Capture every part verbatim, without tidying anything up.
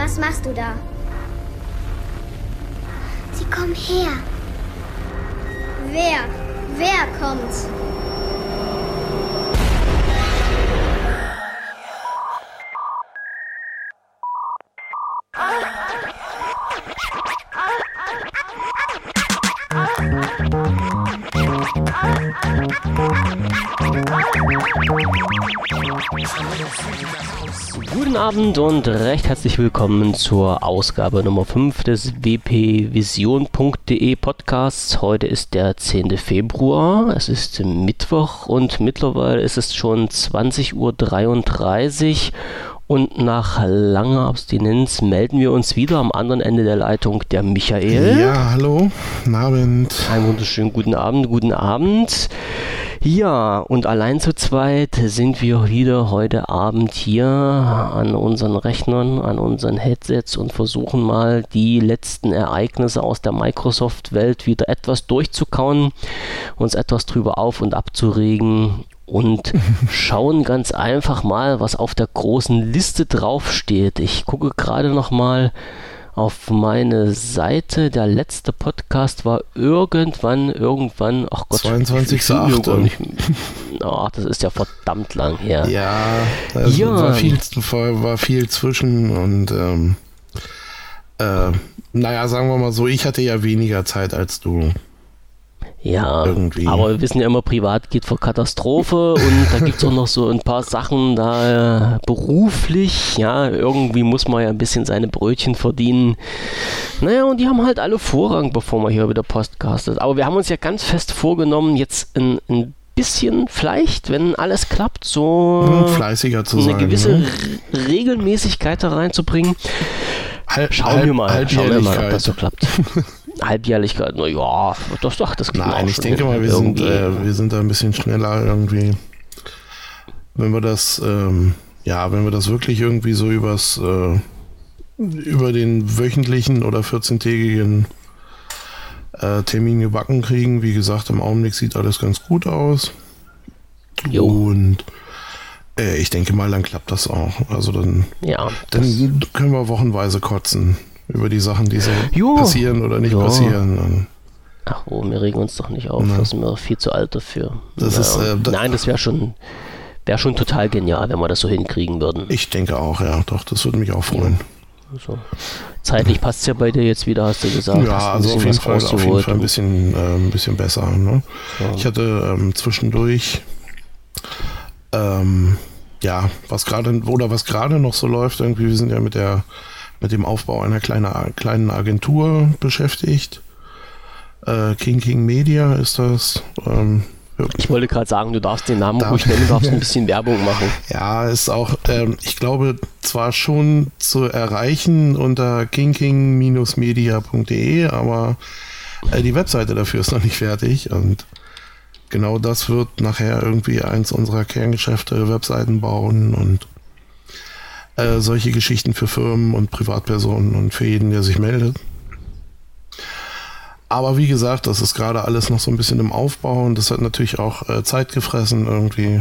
Was machst du da? Sie kommen her. Wer? Wer kommt? Guten Abend und recht herzlich willkommen zur Ausgabe Nummer fünf des w p vision punkt de Podcasts. Heute ist der zehnte Februar, es ist Mittwoch und mittlerweile ist es schon zwanzig Uhr dreiunddreißig und nach langer Abstinenz melden wir uns wieder am anderen Ende der Leitung der Michael. Ja, hallo, guten Abend. Einen wunderschönen guten Abend, guten Abend. Ja, und allein zu zweit sind wir wieder heute Abend hier an unseren Rechnern, an unseren Headsets und versuchen mal die letzten Ereignisse aus der Microsoft-Welt wieder etwas durchzukauen, uns etwas drüber auf- und abzuregen und schauen ganz einfach mal, was auf der großen Liste draufsteht. Ich gucke gerade noch mal auf meine Seite. Der letzte Podcast war irgendwann, irgendwann, ach Gott, zweiundzwanzigster achte Ach, das ist ja verdammt lang her. Ja, also ja. War, viel, war viel zwischen und ähm, äh, naja, sagen wir mal so, ich hatte ja weniger Zeit als du. Ja, irgendwie. Aber wir wissen ja immer, privat geht vor Katastrophe und da gibt es auch noch so ein paar Sachen da äh, beruflich, ja, irgendwie muss man ja ein bisschen seine Brötchen verdienen. Naja, und die haben halt alle Vorrang, bevor man hier wieder podcastet. Aber wir haben uns ja ganz fest vorgenommen, jetzt ein, ein bisschen vielleicht, wenn alles klappt, so hm, fleißiger zu eine sein, gewisse ne? Re- Regelmäßigkeit da reinzubringen. Halb, schauen halb, wir mal, schauen wir mal, ob das so klappt. Halbjährlichkeit, na ja, das doch, das klingt Nein, auch ich schon denke mal, wir sind, äh, wir sind da ein bisschen schneller irgendwie. Wenn wir das, ähm, ja, wenn wir das wirklich irgendwie so übers, äh, über den wöchentlichen oder vierzehntägigen äh, Termin gebacken kriegen. Wie gesagt, im Augenblick sieht alles ganz gut aus. Jo. Und äh, ich denke mal, dann klappt das auch. Also dann, ja, dann können wir wochenweise kotzen über die Sachen, die so jo. passieren oder nicht ja. passieren. Ach oh, wir regen uns doch nicht auf, Na. da sind wir viel zu alt dafür. Das ja. ist, äh, da, Nein, das wäre schon, wär schon total genial, wenn wir das so hinkriegen würden. Ich denke auch, ja, doch, das würde mich auch freuen. So. Zeitlich passt es ja bei dir jetzt wieder, hast du gesagt. Ja, also auf jeden, Fall, auf jeden Fall ein bisschen, äh, ein bisschen besser. Ne? Ja. Ich hatte ähm, zwischendurch, ähm, ja, was gerade, oder was gerade noch so läuft, irgendwie, wir sind ja mit der mit dem Aufbau einer kleinen, kleinen Agentur beschäftigt. Äh, King King Media ist das. Ähm, ich wollte gerade sagen, du darfst den Namen ruhig nennen, du darfst ein bisschen Werbung machen. Ja, ist auch, ähm, ich glaube, zwar schon zu erreichen unter king king media punkt de, aber äh, die Webseite dafür ist noch nicht fertig und genau das wird nachher irgendwie eins unserer Kerngeschäfte, Webseiten bauen und äh, solche Geschichten für Firmen und Privatpersonen und für jeden, der sich meldet. Aber wie gesagt, das ist gerade alles noch so ein bisschen im Aufbau und das hat natürlich auch äh, Zeit gefressen irgendwie.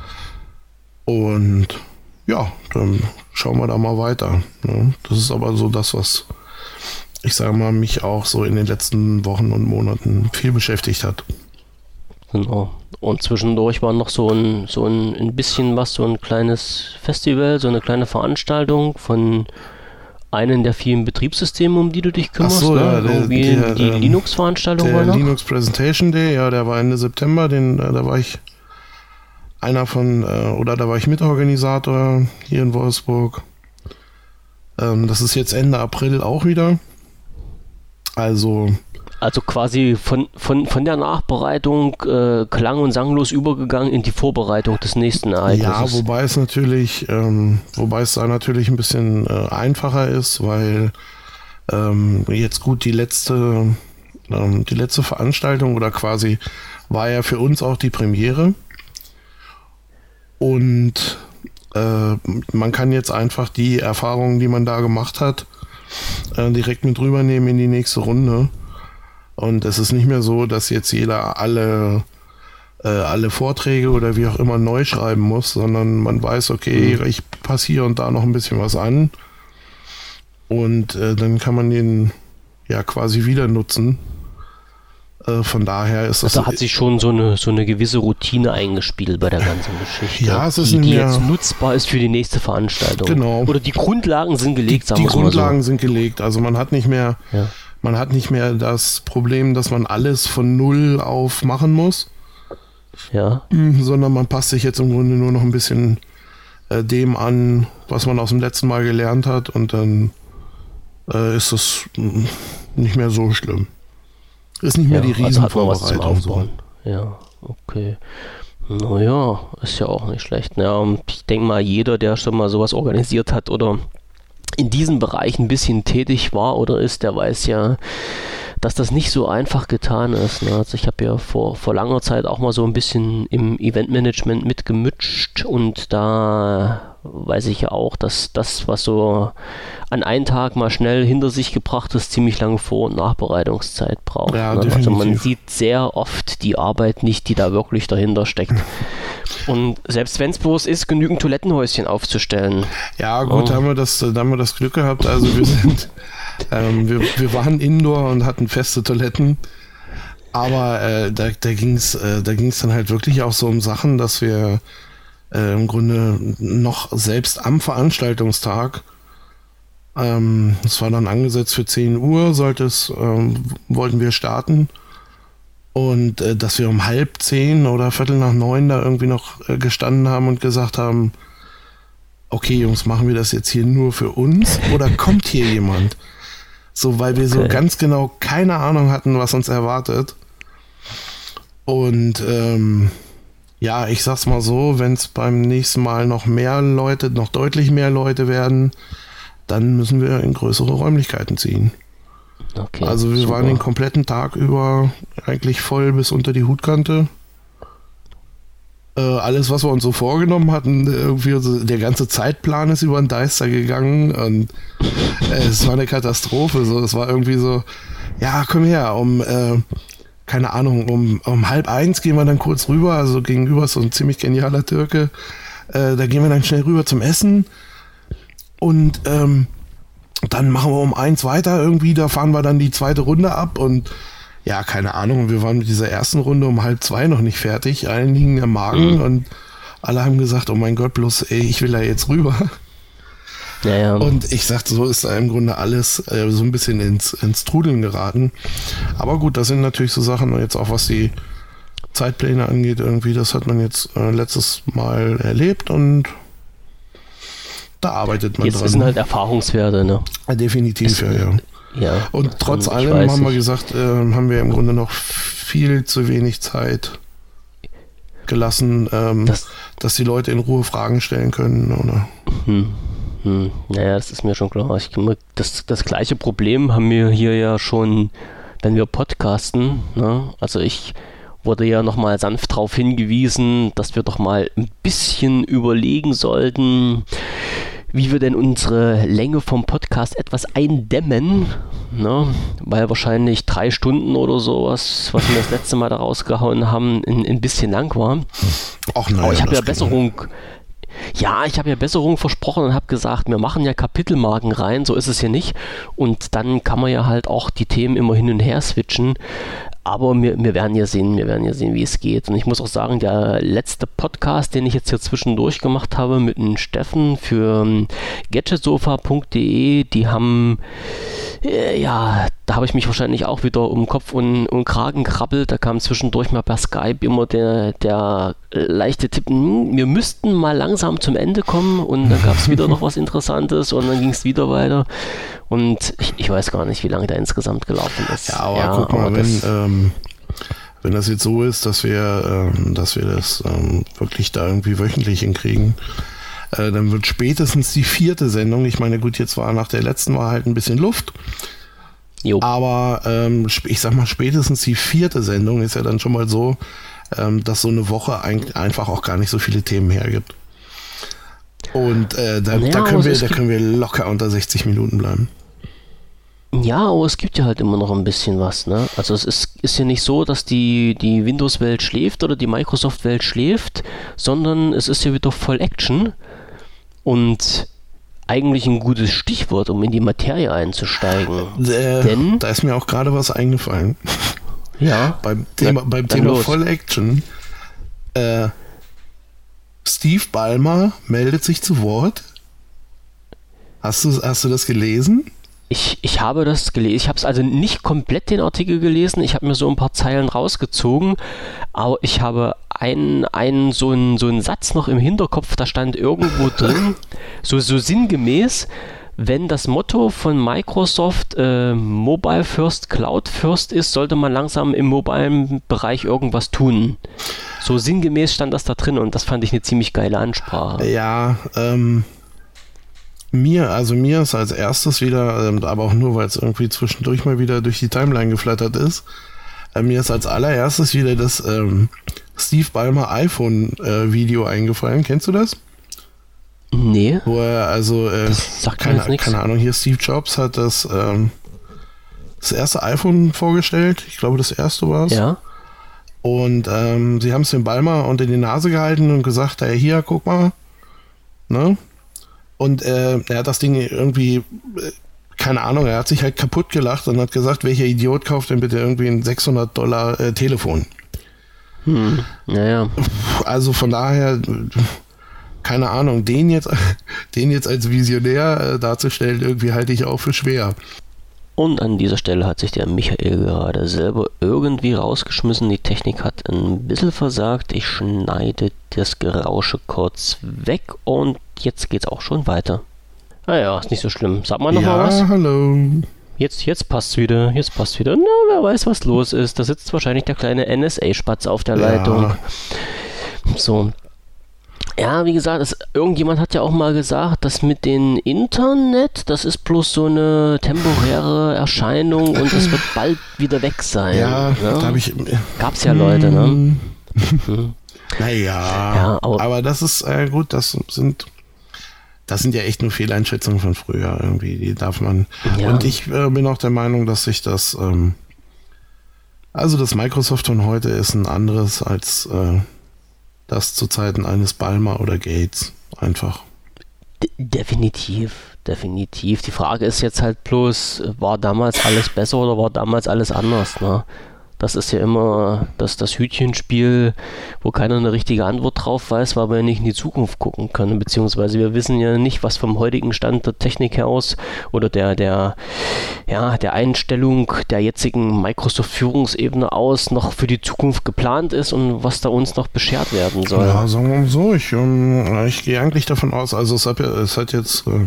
Und ja, dann schauen wir da mal weiter. Ne? Das ist aber so das, was ich sage mal, mich auch so in den letzten Wochen und Monaten viel beschäftigt hat. Genau. Und zwischendurch war noch so ein, so ein, ein bisschen was, so ein kleines Festival, so eine kleine Veranstaltung von einen der vielen Betriebssysteme, um die du dich kümmerst. Ach so, ne? ja, der, die der, die ähm, Linux-Veranstaltung der war noch? Linux Presentation Day, ja, der war Ende September, den, da war ich einer von, oder da war ich Mitorganisator hier in Wolfsburg. Ähm, das ist jetzt Ende April auch wieder. Also Also quasi von, von, von der Nachbereitung äh, klang- und sanglos übergegangen in die Vorbereitung des nächsten Ereignisses. Ja, wobei es natürlich, ähm, wobei es da natürlich ein bisschen äh, einfacher ist, weil ähm, jetzt gut die letzte, ähm, die letzte Veranstaltung oder quasi war ja für uns auch die Premiere. Und äh, man kann jetzt einfach die Erfahrungen, die man da gemacht hat, äh, direkt mit rübernehmen in die nächste Runde. Und es ist nicht mehr so, dass jetzt jeder alle, äh, alle Vorträge oder wie auch immer neu schreiben muss, sondern man weiß, okay, mhm. ich passe hier und da noch ein bisschen was an. und äh, dann kann man den ja quasi wieder nutzen. Äh, von daher ist das... Da hat sich schon so eine, so eine gewisse Routine eingespielt bei der ganzen Geschichte, ja, es ist die, die mehr, jetzt nutzbar ist für die nächste Veranstaltung. Genau. Oder die Grundlagen sind gelegt, die, sagen wir wir Die Grundlagen mal so. sind gelegt, also man hat nicht mehr... Ja. Man hat nicht mehr das Problem, dass man alles von Null auf machen muss, Ja. sondern man passt sich jetzt im Grunde nur noch ein bisschen äh, dem an, was man aus dem letzten Mal gelernt hat, und dann äh, ist es mh, nicht mehr so schlimm. Ist nicht mehr Ja, die also hat man was zum Riesenvorbereitung. So. Aufbauen. Ja, okay. Naja, ist ja auch nicht schlecht. Ja, und ich denke mal, jeder, der schon mal sowas organisiert hat oder in diesem Bereich ein bisschen tätig war oder ist, der weiß ja, dass das nicht so einfach getan ist. Ne? Also ich habe ja vor, vor langer Zeit auch mal so ein bisschen im Eventmanagement mitgemitscht, und da weiß ich ja auch, dass das, was so an einem Tag mal schnell hinter sich gebracht ist, ziemlich lange Vor- und Nachbereitungszeit braucht. Ja, Ne? Also man definitiv. sieht sehr oft die Arbeit nicht, die da wirklich dahinter steckt. Und selbst wenn es bloß ist, genügend Toilettenhäuschen aufzustellen. Ja, gut, Oh. da haben wir das, da haben wir das Glück gehabt. Also wir sind, ähm, wir, wir waren Indoor und hatten feste Toiletten. Aber äh, da, da ging es äh, da ging's dann halt wirklich auch so um Sachen, dass wir äh, im Grunde noch selbst am Veranstaltungstag, ähm, es war dann angesetzt für zehn Uhr, sollte es, ähm, wollten wir starten. Und äh, dass wir um halb zehn oder viertel nach neun da irgendwie noch äh, gestanden haben und gesagt haben, okay Jungs, machen wir das jetzt hier nur für uns oder kommt hier jemand? So, weil wir so Okay. ganz genau keine Ahnung hatten, was uns erwartet. Und ähm, ja, ich sag's mal so, wenn es beim nächsten Mal noch mehr Leute, noch deutlich mehr Leute werden, dann müssen wir in größere Räumlichkeiten ziehen. Okay, Also wir super. waren den kompletten Tag über eigentlich voll bis unter die Hutkante. Äh, alles, was wir uns so vorgenommen hatten, irgendwie so, der ganze Zeitplan ist über den Deister gegangen, und äh, es war eine Katastrophe. So, es war irgendwie so, ja, komm her, um, äh, keine Ahnung, um, um halb eins gehen wir dann kurz rüber, also gegenüber ist so ein ziemlich genialer Türke. Äh, da gehen wir dann schnell rüber zum Essen, und ähm, dann machen wir um eins weiter irgendwie, da fahren wir dann die zweite Runde ab, und ja, keine Ahnung, wir waren mit dieser ersten Runde um halb zwei noch nicht fertig, allen liegen am Magen, Mhm. und alle haben gesagt, oh mein Gott, bloß ey, ich will da jetzt rüber. Ja, ja. Und ich sagte, so ist da im Grunde alles äh, so ein bisschen ins, ins Trudeln geraten. Aber gut, das sind natürlich so Sachen, jetzt auch was die Zeitpläne angeht, irgendwie, das hat man jetzt äh, letztes Mal erlebt, und da arbeitet man Jetzt dran. sind halt Erfahrungswerte, ne? Ja, definitiv, es- ja, ja. Ja. Und trotz ich allem weiß haben wir nicht. gesagt, äh, haben wir im Grunde noch viel zu wenig Zeit gelassen, ähm, Das, dass die Leute in Ruhe Fragen stellen können. Oder? hm, hm, naja, das ist mir schon klar. Ich, das, das gleiche Problem haben wir hier ja schon, wenn wir podcasten. Ne? Also ich wurde ja nochmal sanft darauf hingewiesen, dass wir doch mal ein bisschen überlegen sollten, wie wir denn unsere Länge vom Podcast etwas eindämmen, ne? Weil wahrscheinlich drei Stunden oder sowas, was wir das letzte Mal da rausgehauen haben, ein, ein bisschen lang war. Ach, naja, Aber ich habe das ja geht Besserung, ja, ich habe ja Besserung versprochen und habe gesagt, wir machen ja Kapitelmarken rein, so ist es hier nicht. Und dann kann man ja halt auch die Themen immer hin und her switchen. Aber wir, wir werden ja sehen, wir werden ja sehen, wie es geht. Und ich muss auch sagen, der letzte Podcast, den ich jetzt hier zwischendurch gemacht habe mit dem Steffen für ähm, gadgetsofa punkt de, die haben, äh, ja, da habe ich mich wahrscheinlich auch wieder um Kopf und, und Kragen krabbelt. Da kam zwischendurch mal per Skype immer der, der leichte Tipp, hm, wir müssten mal langsam zum Ende kommen, und dann gab es wieder noch was Interessantes, und dann ging es wieder weiter. Und ich, ich weiß gar nicht, wie lange der insgesamt gelaufen ist. Ja, aber guck mal, aber wenn, das, ähm, wenn das jetzt so ist, dass wir, ähm, dass wir das ähm, wirklich da irgendwie wöchentlich hinkriegen, äh, dann wird spätestens die vierte Sendung, ich meine, gut, jetzt war nach der letzten war halt ein bisschen Luft, jo. aber ähm, sp- ich sag mal, spätestens die vierte Sendung ist ja dann schon mal so, ähm, dass so eine Woche ein, einfach auch gar nicht so viele Themen hergibt. Und äh, da, Ja, da, aber können wir, es da gibt- können wir locker unter sechzig Minuten bleiben. Ja, aber es gibt ja halt immer noch ein bisschen was, ne? Also es ist, ist ja nicht so, dass die, die Windows-Welt schläft oder die Microsoft-Welt schläft, sondern es ist ja wieder voll Action. Und eigentlich ein gutes Stichwort, um in die Materie einzusteigen. Äh, Denn, da ist mir auch gerade was eingefallen. Ja. beim Thema, Na, beim dann Thema los. Voll Action. Äh, Steve Ballmer meldet sich zu Wort. Hast du, hast du das gelesen? Ich, ich habe das gelesen. Ich habe es also nicht komplett den Artikel gelesen. Ich habe mir so ein paar Zeilen rausgezogen. Aber ich habe einen, einen so, einen, so einen Satz noch im Hinterkopf, da stand irgendwo drin, so, so sinngemäß, wenn das Motto von Microsoft äh, Mobile First, Cloud First ist, sollte man langsam im mobilen Bereich irgendwas tun. So sinngemäß stand das da drin und das fand ich eine ziemlich geile Ansprache. Ja, ähm, mir, also mir ist als erstes wieder, ähm, aber auch nur, weil es irgendwie zwischendurch mal wieder durch die Timeline geflattert ist, äh, mir ist als allererstes wieder das ähm, Steve Ballmer iPhone-Video äh, eingefallen. Kennst du das? Nee. Wo er also, äh, Das sagt mir keine, jetzt nichts. keine Ahnung, hier Steve Jobs hat das, ähm, das erste iPhone vorgestellt. Ich glaube, das erste war es. Ja. Und ähm, sie haben es dem Ballmer unter die Nase gehalten und gesagt, hey, hier, guck mal. Ne? Und äh, er hat das Ding irgendwie, äh, keine Ahnung, er hat sich halt kaputt gelacht und hat gesagt, welcher Idiot kauft denn bitte irgendwie ein sechshundert Dollar äh, Telefon? Hm. Naja. Also von daher, keine Ahnung, den jetzt, den jetzt als Visionär äh, darzustellen, irgendwie halte ich auch für schwer. Und an dieser Stelle hat sich der Michael gerade selber irgendwie rausgeschmissen. Die Technik hat ein bisschen versagt. Ich schneide das Gerausche kurz weg und jetzt geht's auch schon weiter. Naja, ist nicht so schlimm. Sag mal noch Ja, mal was. hallo. Jetzt, jetzt passt's wieder. Jetzt passt wieder. Na, wer weiß, was los ist. Da sitzt wahrscheinlich der kleine N S A-Spatz auf der Leitung. Ja. So. Ja, wie gesagt, es, irgendjemand hat ja auch mal gesagt, dass mit dem Internet, das ist bloß so eine temporäre Erscheinung und es wird bald wieder weg sein. Ja, ne? da habe ich. Gab's ja Leute, ne? Hm. Naja, Ja, aber- aber das ist äh, gut, das sind. Das sind ja echt nur Fehleinschätzungen von früher irgendwie, die darf man. Ja. Und ich äh, bin auch der Meinung, dass sich das, ähm, also das Microsoft von heute ist ein anderes als äh, das zu Zeiten eines Ballmer oder Gates. Einfach. D- definitiv, definitiv. Die Frage ist jetzt halt bloß, war damals alles besser oder war damals alles anders, ne? Das ist ja immer das, das Hütchenspiel, wo keiner eine richtige Antwort drauf weiß, weil wir ja nicht in die Zukunft gucken können, beziehungsweise wir wissen ja nicht, was vom heutigen Stand der Technik her aus oder der, der, ja, der Einstellung der jetzigen Microsoft-Führungsebene aus noch für die Zukunft geplant ist und was da uns noch beschert werden soll. Ja, sagen wir mal so, ich, ähm, ich gehe eigentlich davon aus, also es hat, ja, es hat jetzt, äh,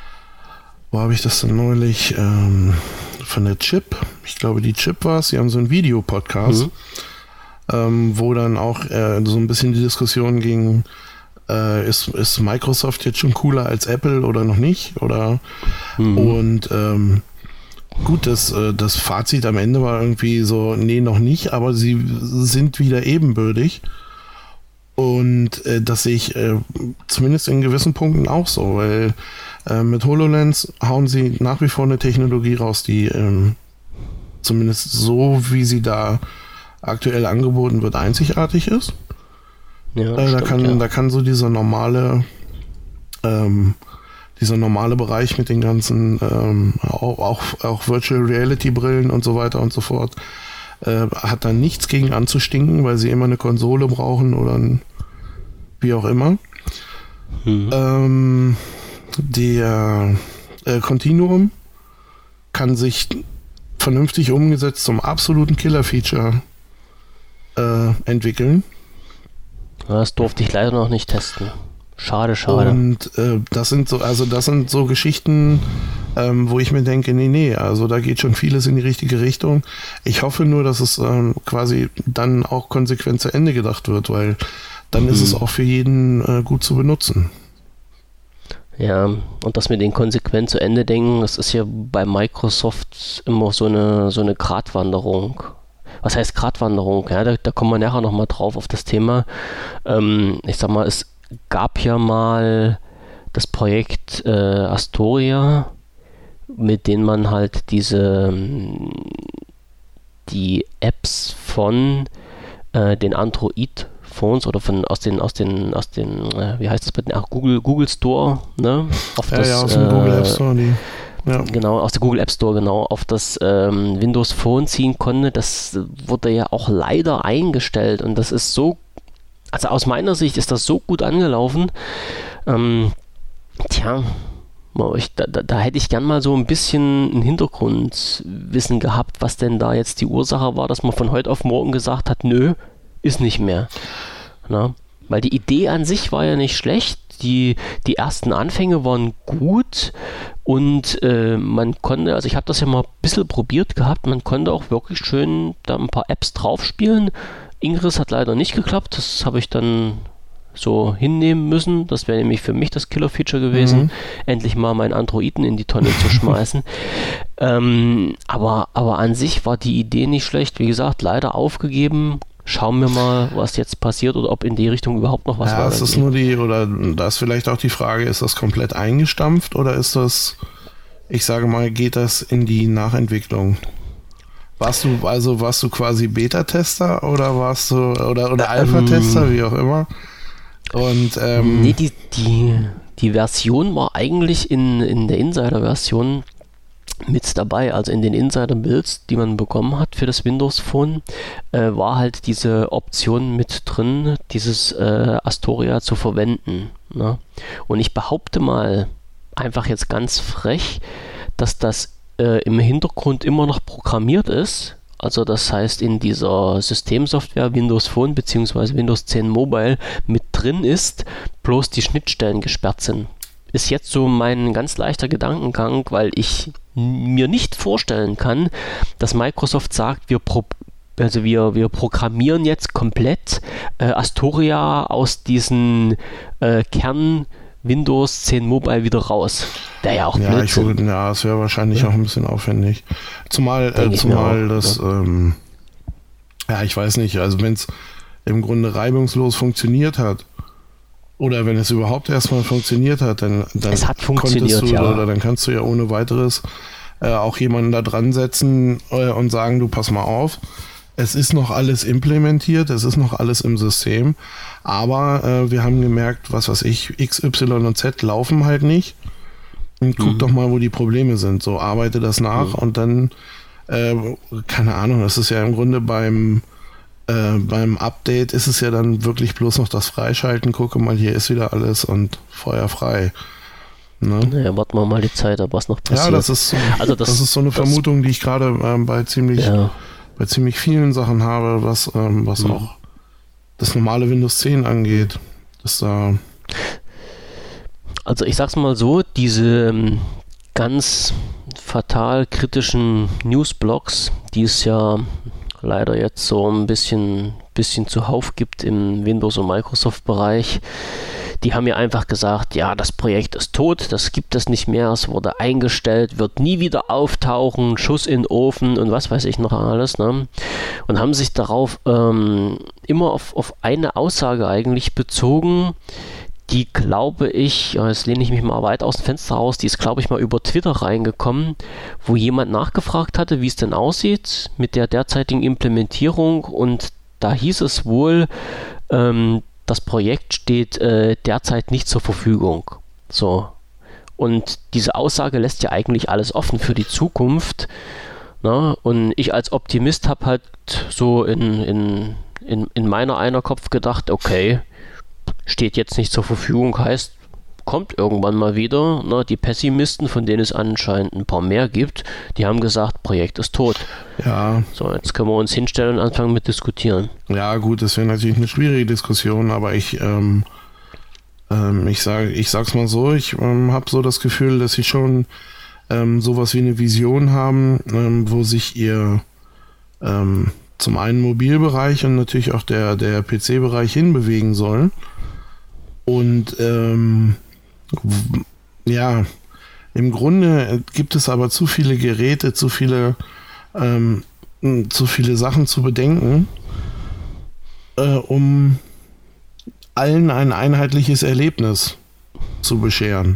wo habe ich das denn neulich, ähm, von der Chip, ich glaube die Chip war es, sie haben so einen Videopodcast, Mhm. ähm, wo dann auch äh, so ein bisschen die Diskussion ging, äh, ist, ist Microsoft jetzt schon cooler als Apple oder noch nicht? Oder Mhm. und ähm, gut, das, äh, das Fazit am Ende war irgendwie so, nee, noch nicht, aber sie sind wieder ebenbürtig. Und äh, das sehe ich äh, zumindest in gewissen Punkten auch so, weil äh, mit HoloLens hauen sie nach wie vor eine Technologie raus, die ähm, zumindest so, wie sie da aktuell angeboten wird, einzigartig ist. Ja, Äh, da, stimmt, kann, ja. da kann so dieser normale ähm, dieser normale Bereich mit den ganzen ähm, auch, auch, auch Virtual Reality Brillen und so weiter und so fort äh, hat da nichts gegen anzustinken, weil sie immer eine Konsole brauchen oder ein, wie auch immer. Mhm. Ähm, der äh, Continuum kann sich vernünftig umgesetzt zum absoluten Killer-Feature äh, entwickeln. Das durfte ich leider noch nicht testen. Schade, schade. Und äh, das sind so, also das sind so Geschichten, ähm, wo ich mir denke, nee, nee, also da geht schon vieles in die richtige Richtung. Ich hoffe nur, dass es ähm, quasi dann auch konsequent zu Ende gedacht wird, weil dann Mhm. ist es auch für jeden äh, gut zu benutzen. Ja, und das mit den konsequent zu Ende denken, das ist ja bei Microsoft immer so eine, so eine Gratwanderung. Was heißt Gratwanderung? Ja, da, da kommen wir nachher nochmal drauf auf das Thema. Ähm, ich sag mal, es gab ja mal das Projekt äh, Astoria, mit dem man halt diese die Apps von äh, den Android Phones oder von aus den aus den aus den äh, wie heißt das bei den Ach, Google Google Store, ne? Auf ja, das, ja, aus dem äh, Google App Store, die, ja. Genau, aus der Google App Store, genau, auf das ähm, Windows Phone ziehen konnte. Das wurde ja auch leider eingestellt und das ist so, also aus meiner Sicht ist das so gut angelaufen. Ähm, tja, ich, da, da, da hätte ich gern mal so ein bisschen ein Hintergrundwissen gehabt, was denn da jetzt die Ursache war, dass man von heute auf morgen gesagt hat, nö, ist nicht mehr. Na? Weil die Idee an sich war ja nicht schlecht. Die, die ersten Anfänge waren gut und äh, man konnte, also ich habe das ja mal ein bisschen probiert gehabt, man konnte auch wirklich schön da ein paar Apps drauf spielen. Ingress hat leider nicht geklappt, das habe ich dann so hinnehmen müssen. Das wäre nämlich für mich das Killer-Feature gewesen, mhm. endlich mal meinen Androiden in die Tonne zu schmeißen. ähm, aber, aber an sich war die Idee nicht schlecht. Wie gesagt, leider aufgegeben. Schauen wir mal, was jetzt passiert oder ob in die Richtung überhaupt noch was war. Ja, es ist nur die, oder da ist vielleicht auch die Frage, ist das komplett eingestampft oder ist das, ich sage mal, geht das in die Nachentwicklung? Warst du, also warst du quasi Beta-Tester oder warst du, oder, oder Alpha-Tester, ähm, wie auch immer? Und, ähm, nee, die, die, die Version war eigentlich in, in der Insider-Version mit dabei, also in den Insider-Builds, die man bekommen hat für das Windows Phone, äh, war halt diese Option mit drin, dieses äh, Astoria zu verwenden. Ne? Und ich behaupte mal, einfach jetzt ganz frech, dass das äh, im Hintergrund immer noch programmiert ist. Also das heißt, in dieser Systemsoftware Windows Phone bzw. Windows zehn Mobile mit drin ist, bloß die Schnittstellen gesperrt sind. Ist jetzt so mein ganz leichter Gedankengang, weil ich mir nicht vorstellen kann, dass Microsoft sagt, wir, pro, also wir, wir programmieren jetzt komplett äh, Astoria aus diesen äh, Kern Windows zehn Mobile wieder raus. Der ja auch ja, Blödsinn. Ich würde, ja, es wäre wahrscheinlich ja. auch ein bisschen aufwendig. Zumal, äh, zumal auch, das, ja. Ähm, ja, ich weiß nicht, also wenn es im Grunde reibungslos funktioniert hat, oder wenn es überhaupt erstmal funktioniert hat, dann, dann es hat funktioniert, du, ja. oder dann kannst du ja ohne weiteres äh, auch jemanden da dran setzen äh, und sagen, du pass mal auf, es ist noch alles implementiert, es ist noch alles im System, aber äh, wir haben gemerkt, was weiß ich, X, Y und Z laufen halt nicht. Und guck mhm. doch mal, wo die Probleme sind. So, arbeite das nach mhm. und dann, äh, keine Ahnung, das ist ja im Grunde beim Äh, beim Update ist es ja dann wirklich bloß noch das Freischalten, gucke mal, hier ist wieder alles und Feuer frei. Ne? Naja, warten wir mal die Zeit ab, was noch passiert. Ja, das ist, also das, das ist so eine Vermutung, die ich gerade ähm, bei ziemlich ja. bei ziemlich vielen Sachen habe, was, ähm, was mhm. auch das normale Windows zehn angeht. Das da also ich sag's mal so, diese ähm, ganz fatal kritischen Newsblogs, die es ja leider jetzt so ein bisschen, bisschen zuhauf gibt im Windows- und Microsoft-Bereich. Die haben ja einfach gesagt, ja, das Projekt ist tot, das gibt es nicht mehr, es wurde eingestellt, wird nie wieder auftauchen, Schuss in den Ofen und was weiß ich noch alles. Ne? Und haben sich darauf ähm, immer auf, auf eine Aussage eigentlich bezogen, die glaube ich, jetzt lehne ich mich mal weit aus dem Fenster raus, die ist glaube ich mal über Twitter reingekommen, wo jemand nachgefragt hatte, wie es denn aussieht mit der derzeitigen Implementierung und da hieß es wohl, ähm, das Projekt steht äh, derzeit nicht zur Verfügung. So. Und diese Aussage lässt ja eigentlich alles offen für die Zukunft. Na? Und ich als Optimist habe halt so in, in, in, in meiner einer Kopf gedacht, okay, steht jetzt nicht zur Verfügung, heißt, kommt irgendwann mal wieder. Ne? Die Pessimisten, von denen es anscheinend ein paar mehr gibt, die haben gesagt, Projekt ist tot. Ja. So, jetzt können wir uns hinstellen und anfangen mit diskutieren. Ja gut, das wäre natürlich eine schwierige Diskussion, aber ich, ähm, ähm, ich sage, ich sag's mal so, ich ähm, habe so das Gefühl, dass sie schon ähm, sowas wie eine Vision haben, ähm, wo sich ihr ähm, zum einen Mobilbereich und natürlich auch der, der P C-Bereich hinbewegen soll. Und ähm, ja, im Grunde gibt es aber zu viele Geräte, zu viele, ähm, zu viele Sachen zu bedenken, äh, um allen ein einheitliches Erlebnis zu bescheren.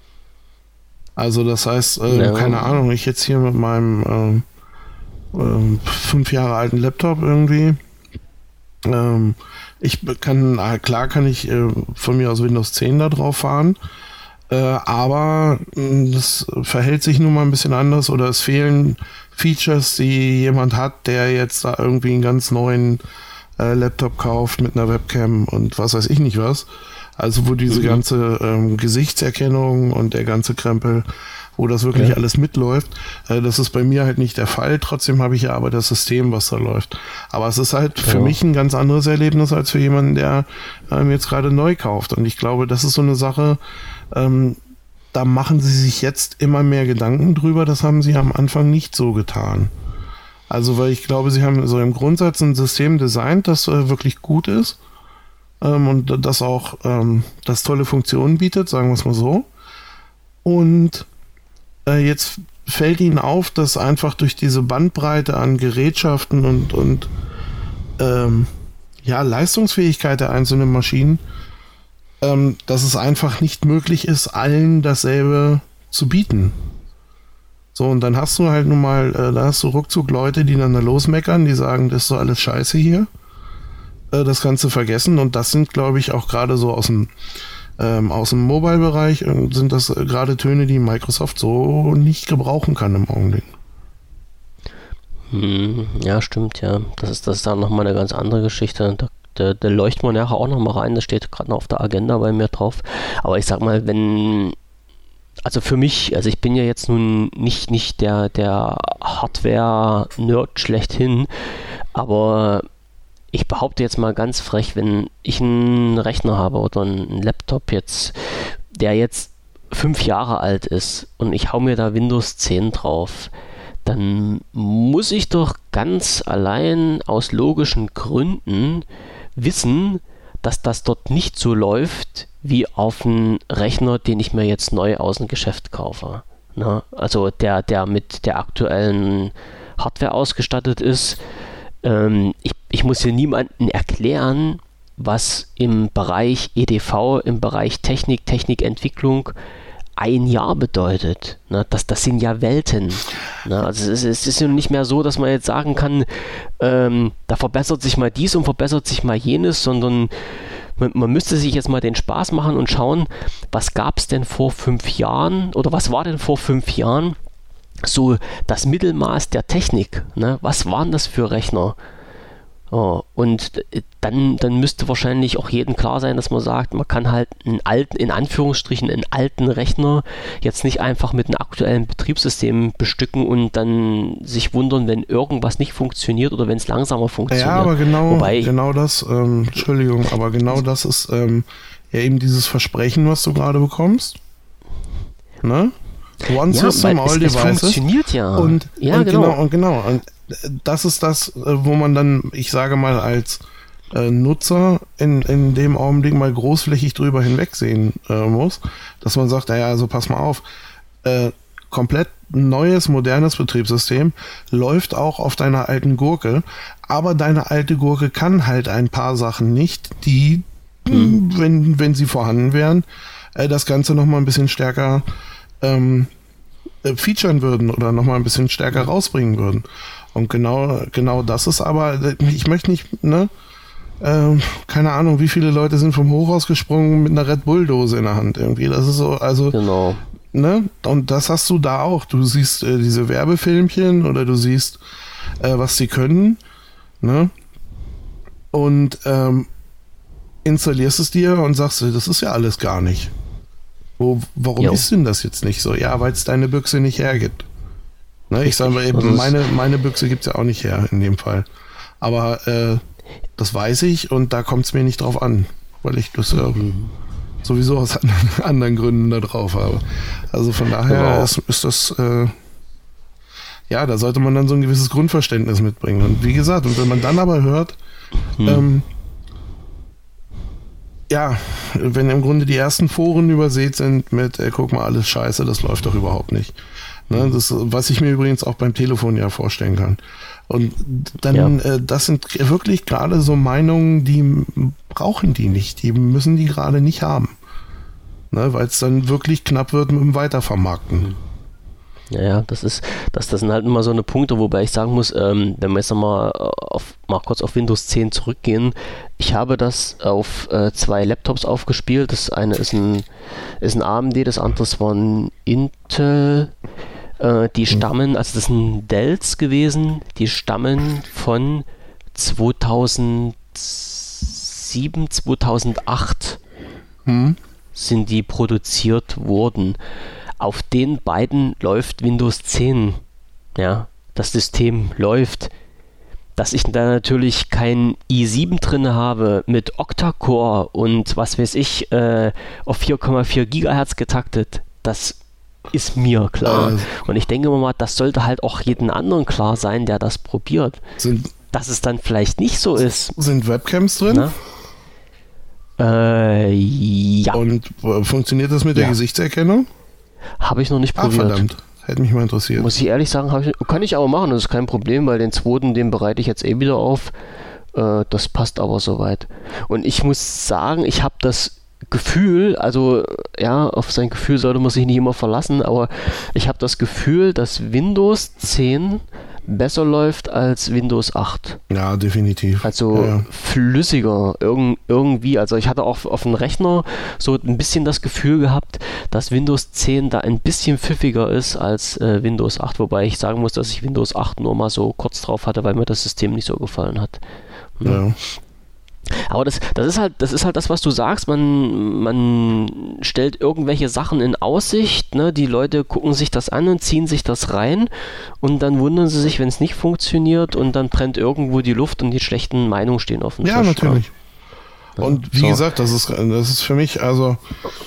Also das heißt, äh, ja. keine Ahnung, ich jetzt hier mit meinem äh, äh, fünf Jahre alten Laptop irgendwie, ähm, ich kann, klar kann ich äh, von mir aus Windows zehn da drauf fahren, äh, aber mh, das verhält sich nun mal ein bisschen anders oder es fehlen Features, die jemand hat, der jetzt da irgendwie einen ganz neuen äh, Laptop kauft mit einer Webcam und was weiß ich nicht was. Also wo diese mhm. ganze ähm, Gesichtserkennung und der ganze Krempel, wo das wirklich ja. alles mitläuft, äh, das ist bei mir halt nicht der Fall. Trotzdem habe ich ja aber das System, was da läuft. Aber es ist halt für ja. mich ein ganz anderes Erlebnis als für jemanden, der ähm, jetzt gerade neu kauft. Und ich glaube, das ist so eine Sache, ähm, da machen sie sich jetzt immer mehr Gedanken drüber. Das haben sie am Anfang nicht so getan. Also weil ich glaube, sie haben so im Grundsatz ein System designt, das äh, wirklich gut ist. Und das auch ähm, das tolle Funktionen bietet, sagen wir es mal so. Und äh, jetzt fällt ihnen auf, dass einfach durch diese Bandbreite an Gerätschaften und, und ähm, ja, Leistungsfähigkeit der einzelnen Maschinen, ähm, dass es einfach nicht möglich ist, allen dasselbe zu bieten. So, und dann hast du halt nun mal, äh, da hast du ruckzuck Leute, die dann da losmeckern, die sagen, das ist so alles scheiße hier. Das Ganze vergessen und das sind, glaube ich, auch gerade so aus dem ähm, aus dem Mobile-Bereich sind das äh, gerade Töne, die Microsoft so nicht gebrauchen kann im Augenblick. Hm, ja, stimmt, ja. Das ist, das ist dann nochmal eine ganz andere Geschichte. Da, da, da leuchten wir nachher auch nochmal rein, das steht gerade noch auf der Agenda bei mir drauf. Aber ich sag mal, wenn also für mich, also ich bin ja jetzt nun nicht, nicht der, der Hardware-Nerd schlechthin, aber ich behaupte jetzt mal ganz frech, wenn ich einen Rechner habe oder einen Laptop jetzt, der jetzt fünf Jahre alt ist und ich hau mir da Windows zehn drauf, dann muss ich doch ganz allein aus logischen Gründen wissen, dass das dort nicht so läuft wie auf einen Rechner, den ich mir jetzt neu aus dem Geschäft kaufe. Na, also der, der mit der aktuellen Hardware ausgestattet ist. Ich, ich muss hier niemandem erklären, was im Bereich E D V, im Bereich Technik, Technikentwicklung ein Jahr bedeutet. Ne? Das, das sind ja Welten. Ne? Also es, es ist ja nicht mehr so, dass man jetzt sagen kann, ähm, da verbessert sich mal dies und verbessert sich mal jenes, sondern man, man müsste sich jetzt mal den Spaß machen und schauen, was gab es denn vor fünf Jahren oder was war denn vor fünf Jahren so das Mittelmaß der Technik, ne? Was waren das für Rechner? Oh, und dann, dann müsste wahrscheinlich auch jedem klar sein, dass man sagt, man kann halt einen alten, in Anführungsstrichen, einen alten Rechner jetzt nicht einfach mit einem aktuellen Betriebssystem bestücken und dann sich wundern, wenn irgendwas nicht funktioniert oder wenn es langsamer funktioniert. Ja, aber genau, Wobei, genau das, ähm, Entschuldigung, aber genau das ist ähm, ja eben dieses Versprechen, was du gerade bekommst. Ne? One ja, System, all es, devices. Es funktioniert ja. Und, ja, und genau. genau. Und genau. Und das ist das, wo man dann, ich sage mal, als äh, Nutzer in, in dem Augenblick mal großflächig drüber hinwegsehen äh, muss, dass man sagt, naja, also pass mal auf, äh, komplett neues, modernes Betriebssystem läuft auch auf deiner alten Gurke, aber deine alte Gurke kann halt ein paar Sachen nicht, die, hm. wenn, wenn sie vorhanden wären, äh, das Ganze nochmal ein bisschen stärker ähm, äh, featuren würden oder nochmal ein bisschen stärker rausbringen würden. Und genau, genau das ist aber, ich möchte nicht, ne, äh, keine Ahnung, wie viele Leute sind vom Hochhaus gesprungen mit einer Red Bull-Dose in der Hand irgendwie. Das ist so, also, genau. Ne, und das hast du da auch. Du siehst äh, diese Werbefilmchen oder du siehst, äh, was sie können, ne, und ähm, installierst es dir und sagst, das ist ja alles gar nicht. Wo, warum jo. ist denn das jetzt nicht so? Ja, weil es deine Büchse nicht hergibt. Ne, ich sage mal eben, meine, meine Büchse gibt es ja auch nicht her in dem Fall. Aber äh, das weiß ich und da kommt es mir nicht drauf an, weil ich das äh, mhm. sowieso aus anderen Gründen da drauf habe. Also von daher genau. ist, ist das, äh, ja, da sollte man dann so ein gewisses Grundverständnis mitbringen. Und wie gesagt, und wenn man dann aber hört, mhm. ähm, ja, wenn im Grunde die ersten Foren übersät sind mit, ey, guck mal, alles scheiße, das läuft doch überhaupt nicht. Ne, das, was ich mir übrigens auch beim Telefon ja vorstellen kann. Und dann, ja. äh, das sind wirklich gerade so Meinungen, die brauchen die nicht. Die müssen die gerade nicht haben. Ne, weil es dann wirklich knapp wird mit dem Weitervermarkten. Ja, das ist, das, das sind halt immer so eine Punkte, wobei ich sagen muss, ähm, wenn wir jetzt nochmal auf, mal kurz auf Windows zehn zurückgehen, ich habe das auf äh, zwei Laptops aufgespielt. Das eine ist ein, ist ein A M D, das andere war ein Intel. Äh, die stammen, also das sind Dells gewesen, die stammen von zweitausendsieben, zweitausendacht Hm. sind die produziert worden. Auf den beiden läuft Windows zehn. Ja, das System läuft. Dass ich da natürlich kein i sieben drin habe mit Octa-Core und was weiß ich, äh, auf vier Komma vier Gigahertz getaktet, das ist mir klar. Äh, und ich denke mal, das sollte halt auch jedem anderen klar sein, der das probiert. Sind, Dass es dann vielleicht nicht so ist. sind Webcams drin? Äh, ja. Und äh, funktioniert das mit der Ja. Gesichtserkennung? Habe ich noch nicht Ah, probiert. verdammt. Hätte mich mal interessiert. Muss ich ehrlich sagen, hab ich, kann ich aber machen, das ist kein Problem, weil den zweiten, den bereite ich jetzt eh wieder auf. Äh, das passt aber soweit. Und ich muss sagen, ich habe das Gefühl, also ja, auf sein Gefühl sollte man sich nicht immer verlassen, aber ich habe das Gefühl, dass Windows zehn besser läuft als Windows acht. Ja, definitiv. Also ja, ja. flüssiger irg- irgendwie. Also ich hatte auch auf dem Rechner so ein bisschen das Gefühl gehabt, dass Windows zehn da ein bisschen pfiffiger ist als äh, Windows acht. Wobei ich sagen muss, dass ich Windows acht nur mal so kurz drauf hatte, weil mir das System nicht so gefallen hat. Ja. Aber das, das ist halt, das ist halt das, was du sagst. Man, man stellt irgendwelche Sachen in Aussicht, ne? Die Leute gucken sich das an und ziehen sich das rein und dann wundern sie sich, wenn es nicht funktioniert und dann brennt irgendwo die Luft und die schlechten Meinungen stehen auf dem Ja, Tisch. natürlich. Ja. Und wie So. gesagt, das ist, das ist für mich, also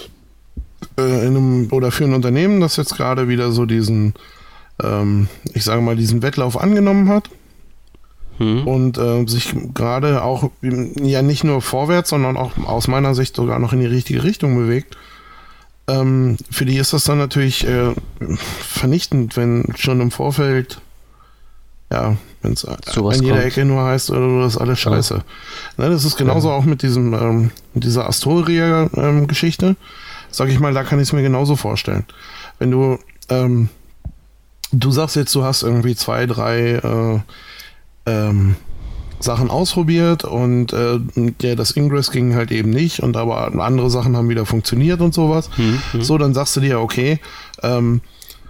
äh, in einem, oder für ein Unternehmen, das jetzt gerade wieder so diesen, ähm, ich sage mal, diesen Wettlauf angenommen hat Hm. und äh, sich gerade auch ja nicht nur vorwärts, sondern auch aus meiner Sicht sogar noch in die richtige Richtung bewegt. Ähm, für die ist das dann natürlich äh, vernichtend, wenn schon im Vorfeld, ja, wenn es Sowas an jeder kommt. Ecke nur heißt, oder das ist alles scheiße. Ne, das ist genauso auch mit diesem, ähm, mit dieser Astoria-Geschichte. Sag ich mal, da kann ich es mir genauso vorstellen. Wenn du, ähm, du sagst jetzt, du hast irgendwie zwei, drei äh, ähm, Sachen ausprobiert und äh, ja, das Ingress ging halt eben nicht und aber andere Sachen haben wieder funktioniert und sowas. Hm, hm. So, dann sagst du dir, okay, ähm,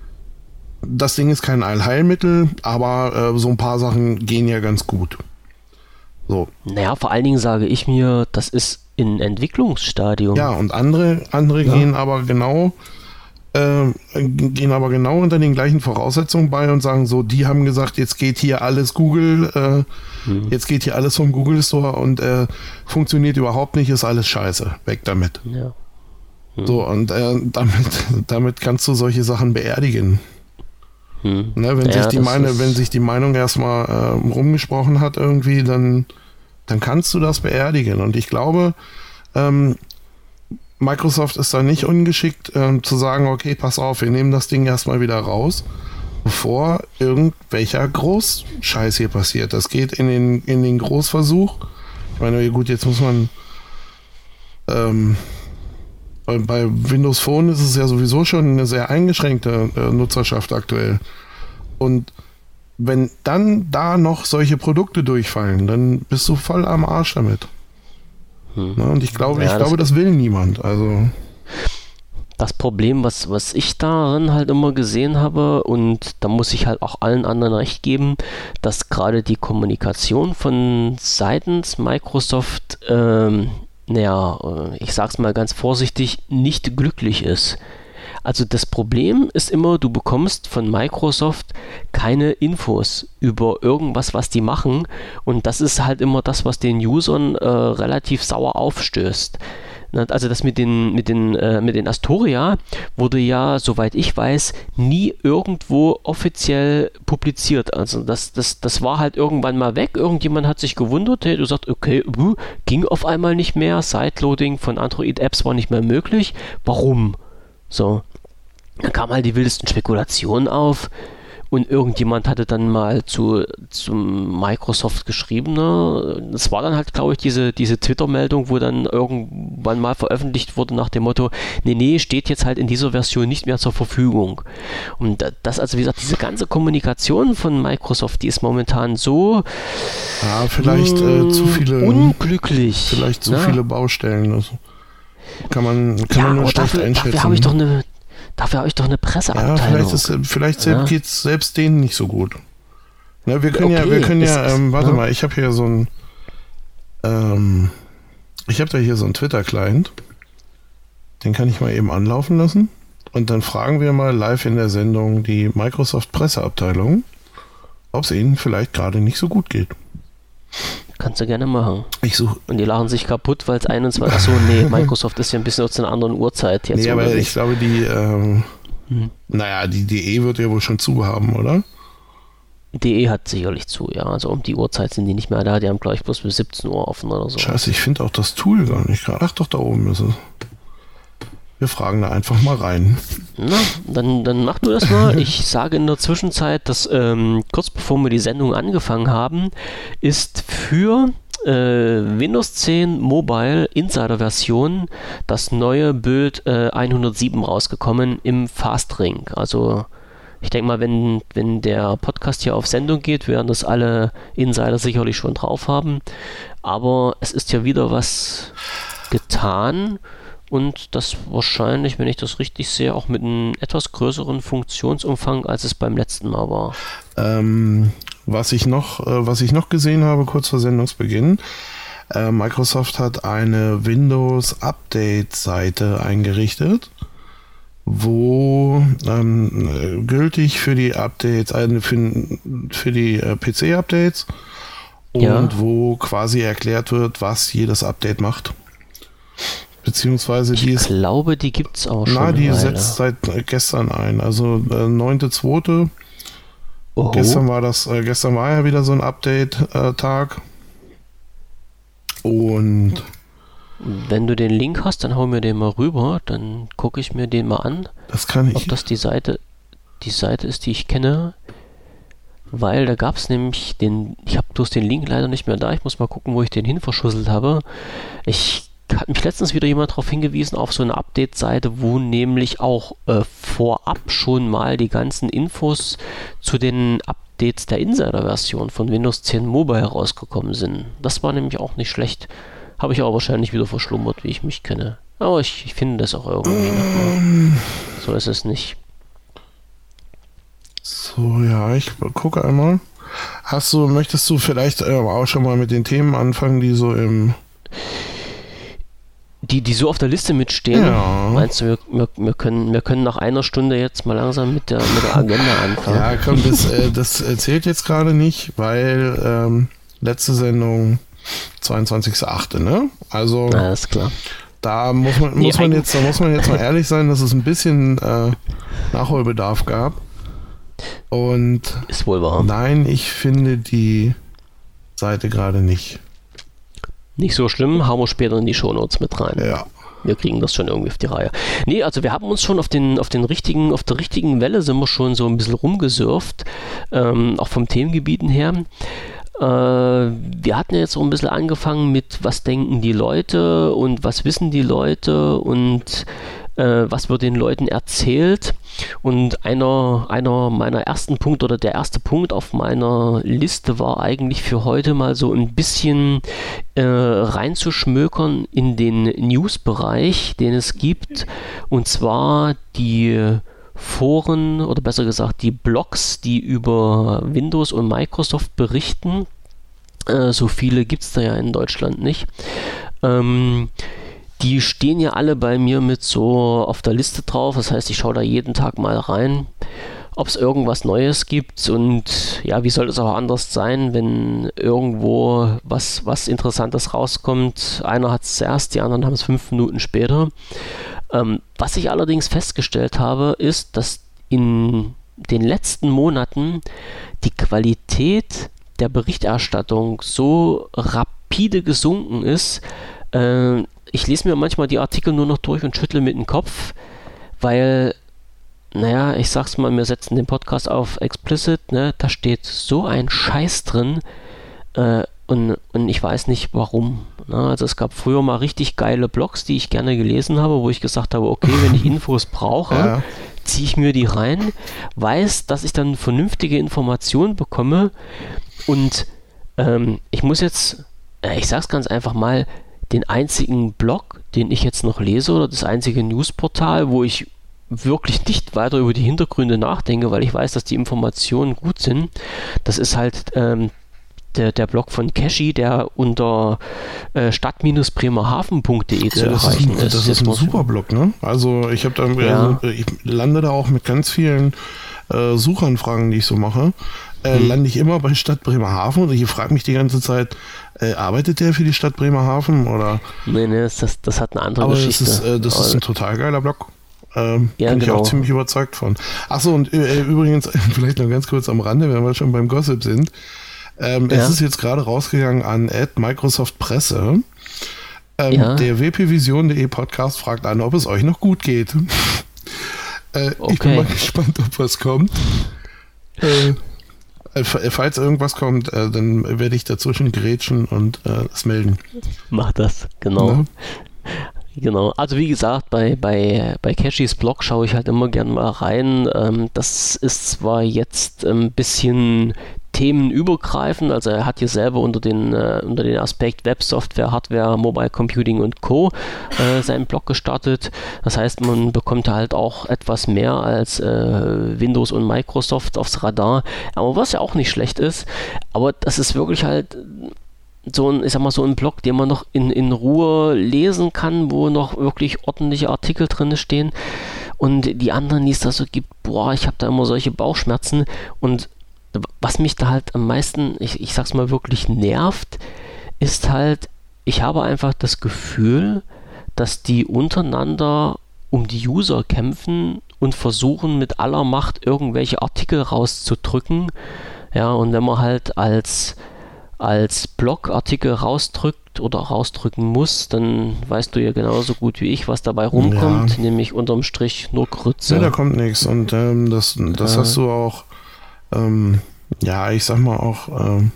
das Ding ist kein Allheilmittel, aber äh, so ein paar Sachen gehen ja ganz gut. So. Naja, vor allen Dingen sage ich mir, das ist in Entwicklungsstadium. Ja, und andere, andere Ja. gehen aber genau äh, gehen aber genau unter den gleichen Voraussetzungen bei und sagen so, die haben gesagt, jetzt geht hier alles Google, äh, Hm. jetzt geht hier alles vom Google Store und äh, funktioniert überhaupt nicht, ist alles scheiße, weg damit. Ja. So, und äh, damit, damit kannst du solche Sachen beerdigen. Hm. Ne, wenn, Ja, sich die das Meine, ist- wenn sich die Meinung erstmal äh, rumgesprochen hat irgendwie, dann, dann kannst du das beerdigen. Und ich glaube, ähm, Microsoft ist da nicht ungeschickt ähm, zu sagen, okay, pass auf, wir nehmen das Ding erstmal wieder raus, bevor irgendwelcher Großscheiß hier passiert. Das geht in den, in den Großversuch. Ich meine, gut, jetzt muss man ähm, bei, bei Windows Phone ist es ja sowieso schon eine sehr eingeschränkte äh, Nutzerschaft aktuell. Und wenn dann da noch solche Produkte durchfallen, dann bist du voll am Arsch damit. Hm. Ne? Und ich glaube, Ja, ich das- glaube, das will niemand. Also Das Problem, was, was ich darin halt immer gesehen habe, und da muss ich halt auch allen anderen recht geben, dass gerade die Kommunikation von seitens Microsoft, ähm, naja, äh, ich sag's mal ganz vorsichtig, nicht glücklich ist. Also das Problem ist immer, du bekommst von Microsoft keine Infos über irgendwas, was die machen, und das ist halt immer das, was den Usern äh, relativ sauer aufstößt. Also das mit den, mit den, äh, mit den Astoria wurde ja, soweit ich weiß, nie irgendwo offiziell publiziert. Also das, das, das war halt irgendwann mal weg. Irgendjemand hat sich gewundert, hey, du sagst, okay, uh, ging auf einmal nicht mehr, Sideloading von Android-Apps war nicht mehr möglich. Warum? So. Dann kamen halt die wildesten Spekulationen auf. Und irgendjemand hatte dann mal zu zum Microsoft geschrieben, ne? Das war dann halt, glaube ich, diese, diese Twitter-Meldung, wo dann irgendwann mal veröffentlicht wurde nach dem Motto, nee, nee, steht jetzt halt in dieser Version nicht mehr zur Verfügung. Und das, also wie gesagt, diese ganze Kommunikation von Microsoft, die ist momentan so ja, vielleicht äh, zu viele unglücklich. Vielleicht zu ne? viele Baustellen. Also kann man, kann ja, man nur schlecht dafür, einschätzen. Dafür habe ich doch eine Dafür habe ich doch eine Presseabteilung. Ja, vielleicht, ist, vielleicht ja. geht es selbst denen nicht so gut. Ja, wir können okay, ja, wir können ja, ist, ähm, warte ja. mal, ich habe hier so ein, ähm, ich habe da hier so einen Twitter-Client, den kann ich mal eben anlaufen lassen und dann fragen wir mal live in der Sendung die Microsoft-Presseabteilung, ob es ihnen vielleicht gerade nicht so gut geht. Kannst du gerne machen. Ich suche. Und die lachen sich kaputt, weil es einundzwanzig. Achso, nee, Microsoft ist ja ein bisschen zu einer anderen Uhrzeit jetzt. Nee, aber ich glaube, die, ähm, hm. naja, die D E wird ja wohl schon zu haben, oder? D E hat sicherlich zu, ja. Also um die Uhrzeit sind die nicht mehr da. Die haben, glaube ich, bloß bis siebzehn Uhr offen oder so. Scheiße, ich finde auch das Tool gar nicht. Ach doch, da oben ist es. Wir fragen da einfach mal rein. Na, dann, dann mach du das mal. Ich sage in der Zwischenzeit, dass ähm, kurz bevor wir die Sendung angefangen haben, ist für äh, Windows zehn Mobile Insider-Version das neue Bild äh, hundertsieben rausgekommen im Fastring. Also ich denke mal, wenn, wenn der Podcast hier auf Sendung geht, werden das alle Insider sicherlich schon drauf haben. Aber es ist ja wieder was getan. Und das wahrscheinlich, wenn ich das richtig sehe, auch mit einem etwas größeren Funktionsumfang, als es beim letzten Mal war. Ähm, was ich noch, äh, was ich noch gesehen habe, kurz vor Sendungsbeginn, äh, Microsoft hat eine Windows-Update-Seite eingerichtet, wo ähm, gültig für die Updates, äh, für, für die äh, P C-Updates und ja. wo quasi erklärt wird, was jedes Update macht. Beziehungsweise die ist. Ich glaube, die gibt es auch schon. Na, die eine setzt seit gestern ein. Also äh, neunter zweiter Oh. Gestern war das, äh, gestern war ja wieder so ein Update-Tag. Äh, Und wenn du den Link hast, dann hau mir den mal rüber, dann gucke ich mir den mal an. Das kann ich. Ob das die Seite, die Seite ist, die ich kenne. Weil da gab es nämlich den, ich habe bloß den Link leider nicht mehr da. Ich muss mal gucken, wo ich den hin verschusselt habe. Ich hat mich letztens wieder jemand darauf hingewiesen, auf so eine Update-Seite, wo nämlich auch äh, vorab schon mal die ganzen Infos zu den Updates der Insider-Version von Windows zehn Mobile rausgekommen sind. Das war nämlich auch nicht schlecht. Habe ich aber wahrscheinlich wieder verschlummert, wie ich mich kenne. Aber ich, ich finde das auch irgendwie. Ähm. So ist es nicht. So, ja, ich gucke einmal. Hast du, möchtest du vielleicht äh, auch schon mal mit den Themen anfangen, die so im Die, die so auf der Liste mitstehen, ja. Meinst du, wir, wir, wir, können, wir können nach einer Stunde jetzt mal langsam mit der, mit der Agenda anfangen? Ja, komm, das, äh, das zählt jetzt gerade nicht, weil ähm, letzte Sendung zweiundzwanzigster achte ne? Also Na, ist klar. Da muss man, Nee, muss man jetzt, da muss man jetzt mal ehrlich sein, dass es ein bisschen äh, Nachholbedarf gab. Und ist wohl wahr. Nein, ich finde die Seite gerade nicht. Nicht so schlimm, hauen wir später in die Shownotes mit rein. Ja. Wir kriegen das schon irgendwie auf die Reihe. Nee, also wir haben uns schon auf den, auf den richtigen, auf der richtigen Welle sind wir schon so ein bisschen rumgesurft, ähm, auch vom Themengebieten her. Äh, wir hatten ja jetzt so ein bisschen angefangen mit, was denken die Leute und was wissen die Leute und äh, was wird den Leuten erzählt. Und einer, einer meiner ersten Punkte oder der erste Punkt auf meiner Liste war eigentlich für heute mal so ein bisschen äh, reinzuschmökern in den News-Bereich, den es gibt, und zwar die Foren oder besser gesagt die Blogs, die über Windows und Microsoft berichten. Äh, so viele gibt es da ja in Deutschland nicht. Ähm, Die stehen ja alle bei mir mit so auf der Liste drauf. Das heißt, ich schaue da jeden Tag mal rein, ob es irgendwas Neues gibt. Und ja, wie soll es auch anders sein, wenn irgendwo was, was Interessantes rauskommt. Einer hat es zuerst, die anderen haben es fünf Minuten später. Ähm, was ich allerdings festgestellt habe, ist, dass in den letzten Monaten die Qualität der Berichterstattung so rapide gesunken ist. Äh, Ich lese mir manchmal die Artikel nur noch durch und schüttle mit dem Kopf, weil naja, ich sag's mal, wir setzen den Podcast auf explicit, ne, da steht so ein Scheiß drin, äh, und, und ich weiß nicht warum. Ne? Also es gab früher mal richtig geile Blogs, die ich gerne gelesen habe, wo ich gesagt habe, okay, wenn ich Infos brauche, ja. ziehe ich mir die rein, weiß, dass ich dann vernünftige Informationen bekomme und ähm, ich muss jetzt, äh, ich sag's ganz einfach mal, den einzigen Blog, den ich jetzt noch lese oder das einzige Newsportal, wo ich wirklich nicht weiter über die Hintergründe nachdenke, weil ich weiß, dass die Informationen gut sind, das ist halt ähm, Der, der Blog von Cashy, der unter äh, stadt Bindestrich bremerhaven punkt de zu ja, das erreichen ist. Ein, ist. Das ist ein super Blog, ne? Also ich habe da, ja. also, ich lande da auch mit ganz vielen äh, Suchanfragen, die ich so mache, äh, hm. lande ich immer bei Stadt Bremerhaven und ich frage mich die ganze Zeit, äh, arbeitet der für die Stadt Bremerhaven oder? Nee, nee, das, das hat eine andere Aber Geschichte. Das ist, äh, das ist ein total geiler Blog. Ähm, ja, bin genau. ich auch ziemlich überzeugt von. Achso, und äh, übrigens, vielleicht noch ganz kurz am Rande, wenn wir schon beim Gossip sind. Ähm, ja. Es ist jetzt gerade rausgegangen an at Microsoft Presse. Ähm, ja. Der w p vision punkt de Podcast fragt an, ob es euch noch gut geht. äh, okay. Ich bin mal gespannt, ob was kommt. Äh, falls irgendwas kommt, äh, dann werde ich dazwischen grätschen und äh, es melden. Mach das, genau. Ja. Genau, also wie gesagt, bei, bei, bei Cashys Blog schaue ich halt immer gern mal rein. Ähm, das ist zwar jetzt ein bisschen themenübergreifend, also er hat hier selber unter den, äh, unter den Aspekt Websoftware, Hardware, Mobile Computing und Co. Äh, seinen Blog gestartet. Das heißt, man bekommt halt auch etwas mehr als äh, Windows und Microsoft aufs Radar, aber was ja auch nicht schlecht ist, aber das ist wirklich halt so ein, ich sag mal, so ein Blog, den man noch in, in Ruhe lesen kann, wo noch wirklich ordentliche Artikel drin stehen und die anderen, die es da so gibt, boah, ich habe da immer solche Bauchschmerzen und was mich da halt am meisten, ich, ich sag's mal wirklich nervt, ist halt, ich habe einfach das Gefühl, dass die untereinander um die User kämpfen und versuchen mit aller Macht irgendwelche Artikel rauszudrücken, ja, und wenn man halt als als Blogartikel rausdrückt oder rausdrücken muss, dann weißt du ja genauso gut wie ich, was dabei rumkommt, ja. nämlich unterm Strich nur Grütze. Ja, da kommt nichts und ähm, das, das äh, hast du auch, ähm, ja, ich sag mal auch, ähm,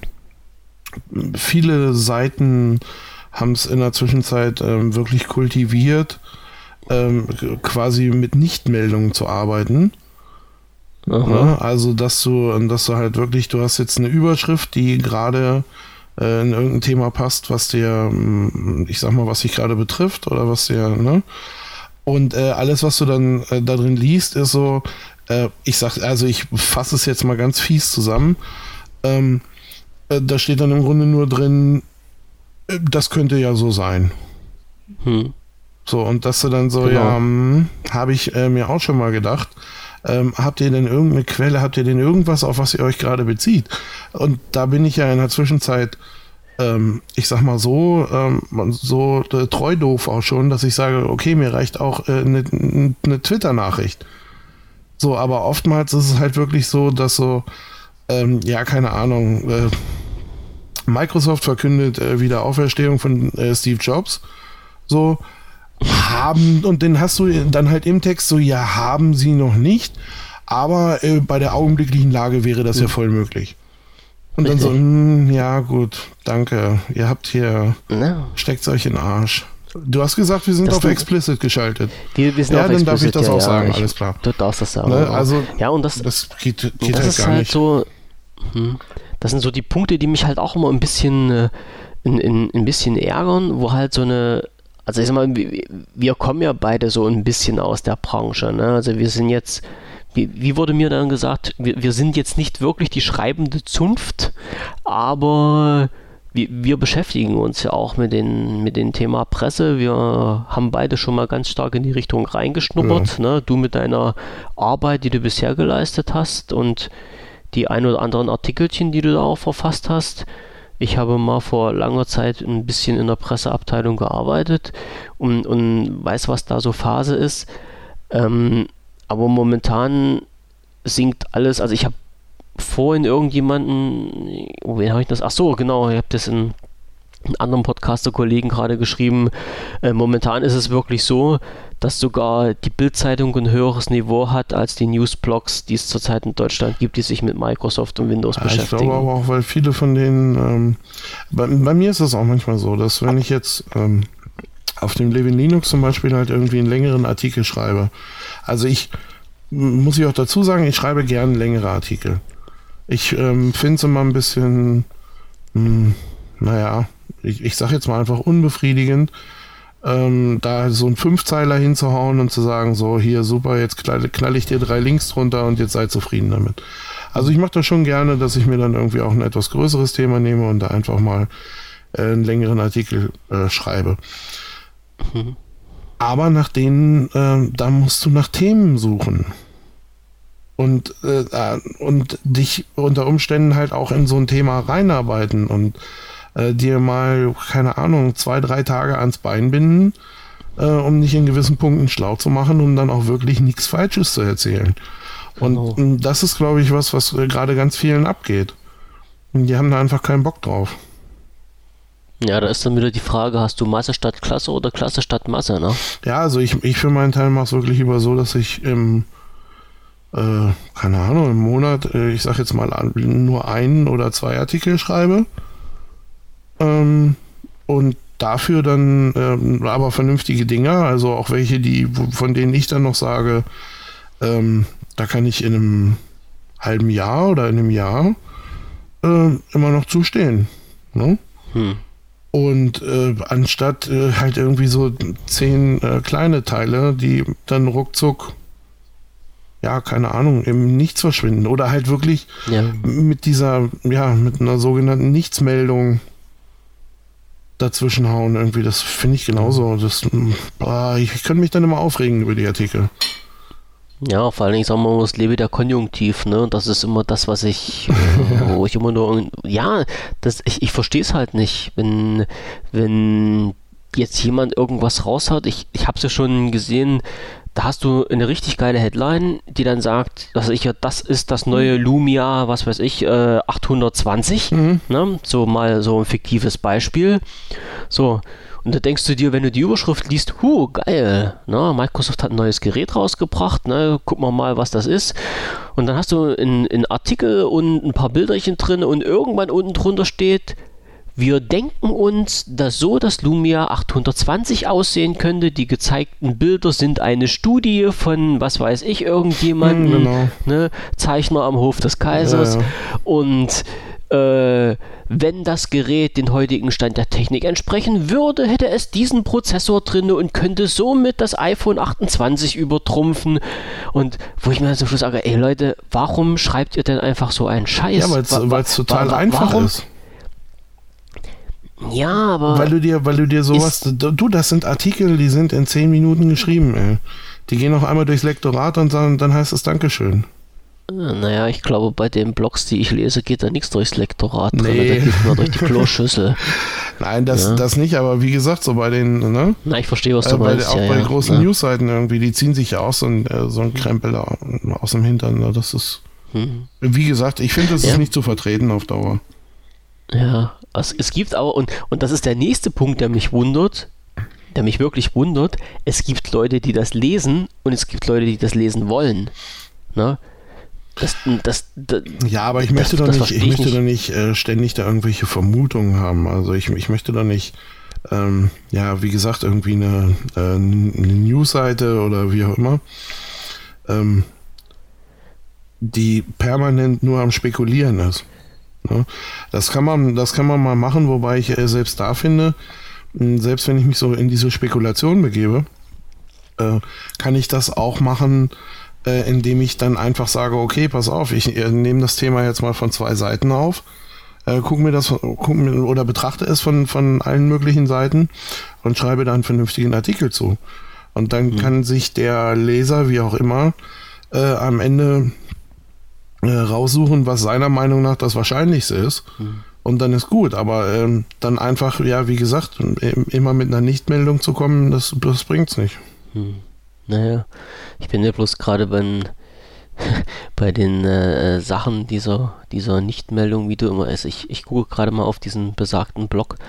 viele Seiten haben es in der Zwischenzeit ähm, wirklich kultiviert, ähm, quasi mit Nichtmeldungen zu arbeiten. Ja, also dass du, dass du halt wirklich, du hast jetzt eine Überschrift, die gerade äh, in irgendein Thema passt, was dir, ich sag mal, was dich gerade betrifft oder was dir, ne? Und äh, alles, was du dann äh, da drin liest, ist so, äh, ich sag, also ich fasse es jetzt mal ganz fies zusammen, ähm, äh, da steht dann im Grunde nur drin, äh, das könnte ja so sein. Hm. So, und dass du dann so, genau. ja, hm, habe ich äh, mir auch schon mal gedacht, Ähm, habt ihr denn irgendeine Quelle, habt ihr denn irgendwas, auf was ihr euch gerade bezieht? Und da bin ich ja in der Zwischenzeit, ähm, ich sag mal so, ähm, so äh, treu doof auch schon, dass ich sage, okay, mir reicht auch eine äh, ne Twitter-Nachricht. So, aber oftmals ist es halt wirklich so, dass so, ähm, ja, keine Ahnung, äh, Microsoft verkündet äh, Wiederauferstehung von äh, Steve Jobs. So, haben, und den hast du dann halt im Text so, ja, haben sie noch nicht, aber äh, bei der augenblicklichen Lage wäre das ja, ja voll möglich. Und Richtig. Dann so, mh, ja gut, danke, ihr habt hier, no. steckt euch in den Arsch. Du hast gesagt, wir sind das auf Explicit geschaltet. Wir, wir sind ja, auf dann Explicit, darf ich das ja, auch ja, sagen, ich, alles klar. Du darfst das sagen. Ne, also, ja, und das, das geht, geht das halt ist gar halt nicht. So, hm, das sind so die Punkte, die mich halt auch immer ein bisschen, äh, in, in, ein bisschen ärgern, wo halt so eine, also ich sag mal, wir kommen ja beide so ein bisschen aus der Branche, ne? Also wir sind jetzt, wie, wie wurde mir dann gesagt, wir, wir sind jetzt nicht wirklich die schreibende Zunft, aber wir, wir beschäftigen uns ja auch mit den mit dem Thema Presse. Wir haben beide schon mal ganz stark in die Richtung reingeschnuppert, ja. ne? Du mit deiner Arbeit, die du bisher geleistet hast und die ein oder anderen Artikelchen, die du da auch verfasst hast. Ich habe mal vor langer Zeit ein bisschen in der Presseabteilung gearbeitet und, und weiß, was da so Phase ist. Ähm, aber momentan sinkt alles. Also ich habe vorhin irgendjemanden, wen habe ich das? Ach so, genau, ich habe das in, einen anderen Podcaster-Kollegen gerade geschrieben, äh, momentan ist es wirklich so, dass sogar die Bild-Zeitung ein höheres Niveau hat als die Newsblogs, die es zurzeit in Deutschland gibt, die sich mit Microsoft und Windows ja, beschäftigen. Ich glaube aber auch, weil viele von denen, ähm, bei, bei mir ist es auch manchmal so, dass wenn ich jetzt ähm, auf dem Levin Linux zum Beispiel halt irgendwie einen längeren Artikel schreibe, also ich, muss ich auch dazu sagen, ich schreibe gern längere Artikel. Ich ähm, finde es immer ein bisschen, mh, naja, ich, ich sage jetzt mal einfach unbefriedigend, ähm, da so einen Fünfzeiler hinzuhauen und zu sagen, so hier super, jetzt knall, knall ich dir drei Links drunter und jetzt sei zufrieden damit. Also ich mache das schon gerne, dass ich mir dann irgendwie auch ein etwas größeres Thema nehme und da einfach mal äh, einen längeren Artikel äh, schreibe. Mhm. Aber nach denen, äh, da musst du nach Themen suchen. Und, äh, und dich unter Umständen halt auch in so ein Thema reinarbeiten und äh, dir mal, keine Ahnung, zwei, drei Tage ans Bein binden, äh, um dich in gewissen Punkten schlau zu machen, um dann auch wirklich nichts Falsches zu erzählen. Und oh. das ist, glaube ich, was, was gerade ganz vielen abgeht. Und die haben da einfach keinen Bock drauf. Ja, da ist dann wieder die Frage, hast du Masse statt Klasse oder Klasse statt Masse, ne? Ja, also ich, ich für meinen Teil mache es wirklich lieber so, dass ich im Äh, keine Ahnung, im Monat, äh, ich sag jetzt mal nur einen oder zwei Artikel schreibe ähm, und dafür dann ähm, aber vernünftige Dinger, also auch welche, die von denen ich dann noch sage, ähm, da kann ich in einem halben Jahr oder in einem Jahr äh, immer noch zustehen. Ne? Hm. Und äh, anstatt äh, halt irgendwie so zehn äh, kleine Teile, die dann ruckzuck ja, keine Ahnung, im Nichts verschwinden oder halt wirklich ja. mit dieser, ja, mit einer sogenannten Nichtsmeldung dazwischen hauen irgendwie, das finde ich genauso. Das, boah, ich, ich könnte mich dann immer aufregen über die Artikel. Ja, vor allen Dingen sagen wir mal, es lebe der Konjunktiv, ne? Das ist immer das, was ich, wo ich immer nur, ja, das, ich, ich verstehe es halt nicht, wenn, wenn jetzt jemand irgendwas raushaut. Ich, ich habe es ja schon gesehen. Da hast du eine richtig geile Headline, die dann sagt, dass ich ja, das ist das neue Lumia, was weiß ich, äh, achthundertzwanzig. Mhm. Ne? So mal so ein fiktives Beispiel. So, und da denkst du dir, wenn du die Überschrift liest, hu, geil, ne? Microsoft hat ein neues Gerät rausgebracht, ne? Gucken wir mal, was das ist. Und dann hast du einen Artikel und ein paar Bilderchen drin und irgendwann unten drunter steht, wir denken uns, dass so das Lumia achthundertzwanzig aussehen könnte. Die gezeigten Bilder sind eine Studie von, was weiß ich, irgendjemandem, genau. ne, Zeichner am Hof des Kaisers. Ja, ja. Und äh, wenn das Gerät den heutigen Stand der Technik entsprechen würde, hätte es diesen Prozessor drin und könnte somit das iPhone achtundzwanzig übertrumpfen. Und wo ich mir dann zum Schluss sage, ey Leute, warum schreibt ihr denn einfach so einen Scheiß? Ja, weil es total wa- wa- einfach warum? ist. Ja, aber... Weil du dir, weil du dir sowas... Du, das sind Artikel, die sind in zehn Minuten geschrieben, ey. Die gehen noch einmal durchs Lektorat und dann, dann heißt es Dankeschön. Naja, ich glaube, bei den Blogs, die ich lese, geht da nichts durchs Lektorat drin. Nee. Da geht nur durch die Kloschüssel. Nein, das, ja. das nicht, aber wie gesagt, so bei den... Ne? Na, ich verstehe, was du äh, bei, meinst. Auch ja, bei ja. großen ja. Newsseiten irgendwie, die ziehen sich ja auch so ein, so ein Krempel da aus dem Hintern. Ne? Das ist... Hm. Wie gesagt, ich finde, das ja. ist nicht zu vertreten auf Dauer. Ja, also es gibt aber, und, und das ist der nächste Punkt, der mich wundert, der mich wirklich wundert, es gibt Leute, die das lesen und es gibt Leute, die das lesen wollen. Ne? Das, das, das, ja, aber ich möchte das, doch nicht, ich, ich möchte nicht. doch nicht äh, ständig da irgendwelche Vermutungen haben. Also ich, ich möchte doch nicht, ähm, ja, wie gesagt, irgendwie eine, äh, eine Newsseite oder wie auch immer, ähm, die permanent nur am Spekulieren ist. Ja, das kann man, das kann man mal machen, wobei ich äh, selbst da finde, mh, selbst wenn ich mich so in diese Spekulation begebe, äh, kann ich das auch machen, äh, indem ich dann einfach sage, okay, pass auf, ich äh, nehme das Thema jetzt mal von zwei Seiten auf, äh, guck mir das, guck mir, oder betrachte es von, von allen möglichen Seiten und schreibe da einen vernünftigen Artikel zu. Und dann mhm. kann sich der Leser, wie auch immer, äh, am Ende raussuchen, was seiner Meinung nach das Wahrscheinlichste ist. Hm. Und dann ist gut. Aber ähm, dann einfach, ja, wie gesagt, immer mit einer Nichtmeldung zu kommen, das, das bringt's nicht. Hm. Naja, ich bin ja bloß gerade bei, bei den äh, Sachen dieser, dieser Nichtmeldung, wie du immer ist. Ich, ich gucke gerade mal auf diesen besagten Blog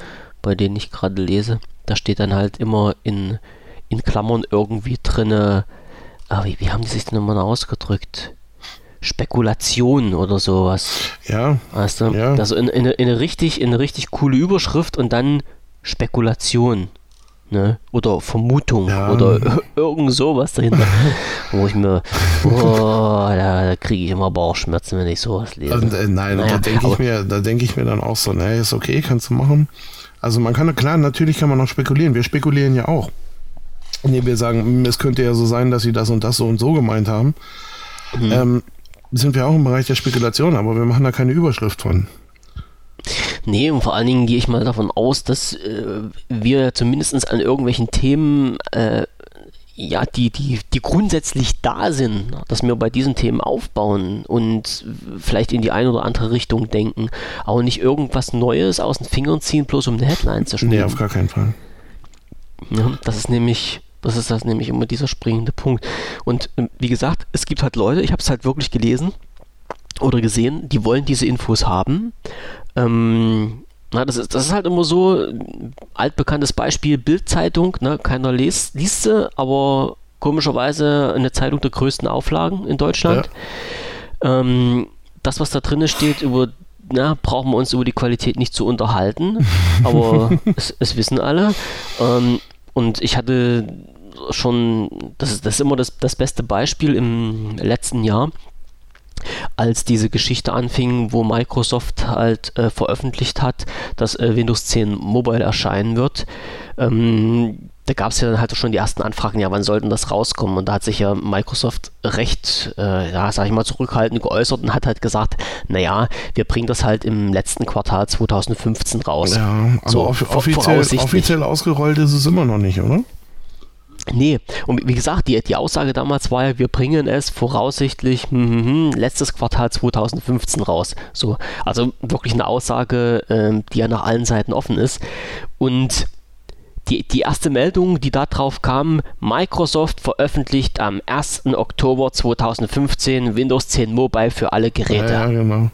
bei denen ich gerade lese, da steht dann halt immer in, in Klammern irgendwie drinne, ah, wie, wie haben die sich denn immer ausgedrückt? Spekulation oder sowas. Ja. Weißt du? Ja. Also in, in, in, eine richtig, in eine richtig coole Überschrift und dann Spekulation. Ne? Oder Vermutung Ja. oder irgend sowas dahinter. Wo ich mir, oh, da, da kriege ich immer Bauchschmerzen, wenn ich sowas lese. Und, äh, nein, Naja, da denke ich mir, da denke ich mir dann auch so, ne, ist okay, kannst du machen. Also man kann, klar, natürlich kann man noch spekulieren. Wir spekulieren ja auch. Indem wir sagen, es könnte ja so sein, dass sie das und das so und so gemeint haben. Mhm. Ähm, sind wir auch im Bereich der Spekulation, aber wir machen da keine Überschrift von. Nee, und vor allen Dingen gehe ich mal davon aus, dass äh, wir zumindest an irgendwelchen Themen, äh, ja, die, die, die grundsätzlich da sind, dass wir bei diesen Themen aufbauen und vielleicht in die eine oder andere Richtung denken, aber nicht irgendwas Neues aus den Fingern ziehen, bloß um eine Headline zu spielen. Nee, auf gar keinen Fall. Ja, das ist nämlich, das ist das nämlich immer dieser springende Punkt. Und äh, wie gesagt, es gibt halt Leute, ich habe es halt wirklich gelesen oder gesehen, die wollen diese Infos haben. Ähm, na, das ist, das ist halt immer so, altbekanntes Beispiel, Bild-Zeitung, ne? Keiner liest, liest sie, aber komischerweise eine Zeitung der größten Auflagen in Deutschland. Ja. Ähm, das, was da drin steht, über, na, brauchen wir uns über die Qualität nicht zu unterhalten, aber es, es wissen alle. Ähm, und ich hatte schon, das ist, das ist immer das, das beste Beispiel im letzten Jahr, als diese Geschichte anfing, wo Microsoft halt äh, veröffentlicht hat, dass äh, Windows zehn Mobile erscheinen wird. Ähm, da gab es ja dann halt schon die ersten Anfragen, ja, wann sollten das rauskommen? Und da hat sich ja Microsoft recht, äh, ja, sag ich mal, zurückhaltend geäußert und hat halt gesagt, naja, wir bringen das halt im letzten Quartal zwanzig fünfzehn raus. Ja, aber so, off- offiziell, offiziell ausgerollt ist es immer noch nicht, oder? Nee, und wie gesagt, die, die Aussage damals war ja, wir bringen es voraussichtlich hm, hm, hm, letztes Quartal zwanzig fünfzehn raus. So, also wirklich eine Aussage, ähm, die ja nach allen Seiten offen ist. Und die, die erste Meldung, die da drauf kam, Microsoft veröffentlicht am ersten Oktober zwanzig fünfzehn Windows zehn Mobile für alle Geräte. Ja, ja, genau.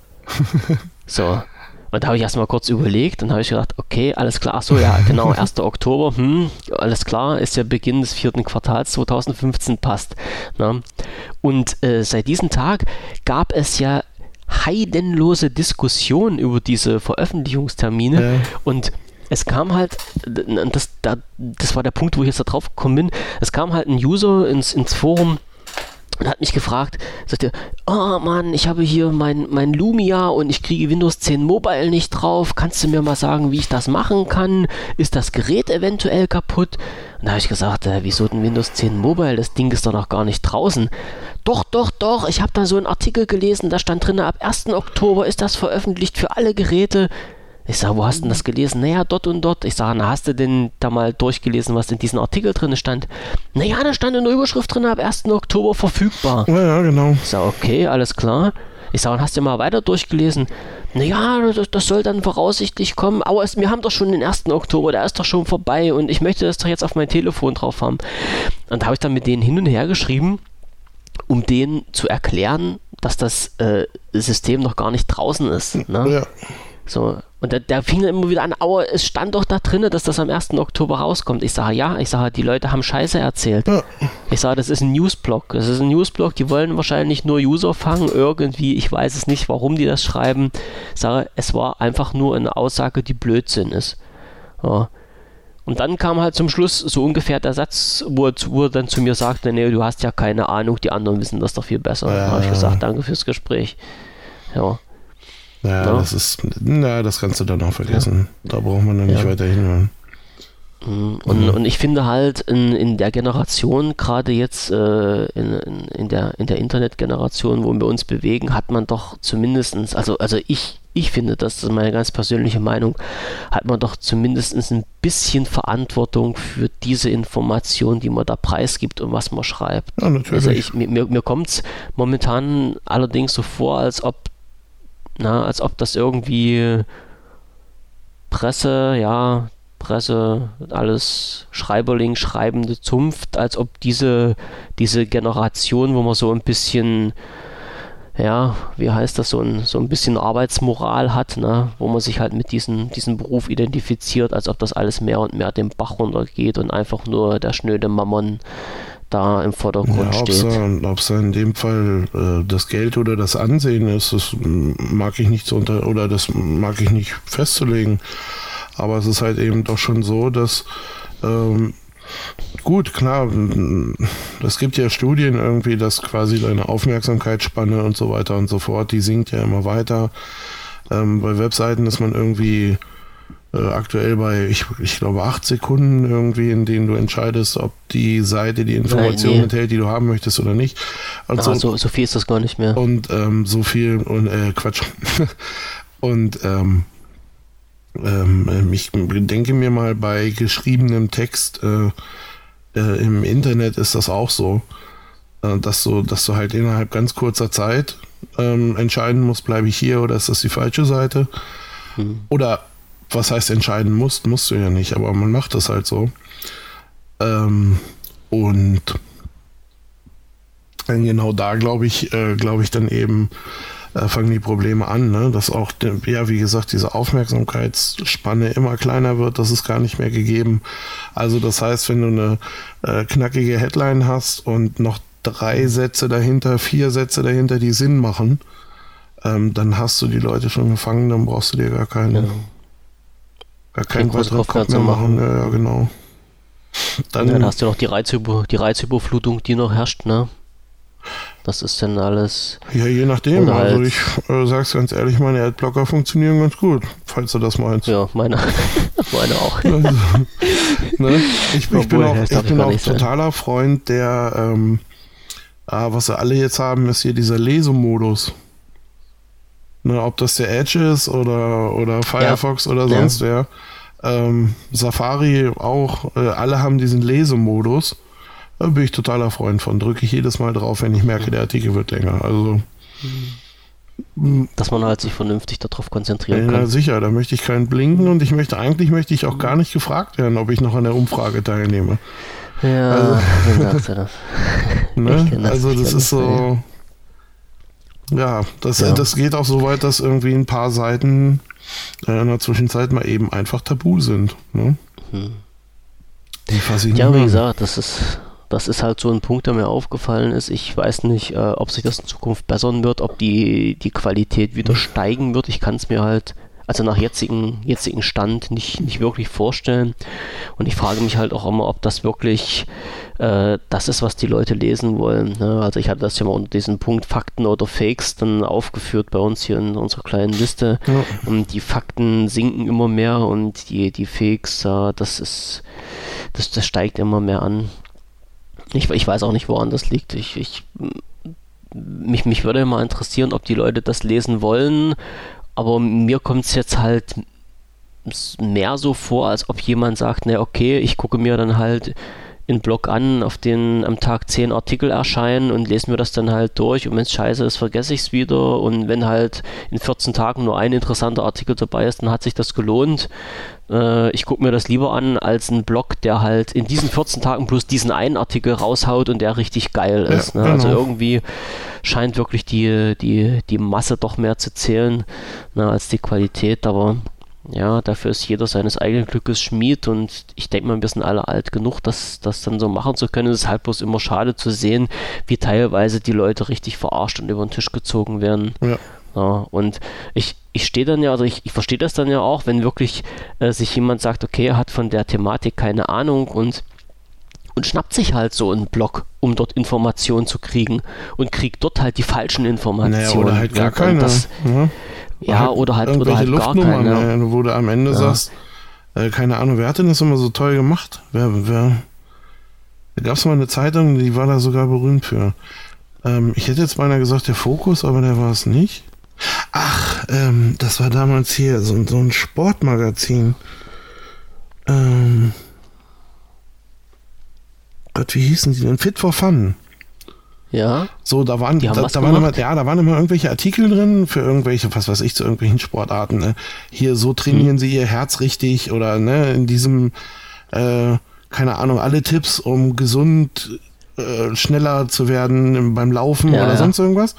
So. Und da habe ich erstmal kurz überlegt und habe ich gedacht, okay, alles klar, ach so, ja, genau, erster Oktober, hm, alles klar, ist ja Beginn des vierten Quartals zwanzig fünfzehn, passt. Ne? Und äh, seit diesem Tag gab es ja heidenlose Diskussionen über diese Veröffentlichungstermine ja. Und es kam halt, das, das war der Punkt, wo ich jetzt da drauf gekommen bin, es kam halt ein User ins, ins Forum und hat mich gefragt, sagte, oh Mann, ich habe hier mein, mein Lumia und ich kriege Windows zehn Mobile nicht drauf, kannst du mir mal sagen, wie ich das machen kann? Ist das Gerät eventuell kaputt? Und da habe ich gesagt, äh, wieso denn Windows zehn Mobile? Das Ding ist doch noch gar nicht draußen. Doch, doch, doch, ich habe da so einen Artikel gelesen, da stand drin, ab ersten Oktober ist das veröffentlicht für alle Geräte. Ich sage, wo hast du denn das gelesen? Naja, dort und dort. Ich sage, na, hast du denn da mal durchgelesen, was in diesem Artikel drin stand? Naja, da stand in der Überschrift drin, ab ersten Oktober verfügbar. Ja, ja, genau. Ich sage, okay, alles klar. Ich sage, hast du mal weiter durchgelesen? Naja, das, das soll dann voraussichtlich kommen, aber es, wir haben doch schon den ersten Oktober, der ist doch schon vorbei und ich möchte das doch jetzt auf mein Telefon drauf haben. Und da habe ich dann mit denen hin und her geschrieben, um denen zu erklären, dass das äh, System noch gar nicht draußen ist. Ne? Ja. So, und da, da fing dann immer wieder an, aber es stand doch da drin, dass das am ersten Oktober rauskommt. Ich sage, ja, ich sage, die Leute haben Scheiße erzählt. Ja. Ich sage, das ist ein Newsblog. Das ist ein Newsblog, die wollen wahrscheinlich nur User fangen, irgendwie, ich weiß es nicht, warum die das schreiben. Ich sage, es war einfach nur eine Aussage, die Blödsinn ist. Ja. Und dann kam halt zum Schluss so ungefähr der Satz, wo er, wo er dann zu mir sagte, nee, du hast ja keine Ahnung, die anderen wissen das doch viel besser. Ja. Da habe ich gesagt, danke fürs Gespräch. Ja. Ja, ja, das ist, na, das kannst du dann auch vergessen. Ja. Da braucht man dann nicht ja. weiter hinhören. Und, mhm. und ich finde halt in, in der Generation, gerade jetzt äh, in, in, der, in der Internetgeneration, wo wir uns bewegen, hat man doch zumindestens, also, also ich, ich finde, das ist meine ganz persönliche Meinung, hat man doch zumindest ein bisschen Verantwortung für diese Information, die man da preisgibt und was man schreibt. Ja, natürlich. Also ich, mir, mir kommt es momentan allerdings so vor, als ob Na, als ob das irgendwie Presse, ja, Presse, alles Schreiberling, schreibende Zunft, als ob diese, diese Generation, wo man so ein bisschen, ja, wie heißt das, so ein, so ein bisschen Arbeitsmoral hat, ne? Wo man sich halt mit diesem, diesem Beruf identifiziert, als ob das alles mehr und mehr den Bach runtergeht und einfach nur der schnöde Mammon da im Vordergrund ja, steht. Ob es in dem Fall äh, das Geld oder das Ansehen ist, das mag ich nicht so unter oder das mag ich nicht festzulegen. Aber es ist halt eben doch schon so, dass ähm, gut, klar, es gibt ja Studien irgendwie, dass quasi deine Aufmerksamkeitsspanne und so weiter und so fort, die sinkt ja immer weiter. Ähm, bei Webseiten ist man irgendwie äh, aktuell bei, ich, ich glaube, acht Sekunden irgendwie, in denen du entscheidest, ob die Seite die Information Nein, nee. enthält, die du haben möchtest oder nicht. Also, ah, so, so viel ist das gar nicht mehr. Und ähm, so viel, und äh, Quatsch. und ähm, ähm, ich denke mir mal, bei geschriebenem Text äh, äh, im Internet ist das auch so, äh, dass du, dass du halt innerhalb ganz kurzer Zeit ähm, entscheiden musst, bleibe ich hier oder ist das die falsche Seite? Hm. Oder was heißt entscheiden musst, musst du ja nicht, aber man macht das halt so. Ähm, und genau da glaube ich, äh, glaube ich dann eben äh, fangen die Probleme an, ne? Dass auch, ja, wie gesagt, diese Aufmerksamkeitsspanne immer kleiner wird, das ist gar nicht mehr gegeben. Also das heißt, wenn du eine äh, knackige Headline hast und noch drei Sätze dahinter, vier Sätze dahinter, die Sinn machen, ähm, dann hast du die Leute schon gefangen, dann brauchst du dir gar keinen, ja. gar keinen weiteren Kopf mehr machen. machen. Ja, ja, genau. Dann, dann hast du noch die, Reizüber, die Reizüberflutung, die noch herrscht, ne? Das ist dann alles... Ja, je nachdem. Oder also halt ich äh, sag's ganz ehrlich, meine Adblocker funktionieren ganz gut, falls du das meinst. Ja, meine, meine auch. Also, ne? Ich, ich bin auch, ich bin auch totaler Freund der, ähm, äh, was sie alle jetzt haben, ist hier dieser Lesemodus. Ne, ob das der Edge ist oder, oder Firefox ja. oder sonst ja. wer. Ähm, Safari auch, äh, alle haben diesen Lesemodus. Da bin ich totaler Freund von. Drücke ich jedes Mal drauf, wenn ich merke, der Artikel wird länger. Also, dass man halt sich vernünftig darauf konzentrieren ja, kann. Ja, sicher, da möchte ich keinen blinken und ich möchte eigentlich möchte ich auch gar nicht gefragt werden, ob ich noch an der Umfrage teilnehme. Ja, also, dann sagst du das. Ne? Das also das ist so, ja, das, ja, das geht auch so weit, dass irgendwie ein paar Seiten äh, in der Zwischenzeit mal eben einfach tabu sind. Ne? Hm. Die fasse ich ja, nicht wie an. gesagt, das ist Das ist halt so ein Punkt, der mir aufgefallen ist. Ich weiß nicht, äh, ob sich das in Zukunft bessern wird, ob die, die Qualität wieder steigen wird. Ich kann es mir halt, also nach jetzigen, jetzigen Stand, nicht, nicht wirklich vorstellen. Und ich frage mich halt auch immer, ob das wirklich äh, das ist, was die Leute lesen wollen. Ne? Also ich hatte das ja mal unter diesem Punkt Fakten oder Fakes dann aufgeführt bei uns hier in unserer kleinen Liste. Ja. Und die Fakten sinken immer mehr und die, die Fakes, äh, das ist, das, das steigt immer mehr an. Ich, ich weiß auch nicht, woran das liegt. Ich, ich, mich, mich würde mal interessieren, ob die Leute das lesen wollen, aber mir kommt es jetzt halt mehr so vor, als ob jemand sagt, na okay, ich gucke mir dann halt einen Blog an, auf den am Tag zehn Artikel erscheinen und lese mir das dann halt durch und wenn es scheiße ist, vergesse ich es wieder und wenn halt in vierzehn Tagen nur ein interessanter Artikel dabei ist, dann hat sich das gelohnt. Äh, ich gucke mir das lieber an als ein Blog, der halt in diesen vierzehn Tagen bloß diesen einen Artikel raushaut und der richtig geil ist. Ja, ne? Genau. Also irgendwie scheint wirklich die, die, die Masse doch mehr zu zählen, ne, als die Qualität, aber ja, dafür ist jeder seines eigenen Glückes Schmied und ich denke mal, wir sind alle alt genug, das, das dann so machen zu können. Es ist halt bloß immer schade zu sehen, wie teilweise die Leute richtig verarscht und über den Tisch gezogen werden. Ja. Ja, und ich, ich stehe dann ja, also ich, ich verstehe das dann ja auch, wenn wirklich äh, sich jemand sagt, okay, er hat von der Thematik keine Ahnung und und schnappt sich halt so einen Blog, um dort Informationen zu kriegen und kriegt dort halt die falschen Informationen. Naja, oder halt gar keine. Das, ja. Ja, halt oder halt, oder halt gar keine. Ne, wo du am Ende ja. sagst, äh, keine Ahnung, wer hat denn das immer so toll gemacht? Wer, wer, da gab es mal eine Zeitung, die war da sogar berühmt für. Ähm, ich hätte jetzt beinahe gesagt, der Fokus, aber der war es nicht. Ach, ähm, das war damals hier so, so ein Sportmagazin. Ähm, Gott, wie hießen die denn? Fit for Fun. Ja. So, da waren, da, da waren immer, ja, da waren immer irgendwelche Artikel drin für irgendwelche, was weiß ich, zu irgendwelchen Sportarten. Ne? Hier, so trainieren hm. sie ihr Herz richtig oder ne, in diesem, äh, keine Ahnung, alle Tipps, um gesund, äh, schneller zu werden beim Laufen ja, oder ja. sonst irgendwas.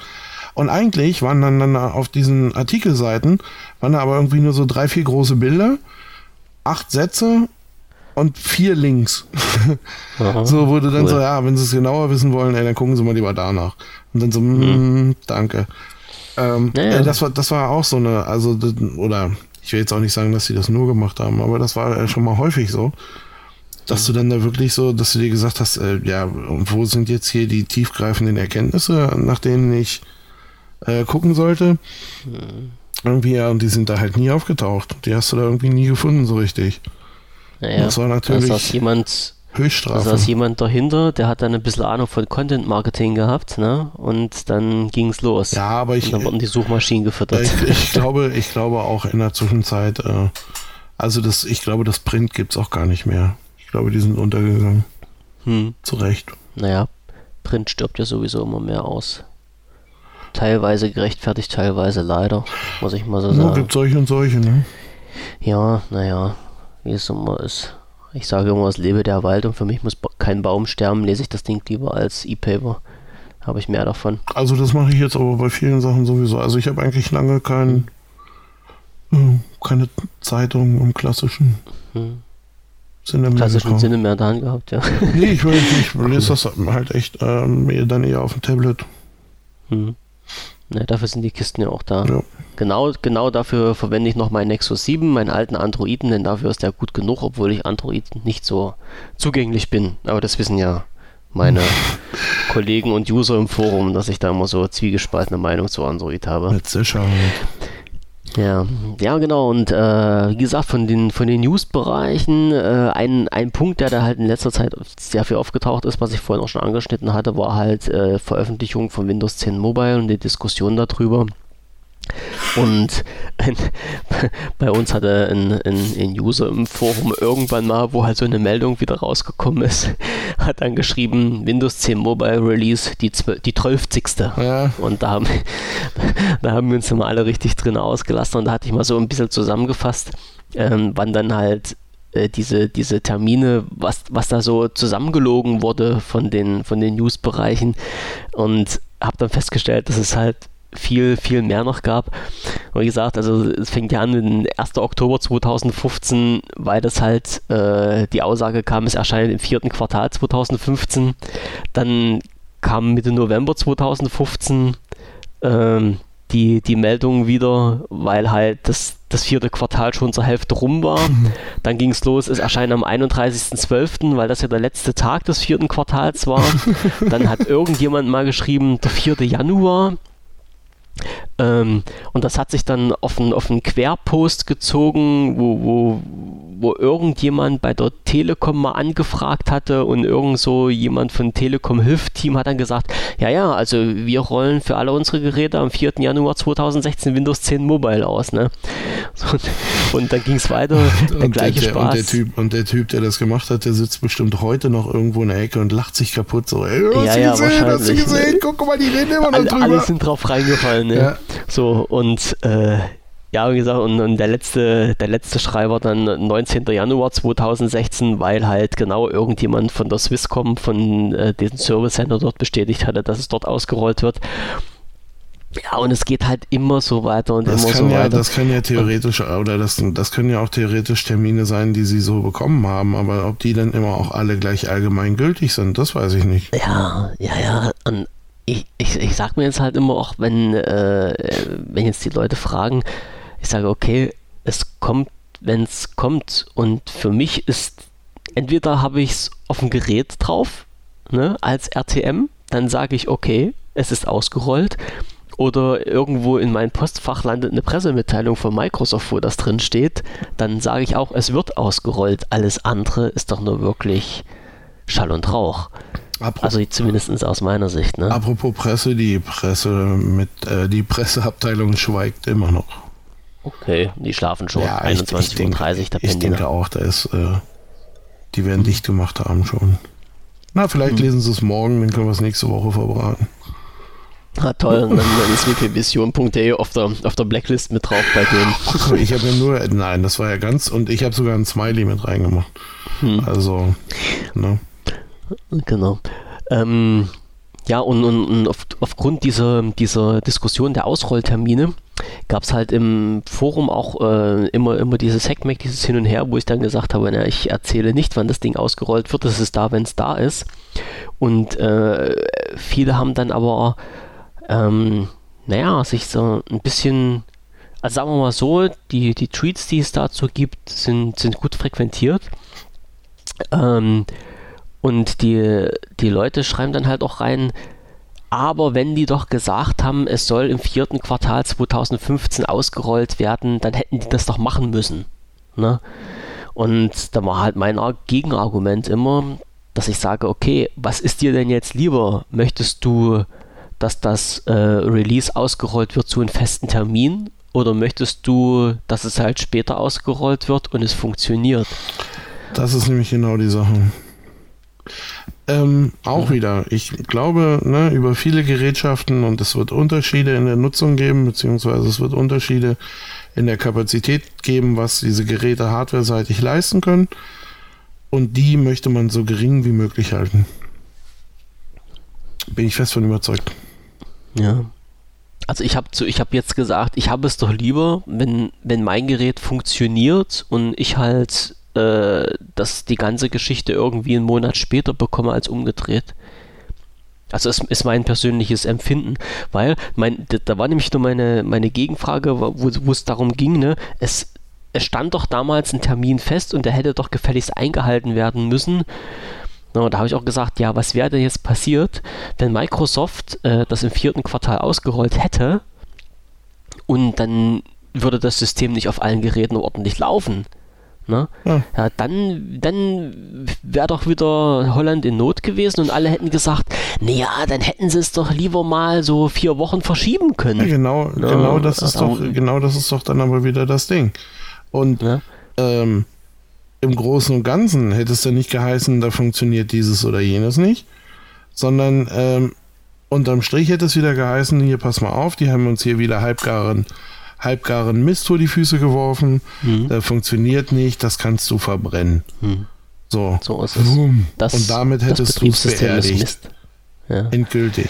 Und eigentlich waren dann, dann auf diesen Artikelseiten, waren da aber irgendwie nur so drei, vier große Bilder, acht Sätze und vier Links. Aha, so wurde dann cool. so, ja, wenn Sie es genauer wissen wollen, ey, dann gucken Sie mal lieber danach. Und dann so, Mhm. mh, danke. Ähm, Ja, ja. äh, das war, das war auch so eine, also, das- oder ich will jetzt auch nicht sagen, dass sie das nur gemacht haben, aber das war äh, schon mal häufig so, dass du dann da wirklich so, dass du dir gesagt hast, äh, ja, und wo sind jetzt hier die tiefgreifenden Erkenntnisse, nach denen ich äh, gucken sollte? Irgendwie, ja, und die sind da halt nie aufgetaucht. Die hast du da irgendwie nie gefunden, so richtig. Naja, Das war da natürlich saß jemand, da Höchststrafe. saß jemand dahinter, der hat dann ein bisschen Ahnung von Content Marketing gehabt, ne? Und dann ging's los. Ja, aber ich, Und dann wurden die Suchmaschinen gefüttert. ich, ich glaube, ich glaube auch in der Zwischenzeit, äh, also das, ich glaube, das Print gibt's auch gar nicht mehr. Ich glaube, die sind untergegangen. Hm. Zu Recht. Naja, Print stirbt ja sowieso immer mehr aus. Teilweise gerechtfertigt, teilweise leider, muss ich mal so Ja, sagen. gibt solche und solche, ne? Ja, naja, wie es immer ist. Ich sage immer, es lebe der Wald und für mich muss ba- kein Baum sterben, lese ich das Ding lieber als E-Paper. Habe ich mehr davon. Also das mache ich jetzt aber bei vielen Sachen sowieso. Also ich habe eigentlich lange kein, äh, keine Zeitung im klassischen Hm. Sinne mehr Klassischen bekommen. Sinne mehr da gehabt, ja. Nee, ich, will, ich lese das halt echt ähm, eher dann eher auf dem Tablet. Hm. Ne, dafür sind die Kisten ja auch da. Ja. Genau, genau dafür verwende ich noch meinen Nexus sieben, meinen alten Androiden, denn dafür ist der gut genug, obwohl ich Android nicht so zugänglich bin. Aber das wissen ja meine Kollegen und User im Forum, dass ich da immer so zwiegespaltene Meinung zu Android habe. Mit Sicherheit. Ja, ja genau. Und äh, wie gesagt, von den von den News-Bereichen, äh, ein, ein Punkt, der da halt in letzter Zeit sehr viel aufgetaucht ist, was ich vorhin auch schon angeschnitten hatte, war halt äh, Veröffentlichung von Windows zehn Mobile und die Diskussion darüber. Und ein, bei uns hatte ein, ein, ein User im Forum irgendwann mal, wo halt so eine Meldung wieder rausgekommen ist, hat dann geschrieben, Windows zehn Mobile Release, die, die zwölfzigste. Ja. Und da haben, da haben wir uns immer alle richtig drin ausgelassen und da hatte ich mal so ein bisschen zusammengefasst, ähm, wann dann halt äh, diese, diese Termine, was, was da so zusammengelogen wurde von den, von den News-Bereichen und habe dann festgestellt, dass es halt viel, viel mehr noch gab. Und wie gesagt, also es fängt ja an mit dem ersten Oktober zweitausendfünfzehn, weil das halt äh, die Aussage kam, es erscheint im vierten Quartal zweitausendfünfzehn. Dann kam Mitte November zweitausendfünfzehn ähm, die, die Meldung wieder, weil halt das, das vierte Quartal schon zur Hälfte rum war. Dann ging es los, es erscheint am einunddreißigsten zwölften, weil das ja der letzte Tag des vierten Quartals war. Dann hat irgendjemand mal geschrieben, der vierte Januar. Ähm, und das hat sich dann auf einen, auf einen Querpost gezogen, wo, wo, wo irgendjemand bei der Telekom mal angefragt hatte und irgend so jemand von Telekom Hilfteam hat dann gesagt, ja, ja, also wir rollen für alle unsere Geräte am vierten Januar zweitausendsechzehn Windows zehn Mobile aus, ne? So, und, und dann ging es weiter, der Und gleiche der, Spaß. Und der, typ, und der Typ, der das gemacht hat, der sitzt bestimmt heute noch irgendwo in der Ecke und lacht sich kaputt. So, ey, hast Ja, du ja, gesehen, hast du wahrscheinlich, gesehen? ne? Guck mal, die reden immer noch Alle, drüber. alle sind drauf reingefallen, ne? Ja. So, und äh, ja, wie gesagt, und, und der letzte, der letzte Schrei war dann neunzehnten Januar zweitausendsechzehn, weil halt genau irgendjemand von der Swisscom, von äh, diesem Service Center dort bestätigt hatte, dass es dort ausgerollt wird. Ja, und es geht halt immer so weiter und Das immer kann so ja, weiter. das kann ja theoretisch, oder das, das können ja auch theoretisch Termine sein, die sie so bekommen haben, aber ob die dann immer auch alle gleich allgemein gültig sind, das weiß ich nicht. Ja, ja, ja. Und ich, ich, ich sag mir jetzt halt immer auch, wenn, äh, wenn jetzt die Leute fragen, ich sage, okay, es kommt, wenn es kommt. Und für mich ist, entweder habe ich es auf dem Gerät drauf, ne, als R T M, dann sage ich, okay, es ist ausgerollt. Oder irgendwo in mein Postfach landet eine Pressemitteilung von Microsoft, wo das drin steht, dann sage ich auch, es wird ausgerollt. Alles andere ist doch nur wirklich Schall und Rauch. Apropos, Also zumindest aus meiner Sicht, ne? apropos Presse, die Presse mit äh, die Presseabteilung schweigt immer noch. Okay, die schlafen schon. Ja, ich- einundzwanzig ich Uhr denk- dreißig, da Ich pennen die denke noch. auch, da ist, äh, die werden dicht gemacht haben schon. Na, vielleicht Mhm. lesen sie es morgen, dann können wir es nächste Woche vorbereiten. Ah, toll, und dann, dann ist w p vision punkt d e auf der, auf der Blacklist mit drauf bei denen. Ich habe ja nur, nein, das war ja ganz, und ich habe sogar ein Smiley mit reingemacht. Hm. Also, ne? Genau. Ähm, Ja, und, und, und auf, aufgrund dieser, dieser Diskussion der Ausrolltermine gab es halt im Forum auch äh, immer, immer dieses Hackmack, dieses Hin und Her, wo ich dann gesagt habe, na, ich erzähle nicht, wann das Ding ausgerollt wird, das ist da, wenn es da ist. Und äh, viele haben dann aber, ähm, naja, sich so ein bisschen, also sagen wir mal so, die, die Tweets, die es dazu gibt, sind, sind gut frequentiert. Ähm, und die, die Leute schreiben dann halt auch rein, aber wenn die doch gesagt haben, es soll im vierten Quartal zweitausendfünfzehn ausgerollt werden, dann hätten die das doch machen müssen. Ne? Und da war halt mein Gegenargument immer, dass ich sage, okay, was ist dir denn jetzt lieber? Möchtest du, dass das äh, Release ausgerollt wird zu einem festen Termin? Oder möchtest du, dass es halt später ausgerollt wird und es funktioniert? Das ist nämlich genau die Sache. Ähm, auch ja. wieder, ich glaube, ne, über viele Gerätschaften und es wird Unterschiede in der Nutzung geben, beziehungsweise es wird Unterschiede in der Kapazität geben, was diese Geräte hardwareseitig leisten können. Und die möchte man so gering wie möglich halten. Bin ich fest von überzeugt. Ja. Also ich habe ich hab jetzt gesagt, ich habe es doch lieber, wenn, wenn mein Gerät funktioniert und ich halt äh, dass die ganze Geschichte irgendwie einen Monat später bekomme als umgedreht. Also es ist mein persönliches Empfinden, weil mein, da war nämlich nur meine, meine Gegenfrage, wo, wo es darum ging, ne, es, es stand doch damals ein Termin fest und der hätte doch gefälligst eingehalten werden müssen. Na, da habe ich auch gesagt, ja, was wäre denn jetzt passiert, wenn Microsoft äh, das im vierten Quartal ausgerollt hätte und dann würde das System nicht auf allen Geräten ordentlich laufen. Ne? Ja. Ja, dann dann wäre doch wieder Holland in Not gewesen und alle hätten gesagt, naja, dann hätten sie es doch lieber mal so vier Wochen verschieben können. Ja, genau, ja, genau, das ist doch, genau das ist doch dann aber wieder das Ding. Und ja. ähm, im Großen und Ganzen hätte es dann nicht geheißen, da funktioniert dieses oder jenes nicht, sondern ähm, unterm Strich hätte es wieder geheißen, hier pass mal auf, die haben uns hier wieder halbgaren halbgaren Mist vor die Füße geworfen, mhm. der funktioniert nicht, das kannst du verbrennen. Mhm. So, so ist es. Das, und damit hättest du es beerdigt. Ja. Endgültig.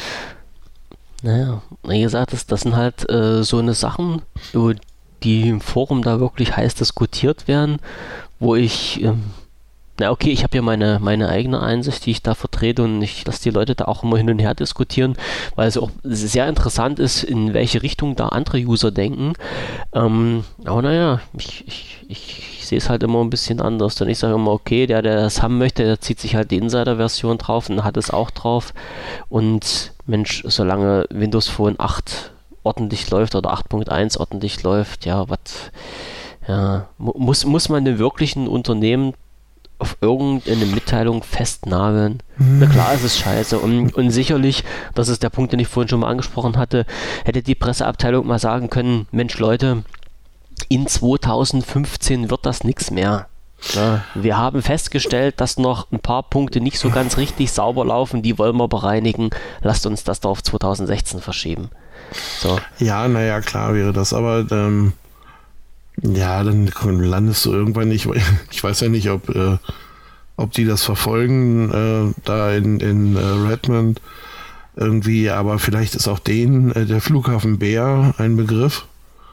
Naja, wie gesagt, das, das sind halt äh, so eine Sachen, über die im Forum da wirklich heiß diskutiert werden, wo ich, ähm, na okay, ich habe ja meine, meine eigene Einsicht, die ich da vertrete und ich lasse die Leute da auch immer hin und her diskutieren, weil es auch sehr interessant ist, in welche Richtung da andere User denken. Ähm, aber naja, ich, ich, ich sehe es halt immer ein bisschen anders. Und ich sage immer, okay, der, der das haben möchte, der zieht sich halt die Insider-Version drauf und hat es auch drauf. Und Mensch, solange Windows Phone acht ordentlich läuft oder acht Punkt eins ordentlich läuft, ja, was, ja, muss, muss man den wirklichen Unternehmen auf irgendeine Mitteilung festnageln. Mhm. Na klar, es ist scheiße. Und, und sicherlich, das ist der Punkt, den ich vorhin schon mal angesprochen hatte, hätte die Presseabteilung mal sagen können, Mensch Leute, in zweitausendfünfzehn wird das nichts mehr. Ja, wir haben festgestellt, dass noch ein paar Punkte nicht so ganz richtig sauber laufen, die wollen wir bereinigen. Lasst uns das doch auf zweitausendsechzehn verschieben. So. Ja, naja, klar wäre das, aber ähm ja, dann landest du irgendwann nicht, ich weiß ja nicht, ob, äh, ob die das verfolgen, äh, da in, in äh, Redmond irgendwie, aber vielleicht ist auch denen äh, der Flughafen Bär ein Begriff,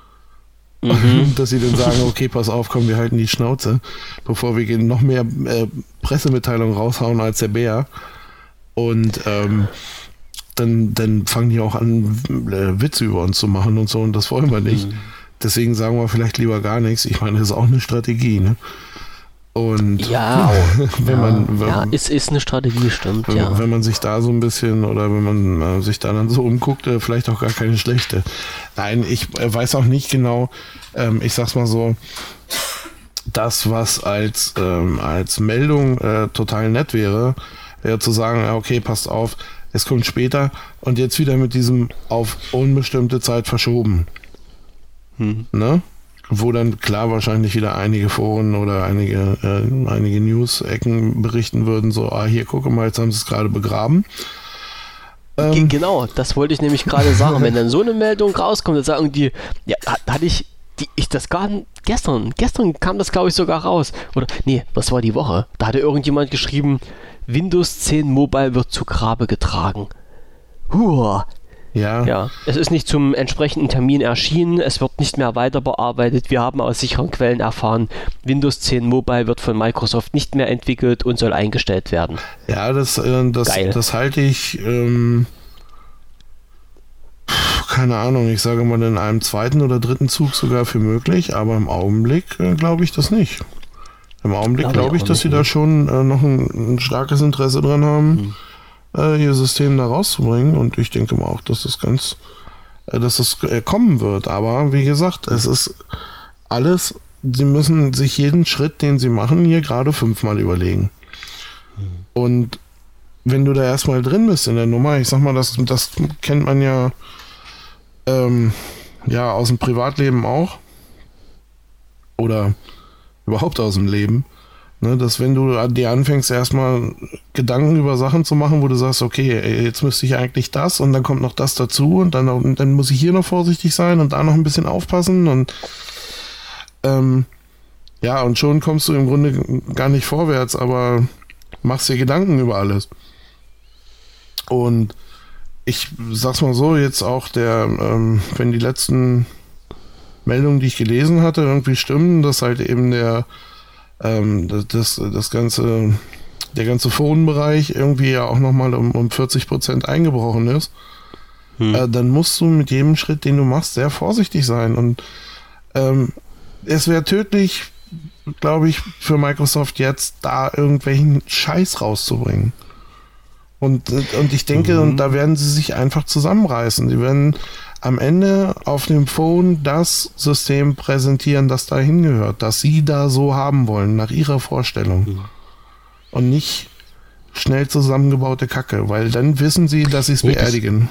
mhm. dass sie dann sagen, okay, pass auf, komm, wir halten die Schnauze, bevor wir noch mehr äh, Pressemitteilungen raushauen als der Bär und ähm, dann, dann fangen die auch an, äh, Witze über uns zu machen und so und das wollen wir nicht. Mhm. Deswegen sagen wir vielleicht lieber gar nichts. Ich meine, das ist auch eine Strategie, ne? Und ja, wenn ja, man, wenn, ja, es ist eine Strategie, stimmt, wenn, ja. Wenn man sich da so ein bisschen oder wenn man äh, sich da dann so umguckt, äh, vielleicht auch gar keine schlechte. Nein, ich äh, weiß auch nicht genau, ähm, ich sag's mal so, das, was als, ähm, als Meldung äh, total nett wäre, wäre zu sagen, ja, okay, passt auf, es kommt später und jetzt wieder mit diesem auf unbestimmte Zeit verschoben. Hm. Ne? Wo dann klar wahrscheinlich wieder einige Foren oder einige, äh, einige News-Ecken berichten würden, so, ah, hier, gucke mal, jetzt haben sie es gerade begraben. Ähm, genau, das wollte ich nämlich gerade sagen. Wenn dann so eine Meldung rauskommt, dann sagen die, ja, hatte ich, die, ich das gar gestern, gestern kam das, glaube ich, sogar raus. Oder, nee, das war die Woche. Da hatte irgendjemand geschrieben, Windows zehn Mobile wird zu Grabe getragen. Huah. Ja. Ja, es ist nicht zum entsprechenden Termin erschienen, es wird nicht mehr weiter bearbeitet. Wir haben aus sicheren Quellen erfahren, Windows zehn Mobile wird von Microsoft nicht mehr entwickelt und soll eingestellt werden. Ja, das, äh, das, das halte ich, ähm, keine Ahnung, ich sage mal in einem zweiten oder dritten Zug sogar für möglich, aber im Augenblick äh, glaube ich das nicht. Im Augenblick glaube ich, ich dass sie da schon äh, noch ein, ein starkes Interesse dran haben. Hm. ihr System da rauszubringen, und ich denke mal auch, dass das ganz, dass das kommen wird, aber wie gesagt, es ist alles, sie müssen sich jeden Schritt, den sie machen, hier gerade fünfmal überlegen. Und wenn du da erstmal drin bist in der Nummer, ich sag mal, das, das kennt man ja ähm, ja aus dem Privatleben auch oder überhaupt aus dem Leben, ne, dass wenn du dir anfängst, erstmal Gedanken über Sachen zu machen, wo du sagst, okay, jetzt müsste ich eigentlich das und dann kommt noch das dazu und dann, und dann muss ich hier noch vorsichtig sein und da noch ein bisschen aufpassen und ähm, ja, und schon kommst du im Grunde gar nicht vorwärts, aber machst dir Gedanken über alles. Und ich sag's mal so, jetzt auch der, ähm, wenn die letzten Meldungen, die ich gelesen hatte, irgendwie stimmen, dass halt eben der ähm, das, das ganze, der ganze Forenbereich irgendwie ja auch nochmal um, um vierzig Prozent eingebrochen ist, hm. äh, dann musst du mit jedem Schritt, den du machst, sehr vorsichtig sein. Und ähm, es wäre tödlich, glaube ich, für Microsoft jetzt da irgendwelchen Scheiß rauszubringen. Und, und ich denke, mhm. und da werden sie sich einfach zusammenreißen. Sie werden am Ende auf dem Phone das System präsentieren, das da hingehört, das sie da so haben wollen, nach ihrer Vorstellung. Mhm. Und nicht schnell zusammengebaute Kacke, weil dann wissen sie, dass sie es nee, beerdigen.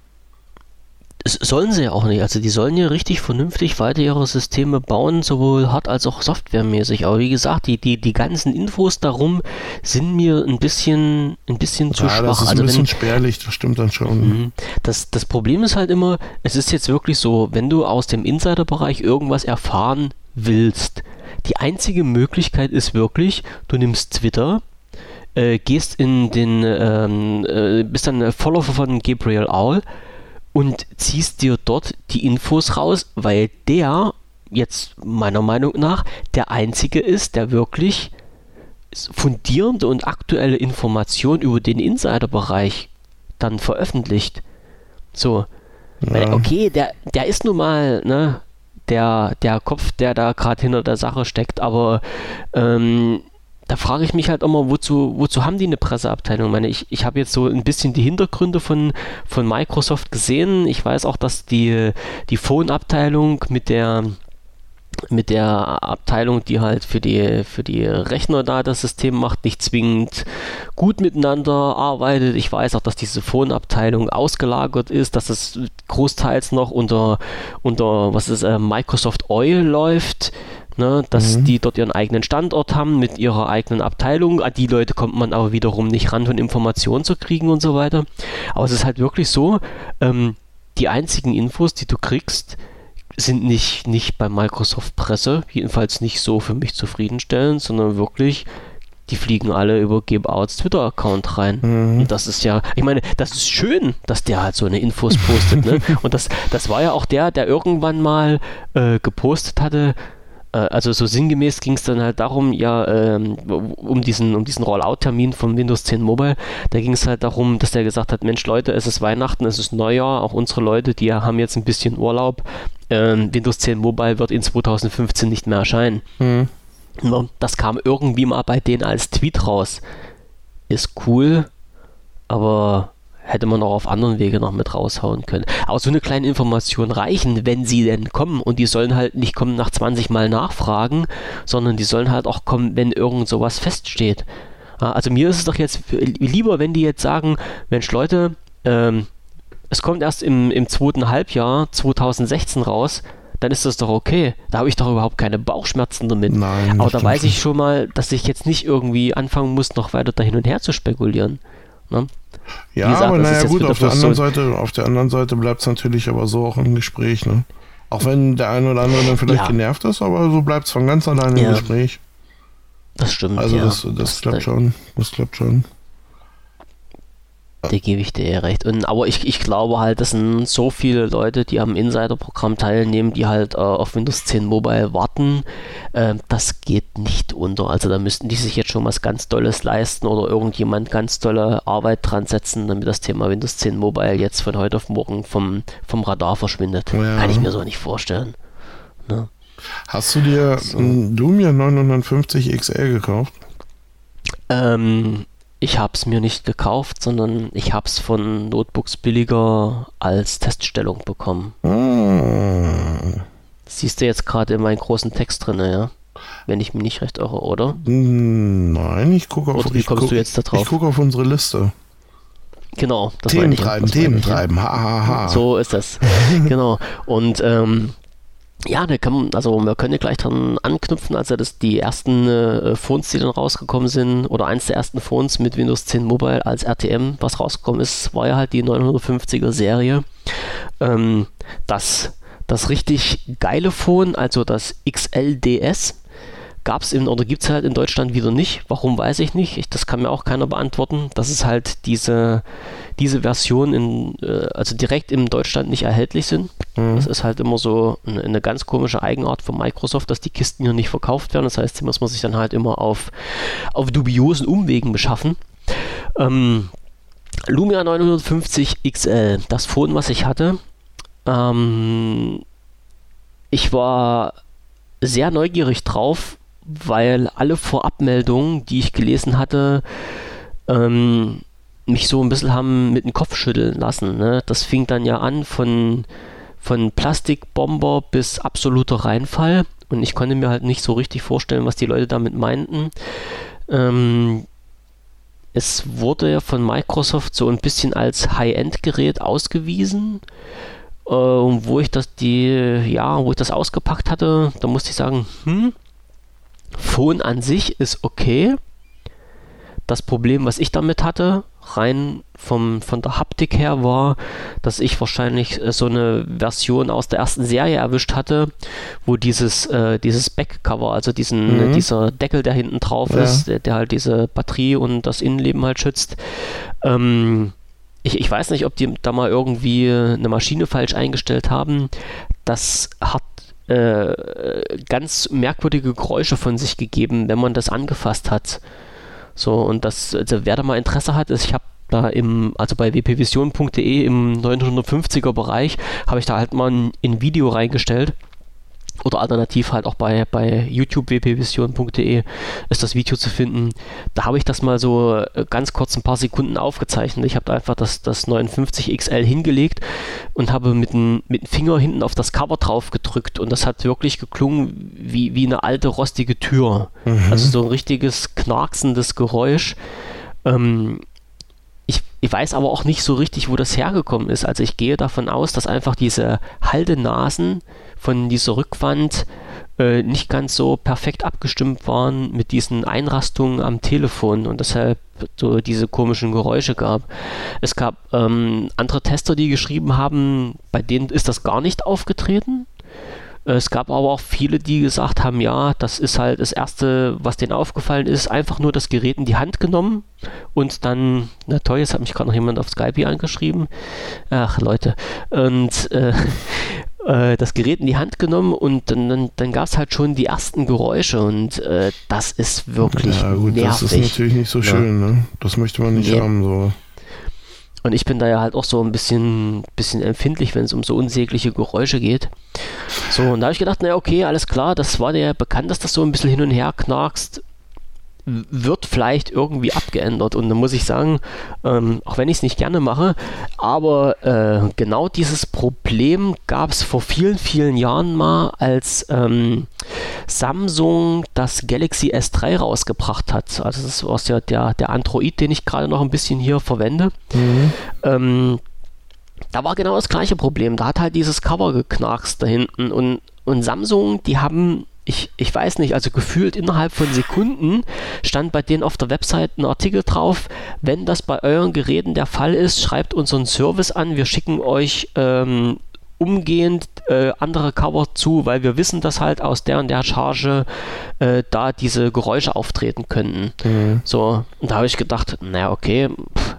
Das sollen sie ja auch nicht. Also die sollen ja richtig vernünftig weiter ihre Systeme bauen, sowohl hard- als auch softwaremäßig. Aber wie gesagt, die, die, die ganzen Infos darum sind mir ein bisschen, ein bisschen zu ja, schwach. Das ist also ein bisschen wenn, spärlich, das stimmt dann schon. Das, das Problem ist halt immer, es ist jetzt wirklich so, wenn du aus dem Insiderbereich irgendwas erfahren willst, die einzige Möglichkeit ist wirklich, du nimmst Twitter, äh, gehst in den, ähm, äh, bist dann Follower von Gabriel Aul, und ziehst dir dort die Infos raus, weil der jetzt meiner Meinung nach der Einzige ist, der wirklich fundierende und aktuelle Informationen über den Insiderbereich dann veröffentlicht. So, ja. Weil, okay, der, der ist nun mal, ne, der, der Kopf, der da gerade hinter der Sache steckt, aber ähm, da frage ich mich halt immer, wozu, wozu haben die eine Presseabteilung? Ich meine, ich, ich habe jetzt so ein bisschen die Hintergründe von, von Microsoft gesehen. Ich weiß auch, dass die, die Phone-Abteilung mit der, mit der Abteilung, die halt für die, für die Rechner da das System macht, nicht zwingend gut miteinander arbeitet. Ich weiß auch, dass diese Phone-Abteilung ausgelagert ist, dass es großteils noch unter, unter was ist, äh, Microsoft Oil läuft. Ne, dass mhm. die dort ihren eigenen Standort haben mit ihrer eigenen Abteilung. An die Leute kommt man aber wiederum nicht ran, um Informationen zu kriegen und so weiter. Aber es ist halt wirklich so, ähm, die einzigen Infos, die du kriegst, sind nicht, nicht bei Microsoft Presse, jedenfalls nicht so für mich zufriedenstellend, sondern wirklich, die fliegen alle über Gabe-Outs Twitter-Account rein. Mhm. Und das ist ja, ich meine, das ist schön, dass der halt so eine Infos postet. Ne? Und das, das war ja auch der, der irgendwann mal äh, gepostet hatte, also so sinngemäß ging es dann halt darum, ja, ähm, um diesen, um diesen Rollout-Termin von Windows zehn Mobile, da ging es halt darum, dass der gesagt hat, Mensch Leute, es ist Weihnachten, es ist Neujahr, auch unsere Leute, die haben jetzt ein bisschen Urlaub, ähm, Windows zehn Mobile wird in zwanzig fünfzehn nicht mehr erscheinen. Mhm. Das kam irgendwie mal bei denen als Tweet raus. Ist cool, aber hätte man auch auf anderen Wege noch mit raushauen können. Aber so eine kleine Information reichen, wenn sie denn kommen. Und die sollen halt nicht kommen nach zwanzig Mal nachfragen, sondern die sollen halt auch kommen, wenn irgend sowas feststeht. Also mir ist es doch jetzt lieber, wenn die jetzt sagen, Mensch Leute, ähm, es kommt erst im, im zweiten Halbjahr zwanzig sechzehn raus, dann ist das doch okay. Da habe ich doch überhaupt keine Bauchschmerzen damit. Nein, aber da weiß ich schon mal, dass ich jetzt nicht irgendwie anfangen muss, noch weiter da hin und her zu spekulieren. Ne? Ja, gesagt, aber naja gut, auf der, anderen so Seite, auf der anderen Seite bleibt es natürlich aber so auch im Gespräch. Ne? Auch wenn der eine oder andere dann vielleicht ja. genervt ist, aber so bleibt es von ganz alleine ja. im Gespräch. Das stimmt, Also ja. das, das, das klappt schon. Das klappt schon. Da gebe ich dir eher recht. Und, aber ich, ich glaube halt, das sind so viele Leute, die am Insider-Programm teilnehmen, die halt äh, auf Windows zehn Mobile warten. Äh, das geht nicht unter. Also da müssten die sich jetzt schon was ganz Tolles leisten oder irgendjemand ganz tolle Arbeit dran setzen, damit das Thema Windows zehn Mobile jetzt von heute auf morgen vom, vom Radar verschwindet. Ja. Kann ich mir so nicht vorstellen. Ne? Hast du dir so ein Lumia neunhundertfünfzig X L gekauft? Ähm... Ich habe es mir nicht gekauft, sondern ich habe es von Notebooks billiger als Teststellung bekommen. Ah. Das siehst du jetzt gerade in meinem großen Text drin, ja? Wenn ich mich nicht recht irre, oder? Nein, ich gucke auf, oder wie kommst guck, du jetzt da drauf? Ich gucke auf unsere Liste. Genau. Das Themen ich, treiben, das Themen ich, treiben, ha, ha, ha. So ist das. Genau. Und ähm, ja, da kann man, also wir können ja gleich dran anknüpfen, also das die ersten äh, Phones, die dann rausgekommen sind, oder eins der ersten Phones mit Windows zehn Mobile als R T M, was rausgekommen ist, war ja halt die neunhundertfünfziger Serie. Ähm, das, das richtig geile Phone, also das X L D S, gab es oder gibt es halt in Deutschland wieder nicht. Warum, weiß ich nicht. Ich, das kann mir auch keiner beantworten. Das ist halt diese, diese Version in, äh, also direkt in Deutschland nicht erhältlich sind. Mhm. Das ist halt immer so eine, eine ganz komische Eigenart von Microsoft, dass die Kisten hier nicht verkauft werden. Das heißt, die muss man sich dann halt immer auf, auf dubiosen Umwegen beschaffen. Ähm, Lumia neunhundertfünfzig X L, das Phone, was ich hatte. Ähm, ich war sehr neugierig drauf, weil alle Vorabmeldungen, die ich gelesen hatte, ähm, mich so ein bisschen haben mit dem Kopf schütteln lassen. Ne? Das fing dann ja an von, von Plastikbomber bis absoluter Reinfall und ich konnte mir halt nicht so richtig vorstellen, was die Leute damit meinten. Ähm, es wurde ja von Microsoft so ein bisschen als High-End-Gerät ausgewiesen. Äh, und wo ich das die, ja, wo ich das ausgepackt hatte, da musste ich sagen, hm, Phone an sich ist okay. Das Problem, was ich damit hatte, rein vom, von der Haptik her, war, dass ich wahrscheinlich äh, so eine Version aus der ersten Serie erwischt hatte, wo dieses, äh, dieses Backcover, also diesen, mhm. dieser Deckel, der hinten drauf ja. ist, der, der halt diese Batterie und das Innenleben halt schützt. Ähm, ich, ich weiß nicht, ob die da mal irgendwie eine Maschine falsch eingestellt haben. Das hat Äh, ganz merkwürdige Geräusche von sich gegeben, wenn man das angefasst hat. So, und das, also wer da mal Interesse hat, ist, ich habe da im, also bei w p vision punkt d e im neunhundertfünfziger Bereich, habe ich da halt mal ein, ein Video reingestellt. Oder alternativ halt auch bei, bei YouTube w p vision punkt d e ist das Video zu finden. Da habe ich das mal so ganz kurz ein paar Sekunden aufgezeichnet. Ich habe da einfach das, das neunundfünfzig X L hingelegt und habe mit dem, mit dem Finger hinten auf das Cover drauf gedrückt und das hat wirklich geklungen wie, wie eine alte rostige Tür. Mhm. Also so ein richtiges knarksendes Geräusch. Ähm, Ich, ich weiß aber auch nicht so richtig, wo das hergekommen ist. Also ich gehe davon aus, dass einfach diese Haltenasen von dieser Rückwand äh, nicht ganz so perfekt abgestimmt waren mit diesen Einrastungen am Telefon und deshalb so diese komischen Geräusche gab. Es gab ähm, andere Tester, die geschrieben haben, bei denen ist das gar nicht aufgetreten. Es gab aber auch viele, die gesagt haben, ja, das ist halt das Erste, was denen aufgefallen ist, einfach nur das Gerät in die Hand genommen und dann, na toll, jetzt hat mich gerade noch jemand auf Skype hier angeschrieben. Ach, Leute. Und äh, äh, das Gerät in die Hand genommen und dann, dann, dann gab es halt schon die ersten Geräusche und äh, das ist wirklich ja, gut, nervig. Das ist natürlich nicht so schön, ja. Ne? Das möchte man nicht nee. haben, so. Und ich bin da ja halt auch so ein bisschen, bisschen empfindlich, wenn es um so unsägliche Geräusche geht. So, und da habe ich gedacht, naja, okay, alles klar, das war dir ja bekannt, dass das so ein bisschen hin und her knarkst. Wird vielleicht irgendwie abgeändert. Und dann muss ich sagen, ähm, auch wenn ich es nicht gerne mache, aber äh, genau dieses Problem gab es vor vielen, vielen Jahren mal, als ähm, Samsung das Galaxy S drei rausgebracht hat. Also das ist ja der, der Android, den ich gerade noch ein bisschen hier verwende. Mhm. Ähm, da war genau das gleiche Problem. Da hat halt dieses Cover geknarkst da hinten. Und, und Samsung, die haben Ich, ich weiß nicht, also gefühlt innerhalb von Sekunden stand bei denen auf der Website ein Artikel drauf, wenn das bei euren Geräten der Fall ist, schreibt unseren Service an, wir schicken euch ähm, umgehend äh, andere Cover zu, weil wir wissen, dass halt aus der und der Charge äh, da diese Geräusche auftreten könnten. Mhm. So, und da habe ich gedacht, naja, okay, pff,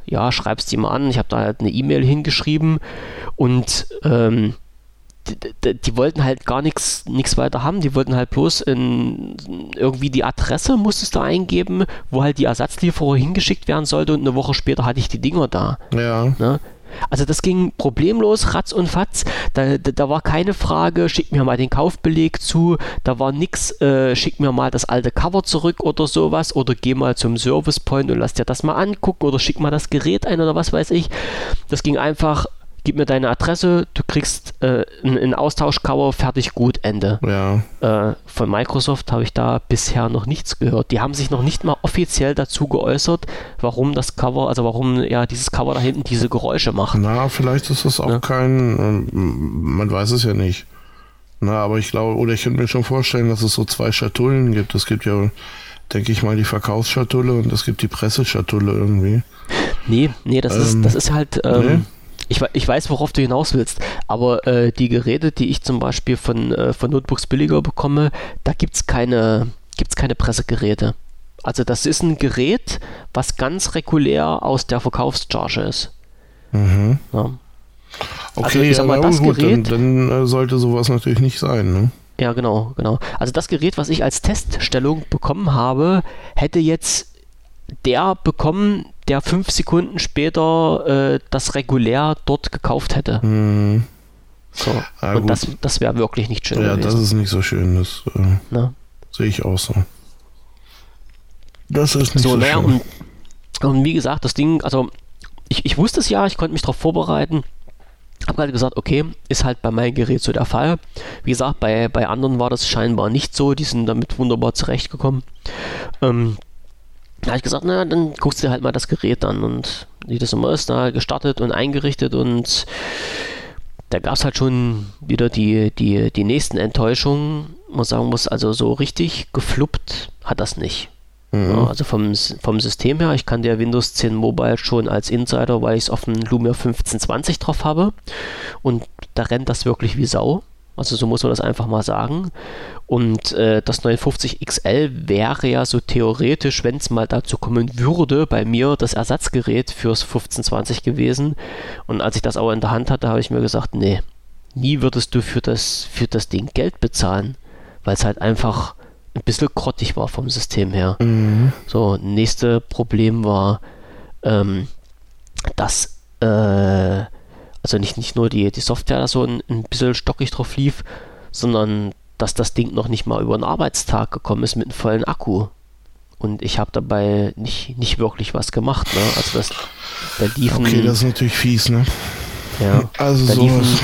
ja, schreibst die mal an. Ich habe da halt eine E-Mail hingeschrieben und ähm, die, die wollten halt gar nichts nichts weiter haben. Die wollten halt bloß in, irgendwie die Adresse musstest du eingeben, wo halt die Ersatzlieferer hingeschickt werden sollte und eine Woche später hatte ich die Dinger da. Ja. Ne? Also das ging problemlos, ratz und fatz. Da, da, da war keine Frage, schick mir mal den Kaufbeleg zu. Da war nix, äh, schick mir mal das alte Cover zurück oder sowas. Oder geh mal zum Service Point und lass dir das mal angucken. Oder schick mal das Gerät ein oder was weiß ich. Das ging einfach, gib mir deine Adresse, du kriegst äh, ein Austauschcover, fertig, gut, Ende. Ja. Äh, von Microsoft habe ich da bisher noch nichts gehört. Die haben sich noch nicht mal offiziell dazu geäußert, warum das Cover, also warum ja dieses Cover da hinten diese Geräusche macht. Na, vielleicht ist das auch ja. kein, ähm, man weiß es ja nicht. Na, aber ich glaube, oder ich könnte mir schon vorstellen, dass es so zwei Schatullen gibt. Es gibt ja, denke ich mal, die Verkaufsschatulle und es gibt die Presseschatulle irgendwie. Nee, nee, das ähm, ist, das ist halt, ähm, nee? Ich, ich weiß, worauf du hinaus willst, aber äh, die Geräte, die ich zum Beispiel von, äh, von Notebooks billiger bekomme, da gibt es keine, gibt's keine Pressegeräte. Also das ist ein Gerät, was ganz regulär aus der Verkaufscharge ist. Mhm. Ja. Okay, also ich sag mal, ja, das gut, Gerät, dann, dann sollte sowas natürlich nicht sein, ne? Ja, genau, genau. Also das Gerät, was ich als Teststellung bekommen habe, hätte jetzt der bekommen, der fünf Sekunden später äh, das regulär dort gekauft hätte. Mhm. So. Ja, und gut. das, das wäre wirklich nicht schön Ja, gewesen. das ist nicht so schön. Das äh, sehe ich auch so. Das ist nicht so, so naja, schön. Und, und wie gesagt, das Ding, also ich, ich wusste es ja, ich konnte mich darauf vorbereiten. Habe halt gesagt, okay, ist halt bei meinem Gerät so der Fall. Wie gesagt, bei, bei anderen war das scheinbar nicht so. Die sind damit wunderbar zurechtgekommen. Ähm, Da habe ich gesagt, na, dann guckst du dir halt mal das Gerät an und wie das immer ist, da gestartet und eingerichtet und da gab es halt schon wieder die, die, die nächsten Enttäuschungen. Man sagen muss, also so richtig gefluppt hat das nicht. Mhm. Ja, also vom, vom System her, ich kann der Windows zehn Mobile schon als Insider, weil ich es auf dem Lumia fünfzehn zwanzig drauf habe und da rennt das wirklich wie Sau. Also so muss man das einfach mal sagen. Und äh, das neunundfünfzig X L wäre ja so theoretisch, wenn es mal dazu kommen würde, bei mir das Ersatzgerät fürs fünfzehn zwanzig gewesen. Und als ich das aber in der Hand hatte, habe ich mir gesagt, nee, nie würdest du für das, für das Ding Geld bezahlen, weil es halt einfach ein bisschen grottig war vom System her. Mhm. So, nächste Problem war, ähm, dass äh, also nicht, nicht nur die, die Software da so ein, ein bisschen stockig drauf lief, sondern dass das Ding noch nicht mal über einen Arbeitstag gekommen ist mit einem vollen Akku. Und ich habe dabei nicht, nicht wirklich was gemacht. Ne? Also das, da liefen... Okay, das ist natürlich fies, ne? Ja, also da sowas. liefen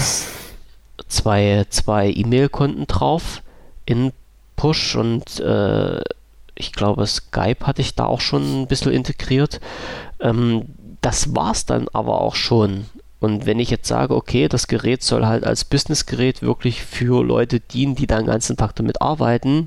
zwei, zwei E-Mail-Konten drauf in Push und äh, ich glaube Skype hatte ich da auch schon ein bisschen integriert. Ähm, das war's dann aber auch schon. Und wenn ich jetzt sage, okay, das Gerät soll halt als Businessgerät wirklich für Leute dienen, die da den ganzen Tag damit arbeiten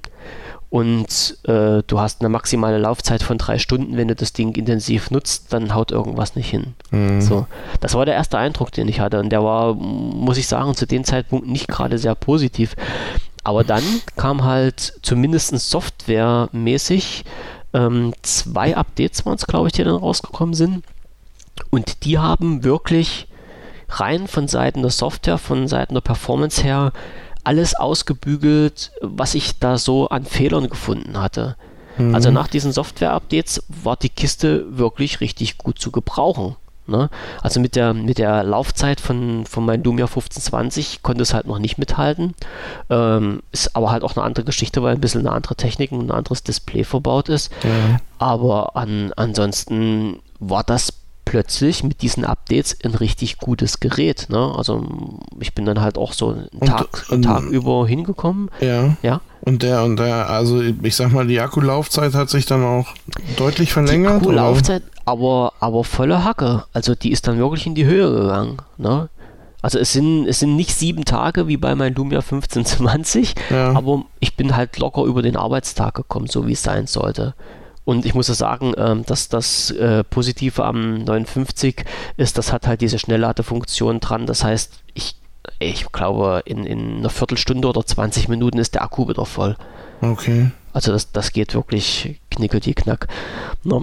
und äh, du hast eine maximale Laufzeit von drei Stunden, wenn du das Ding intensiv nutzt, dann haut irgendwas nicht hin. Mhm. So, das war der erste Eindruck, den ich hatte und der war, muss ich sagen, zu dem Zeitpunkt nicht gerade sehr positiv. Aber dann kam halt zumindest softwaremäßig ähm, zwei Updates waren es, glaube ich, die dann rausgekommen sind und die haben wirklich rein von Seiten der Software, von Seiten der Performance her, alles ausgebügelt, was ich da so an Fehlern gefunden hatte. Mhm. Also nach diesen Software-Updates war die Kiste wirklich richtig gut zu gebrauchen. Ne? Also mit der, mit der Laufzeit von, von meinem Lumia fünfzehn zwanzig konnte es halt noch nicht mithalten. Ähm, ist aber halt auch eine andere Geschichte, weil ein bisschen eine andere Technik und ein anderes Display verbaut ist. Ja. Aber an, ansonsten war das plötzlich mit diesen Updates ein richtig gutes Gerät. Ne? Also ich bin dann halt auch so einen Tag, und, Tag über hingekommen. Ja. ja. Und der, und der, also ich sag mal, die Akkulaufzeit hat sich dann auch deutlich verlängert. Die Akkulaufzeit, aber, aber volle Hacke. Also die ist dann wirklich in die Höhe gegangen. Ne? Also es sind, es sind nicht sieben Tage wie bei meinem Lumia fünfzehn zwanzig, ja. aber ich bin halt locker über den Arbeitstag gekommen, so wie es sein sollte. Und ich muss ja sagen, ähm, dass das äh, Positive am neunundfünfzig ist, das hat halt diese Schnellladefunktion dran. Das heißt, ich, ich glaube, in, in einer Viertelstunde oder zwanzig Minuten ist der Akku wieder voll. Okay. Also das, das geht wirklich knickel die Knack. No.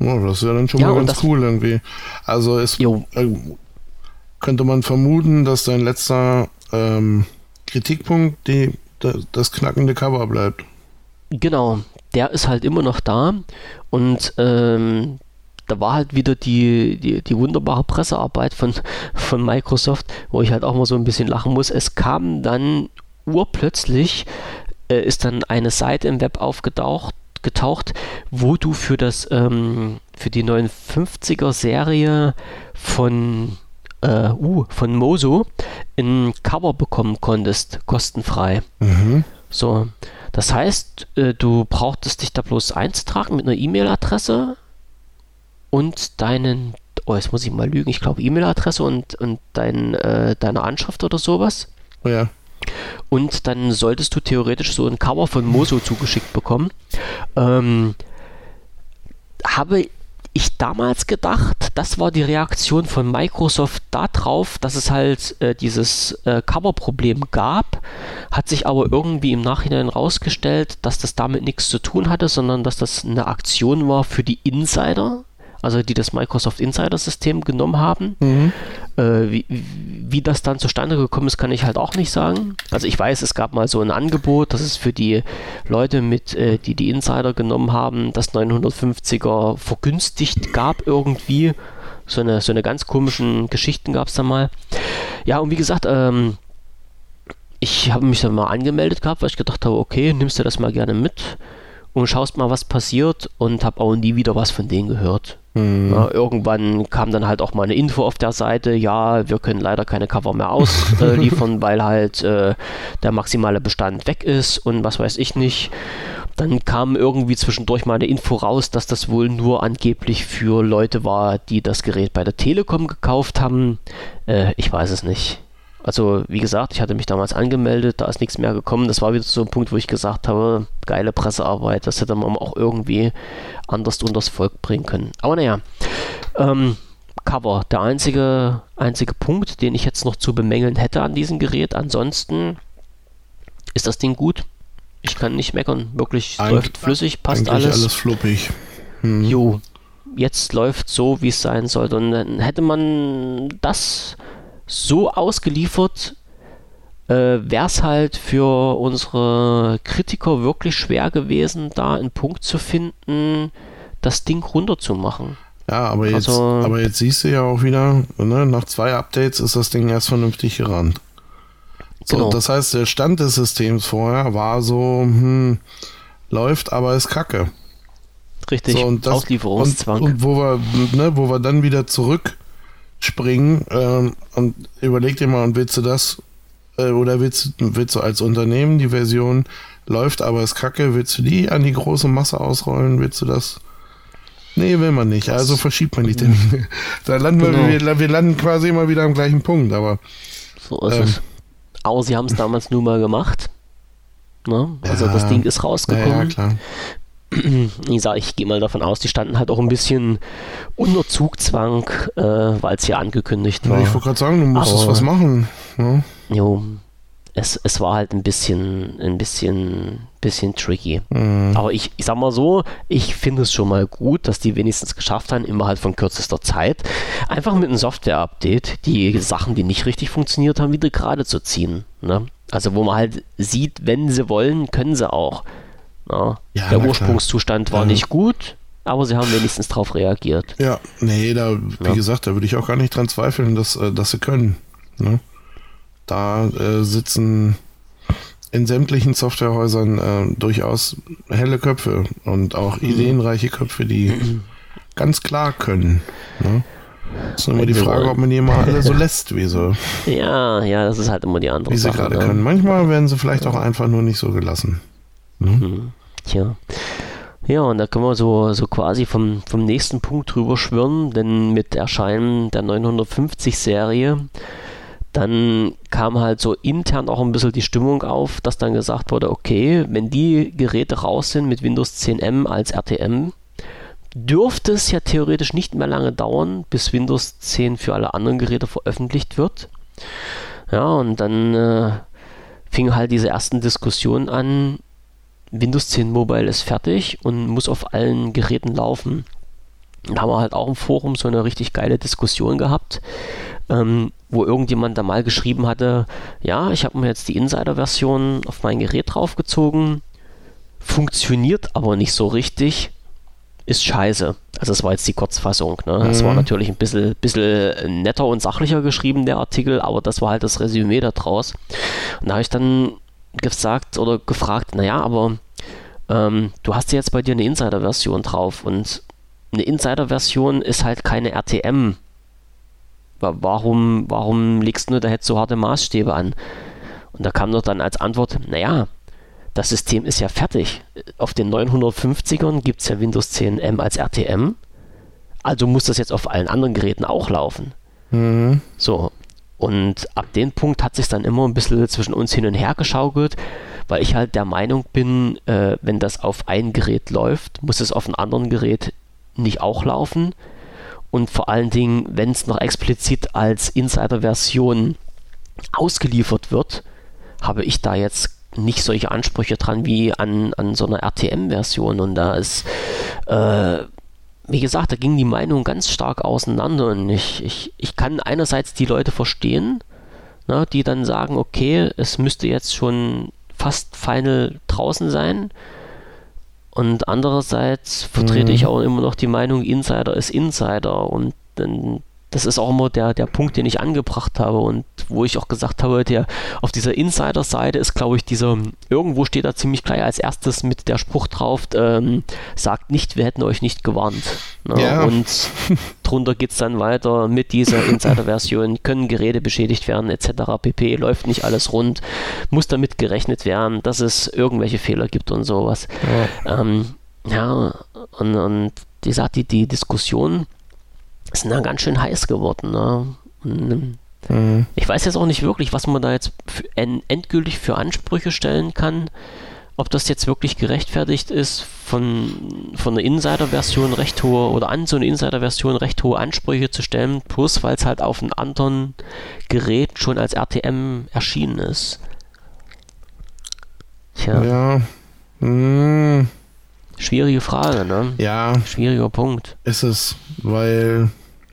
Ja, das ist ja dann schon Ja, mal und ganz das- cool irgendwie. Also es Jo. äh, könnte man vermuten, dass dein letzter ähm, Kritikpunkt die, da- das knackende Cover bleibt. Genau, der ist halt immer noch da und ähm, da war halt wieder die, die, die wunderbare Pressearbeit von, von Microsoft, wo ich halt auch mal so ein bisschen lachen muss. Es kam dann urplötzlich, äh, ist dann eine Seite im Web aufgetaucht, getaucht, wo du für das ähm, für die neunundfünfziger Serie von äh, uh, von Mozo ein Cover bekommen konntest, kostenfrei. Mhm. So, das heißt, äh, du brauchtest dich da bloß einzutragen mit einer E-Mail-Adresse und deinen, oh, jetzt muss ich mal lügen, ich glaube E-Mail-Adresse und, und dein, äh, deine Anschrift oder sowas. Ja. Und dann solltest du theoretisch so ein Cover von Mozo zugeschickt bekommen. Ähm, habe ich damals gedacht, das war die Reaktion von Microsoft darauf, dass es halt äh, dieses äh, Cover-Problem gab, hat sich aber irgendwie im Nachhinein rausgestellt, dass das damit nichts zu tun hatte, sondern dass das eine Aktion war für die Insider, also die das Microsoft Insider-System genommen haben. Mhm. Äh, wie, wie das dann zustande gekommen ist, kann ich halt auch nicht sagen. Also ich weiß, es gab mal so ein Angebot, dass es für die Leute mit, äh, die die Insider genommen haben, das neunhundertfünfziger vergünstigt gab irgendwie. So eine, so eine ganz komischen Geschichten gab es da mal. Ja, und wie gesagt, ähm, ich habe mich dann mal angemeldet gehabt, weil ich gedacht habe, okay, nimmst du das mal gerne mit und schaust mal, was passiert, und habe auch nie wieder was von denen gehört. Mhm. Ja, irgendwann kam dann halt auch mal eine Info auf der Seite, ja, wir können leider keine Cover mehr ausliefern, weil halt äh, der maximale Bestand weg ist und was weiß ich nicht. Dann kam irgendwie zwischendurch mal eine Info raus, dass das wohl nur angeblich für Leute war, die das Gerät bei der Telekom gekauft haben. Äh, ich weiß es nicht. Also wie gesagt, ich hatte mich damals angemeldet, da ist nichts mehr gekommen. Das war wieder so ein Punkt, wo ich gesagt habe, geile Pressearbeit, das hätte man auch irgendwie anders unters Volk bringen können. Aber naja, ähm, Cover, der einzige, einzige Punkt, den ich jetzt noch zu bemängeln hätte an diesem Gerät. Ansonsten ist das Ding gut. Ich kann nicht meckern, wirklich, es Eig- läuft flüssig, passt Eigentlich alles. alles fluppig. Mhm. Jo, jetzt läuft so, wie es sein sollte. Und dann hätte man das so ausgeliefert, äh, wäre es halt für unsere Kritiker wirklich schwer gewesen, da einen Punkt zu finden, das Ding runterzumachen. Ja, aber jetzt, Also- aber jetzt siehst du ja auch wieder, ne, nach zwei Updates ist das Ding erst vernünftig gerannt. So, Genau. das heißt, der Stand des Systems vorher war so, hm, läuft, aber ist kacke. Richtig, So, und das, Auslieferungszwang. Und, und wo wir, ne, wo wir dann wieder zurückspringen ähm, und überleg dir mal, und willst du das, äh, oder willst, willst du als Unternehmen die Version läuft, aber ist kacke, willst du die an die große Masse ausrollen, willst du das? Nee, will man nicht, also verschiebt man die Termine. Da landen Genau. wir, wir, wir landen quasi immer wieder am gleichen Punkt, aber So ist ähm, es. Aber sie haben es damals nun mal gemacht. Ne? Also Ja. das Ding ist ja, rausgekommen. ja, klar. Ich sage, ich gehe mal davon aus, die standen halt auch ein bisschen unter Zugzwang, äh, weil es ja angekündigt Ja, war. ich wollte gerade sagen, du musstest Aber- was machen. Ja. Jo, es, es war halt ein bisschen, ein bisschen, bisschen tricky. Mhm. Aber ich, ich sag mal so, ich finde es schon mal gut, dass die wenigstens geschafft haben, innerhalb von kürzester Zeit einfach mit einem Software-Update die Sachen, die nicht richtig funktioniert haben, wieder gerade zu ziehen. Ne? Also wo man halt sieht, wenn sie wollen, können sie auch. Ne? Ja, Der na Ursprungszustand war Ja. nicht gut, aber sie haben wenigstens darauf reagiert. Ja, nee, da, wie Ja. gesagt, da würde ich auch gar nicht dran zweifeln, dass, äh, dass sie können. Ne? Da äh, sitzen in sämtlichen Softwarehäusern äh, durchaus helle Köpfe und auch Mhm. ideenreiche Köpfe, die ganz klar können. Ne? Ist nur immer die Wenn sie Frage, wollen. ob man die immer alle so lässt, wie sie, Ja, ja, das ist halt immer die andere wie sie Sache. gerade ne? können. Manchmal werden sie vielleicht auch einfach nur nicht so gelassen. Tja. Ja, und da können wir so, so quasi vom, vom nächsten Punkt drüber schwirren, denn mit Erscheinen der neunhundertfünfzig-Serie, dann kam halt so intern auch ein bisschen die Stimmung auf, dass dann gesagt wurde, okay, wenn die Geräte raus sind mit Windows zehn M als R T M, dürfte es ja theoretisch nicht mehr lange dauern, bis Windows zehn für alle anderen Geräte veröffentlicht wird. Ja, und dann äh, fingen halt diese ersten Diskussionen an. Windows zehn Mobile ist fertig und muss auf allen Geräten laufen. Da haben wir halt auch im Forum so eine richtig geile Diskussion gehabt, ähm, wo irgendjemand da mal geschrieben hatte, ja, ich habe mir jetzt die Insider-Version auf mein Gerät draufgezogen, funktioniert aber nicht so richtig, ist scheiße. Also das war jetzt die Kurzfassung. Ne? Das Mhm. war natürlich ein bisschen, bisschen netter und sachlicher geschrieben, der Artikel, aber das war halt das Resümee da draus. Und da habe ich dann gesagt oder gefragt, naja, aber ähm, du hast ja jetzt bei dir eine Insider-Version drauf und eine Insider-Version ist halt keine R T M. Warum, warum legst du da jetzt so harte Maßstäbe an? Und da kam doch dann als Antwort, naja, das System ist ja fertig. Auf den neunhundertfünfzigern gibt es ja Windows zehn M als R T M. Also muss das jetzt auf allen anderen Geräten auch laufen. Mhm. So. Und ab dem Punkt hat sich dann immer ein bisschen zwischen uns hin und her geschaukelt, weil ich halt der Meinung bin, äh, wenn das auf ein Gerät läuft, muss es auf einem anderen Gerät nicht auch laufen. Und vor allen Dingen, wenn es noch explizit als Insider-Version ausgeliefert wird, habe ich da jetzt nicht solche Ansprüche dran wie an, an so einer R T M-Version. Und da ist, äh, wie gesagt, da ging die Meinung ganz stark auseinander. Und ich, ich, ich kann einerseits die Leute verstehen, ne, die dann sagen, okay, es müsste jetzt schon fast final draußen sein. Und andererseits vertrete Mhm. ich auch immer noch die Meinung, Insider ist Insider. Und dann, das ist auch immer der, der Punkt, den ich angebracht habe und wo ich auch gesagt habe, der auf dieser Insider-Seite ist, glaube ich, dieser, irgendwo steht da ziemlich gleich als erstes mit der Spruch drauf, ähm, sagt nicht, wir hätten euch nicht gewarnt. Ne? Ja. Und drunter geht es dann weiter mit dieser Insider-Version, können Geräte beschädigt werden, et cetera pp. Läuft nicht alles rund, muss damit gerechnet werden, dass es irgendwelche Fehler gibt und sowas. Ja. Ähm, ja, und, und die sagt, die, die Diskussion ist dann ganz schön heiß geworden. Ne? Und, Mhm. ich weiß jetzt auch nicht wirklich, was man da jetzt für, en, endgültig für Ansprüche stellen kann. Ob das jetzt wirklich gerechtfertigt ist, von, von einer Insider-Version recht hohe oder an so eine Insider-Version recht hohe Ansprüche zu stellen, plus weil es halt auf einem anderen Gerät schon als R T M erschienen ist. Tja, Ja. Mhm. schwierige Frage, ne? Ja, Schwieriger Punkt. ist es, weil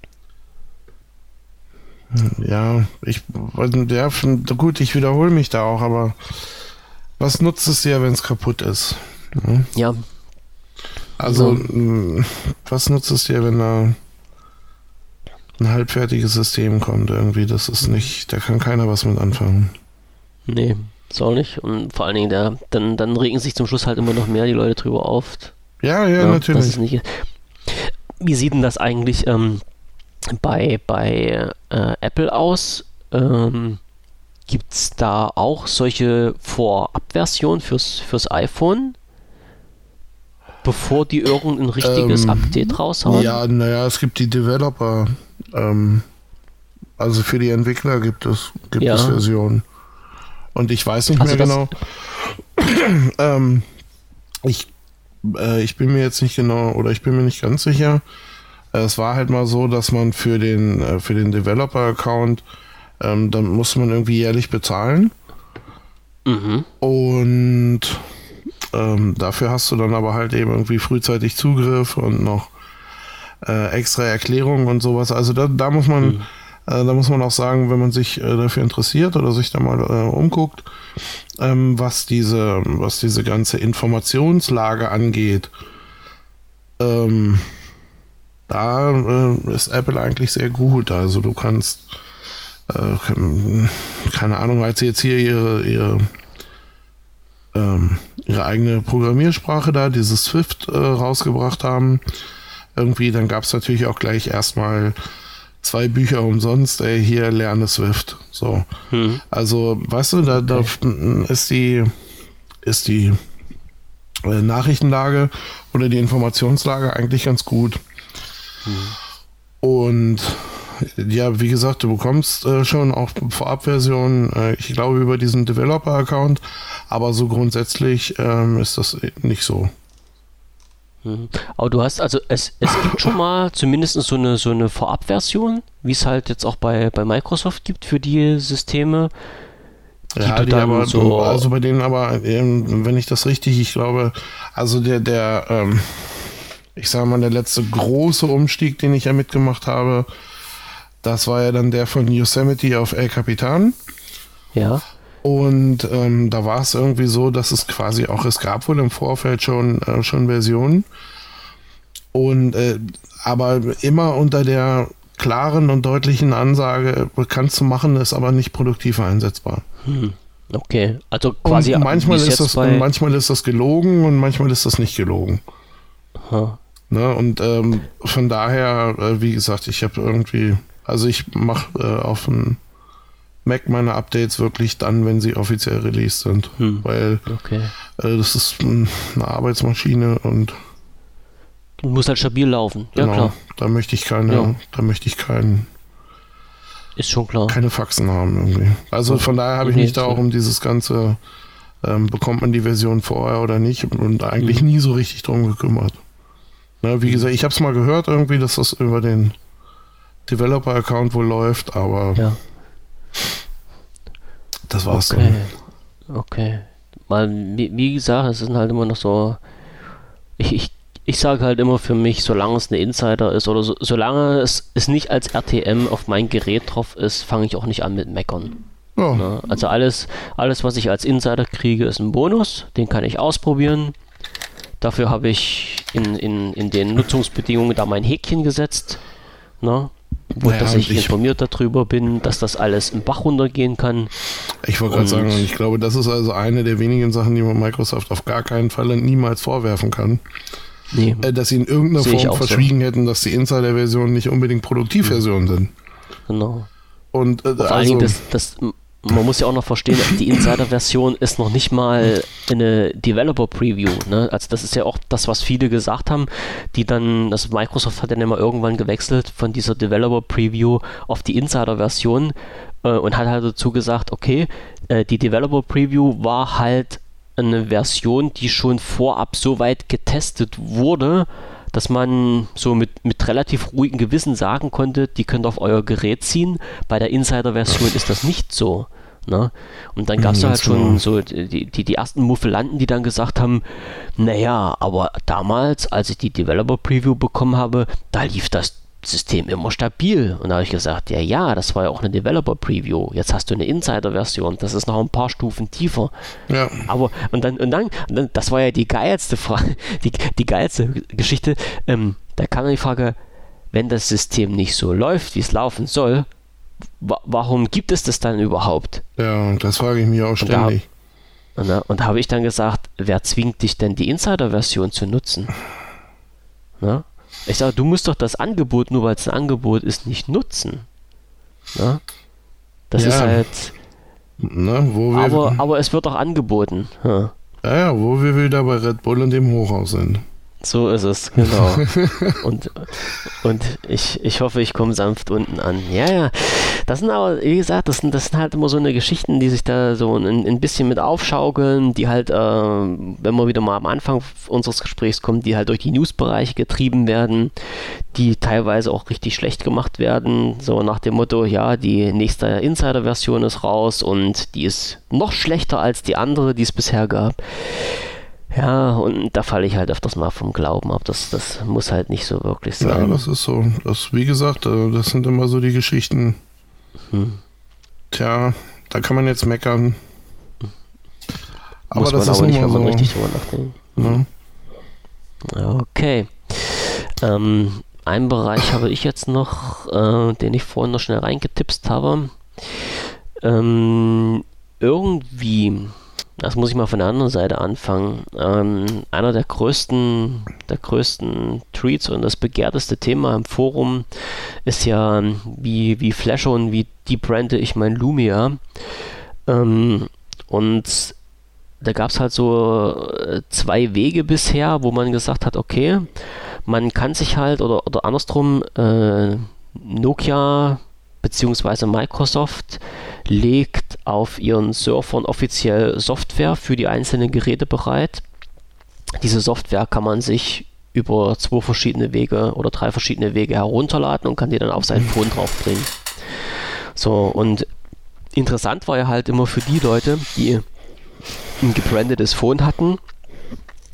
ja, ich ja, gut, ich wiederhole mich da auch, aber was nutzt es dir, wenn es kaputt ist? Ja? Ja, Also, Ja. mh, was nutzt es dir, wenn da ein halbfertiges System kommt irgendwie? Das ist nicht, da kann keiner was mit anfangen. nee, ist auch nicht. Und vor allen Dingen, der, dann, dann regen sich zum Schluss halt immer noch mehr die Leute drüber auf. Ja, ja, Ja, natürlich. Das ist nicht, wie sieht denn das eigentlich ähm, bei, bei äh, Apple aus? Ähm, Gibt es da auch solche Vorabversionen fürs, fürs iPhone? Bevor die irgendein richtiges Ähm, Update raushauen? Ja, naja, es gibt die Developer, ähm, also für die Entwickler gibt es, gibt Ja. es Versionen. Und ich weiß nicht Also mehr das- genau. ähm, ich, äh, ich bin mir jetzt nicht genau, oder ich bin mir nicht ganz sicher. Äh, Es war halt mal so, dass man für den, äh, für den Developer-Account, ähm, dann muss man irgendwie jährlich bezahlen. Mhm. Und ähm, dafür hast du dann aber halt eben irgendwie frühzeitig Zugriff und noch äh, extra Erklärungen und sowas. Also da, da muss man, Mhm. äh, da muss man auch sagen, wenn man sich äh, dafür interessiert oder sich da mal äh, umguckt, ähm, was diese, was diese ganze Informationslage angeht, ähm, da äh, ist Apple eigentlich sehr gut. Also du kannst, äh, keine Ahnung, als sie jetzt hier ihre, ihre ähm, ihre eigene Programmiersprache da, dieses Swift, äh, rausgebracht haben. Irgendwie, dann gab es natürlich auch gleich erstmal zwei Bücher umsonst, ey, hier lerne Swift. So. Hm. Also, weißt du, da, da ist die, ist die äh, Nachrichtenlage oder die Informationslage eigentlich ganz gut. Und ja, wie gesagt, du bekommst äh, schon auch Vorabversionen, äh, ich glaube über diesen Developer-Account, aber so grundsätzlich ähm, ist das nicht so. Mhm. Aber du hast, also es, es gibt schon mal zumindest so eine, so eine Vorabversion, wie es halt jetzt auch bei, bei Microsoft gibt für die Systeme. Die Ja, du die dann aber, so- also bei denen aber, ähm, wenn ich das richtig, ich glaube, also der, der, ähm, ich sage mal, der letzte große Umstieg, den ich ja mitgemacht habe, das war ja dann der von Yosemite auf El Capitan. Ja. Und ähm, da war es irgendwie so, dass es quasi auch, es gab wohl im Vorfeld schon, äh, schon Versionen. Und äh, aber immer unter der klaren und deutlichen Ansage, kannst du machen, ist aber nicht produktiv einsetzbar. Hm. Okay, also quasi und manchmal ist ist das bei... und manchmal ist das gelogen und manchmal ist das nicht gelogen. Huh. Ne, und ähm, von daher, äh, wie gesagt, ich habe irgendwie, also ich mache äh, auf dem Mac meine Updates wirklich dann, wenn sie offiziell released sind, hm. weil okay. äh, das ist eine Arbeitsmaschine und muss halt stabil laufen. Ja, genau, klar. Da möchte ich keine, ja. da möchte ich keinen Ist schon klar. keine Faxen haben irgendwie. Also von daher habe ich nee, mich da auch um dieses ganze, ähm, bekommt man die Version vorher oder nicht, und eigentlich mhm. nie so richtig drum gekümmert. Na, wie gesagt, ich habe es mal gehört irgendwie, dass das über den Developer-Account wohl läuft, aber ja. das war's okay. dann. Okay. Mal, wie, wie gesagt, es sind halt immer noch so, ich, ich Ich sage halt immer für mich, solange es eine Insider ist oder so, solange es, es nicht als R T M auf mein Gerät drauf ist, fange ich auch nicht an mit Meckern. Oh. Na, also alles, alles, was ich als Insider kriege, ist ein Bonus, den kann ich ausprobieren. Dafür habe ich in, in, in den Nutzungsbedingungen da mein Häkchen gesetzt, na, wo naja, dass ich, ich informiert darüber bin, dass das alles im Bach runtergehen kann. Ich wollte gerade sagen, und ich glaube, das ist also eine der wenigen Sachen, die man Microsoft auf gar keinen Fall niemals vorwerfen kann. Nee. Dass sie in irgendeiner Sehe Form verschwiegen so. hätten, dass die Insider-Versionen nicht unbedingt Produktivversionen sind. Genau. Und, äh, und vor also, allen Dingen, das, das, man muss ja auch noch verstehen, die Insider-Version ist noch nicht mal eine Developer-Preview. Ne? Also das ist ja auch das, was viele gesagt haben, die dann, also Microsoft hat dann immer irgendwann gewechselt von dieser Developer-Preview auf die Insider-Version äh, und hat halt dazu gesagt, okay, äh, die Developer-Preview war halt eine Version, die schon vorab so weit getestet wurde, dass man so mit, mit relativ ruhigem Gewissen sagen konnte, die könnt ihr auf euer Gerät ziehen. Bei der Insider-Version ist das nicht so. Ne? Und dann gab es ja, halt schon so die, die, die ersten Muffelanten, die dann gesagt haben, naja, aber damals, als ich die Developer-Preview bekommen habe, da lief das System immer stabil. Und da habe ich gesagt, ja, ja, das war ja auch eine Developer-Preview. Jetzt hast du eine Insider-Version. Das ist noch ein paar Stufen tiefer. Ja. Aber, und dann, und dann, und dann das war ja die geilste Frage, die, die geilste Geschichte. Ähm, da kam dann die Frage, wenn das System nicht so läuft, wie es laufen soll, wa- warum gibt es das dann überhaupt? Ja, das frage ich mich auch ständig. Und da, und da habe ich dann gesagt, wer zwingt dich denn, die Insider-Version zu nutzen? Na? Ich sage, du musst doch das Angebot, nur weil es ein Angebot ist, nicht nutzen. Na? Das ja. ist halt... Na, wo wir, aber, aber es wird auch angeboten. Ja. ja, ja, wo wir wieder bei Red Bull und dem Hochhaus sind. So ist es, genau. und und ich, ich hoffe, ich komme sanft unten an. Ja, ja. Das sind aber, wie gesagt, das sind, das sind halt immer so eine Geschichten, die sich da so ein, ein bisschen mit aufschaukeln, die halt, äh, wenn wir wieder mal am Anfang unseres Gesprächs kommen, die halt durch die Newsbereiche getrieben werden, die teilweise auch richtig schlecht gemacht werden. So nach dem Motto, ja, die nächste Insider-Version ist raus und die ist noch schlechter als die andere, die es bisher gab. Ja, und da falle ich halt öfters mal vom Glauben ab. Das, das muss halt nicht so wirklich sein. Ja, das ist so. Das, wie gesagt, das sind immer so die Geschichten. Hm. Tja, da kann man jetzt meckern. Aber muss das man ist aber nicht, immer wenn man so. richtig drüber nachdenkt. Ja. Okay. Ähm, einen Bereich habe ich jetzt noch, äh, den ich vorhin noch schnell reingetipst habe. Ähm, irgendwie... Das muss ich mal von der anderen Seite anfangen. Ähm, einer der größten, der größten Tweets und das begehrteste Thema im Forum ist ja, wie, wie flashe und wie debrande ich mein Lumia. Ähm, und da gab es halt so zwei Wege bisher, wo man gesagt hat, okay, man kann sich halt, oder, oder andersrum, äh, Nokia beziehungsweise Microsoft legt auf ihren Surfern offiziell Software für die einzelnen Geräte bereit. Diese Software kann man sich über zwei verschiedene Wege oder drei verschiedene Wege herunterladen und kann die dann auf sein Phone draufbringen. So, und interessant war ja halt immer für die Leute, die ein gebrandetes Phone hatten,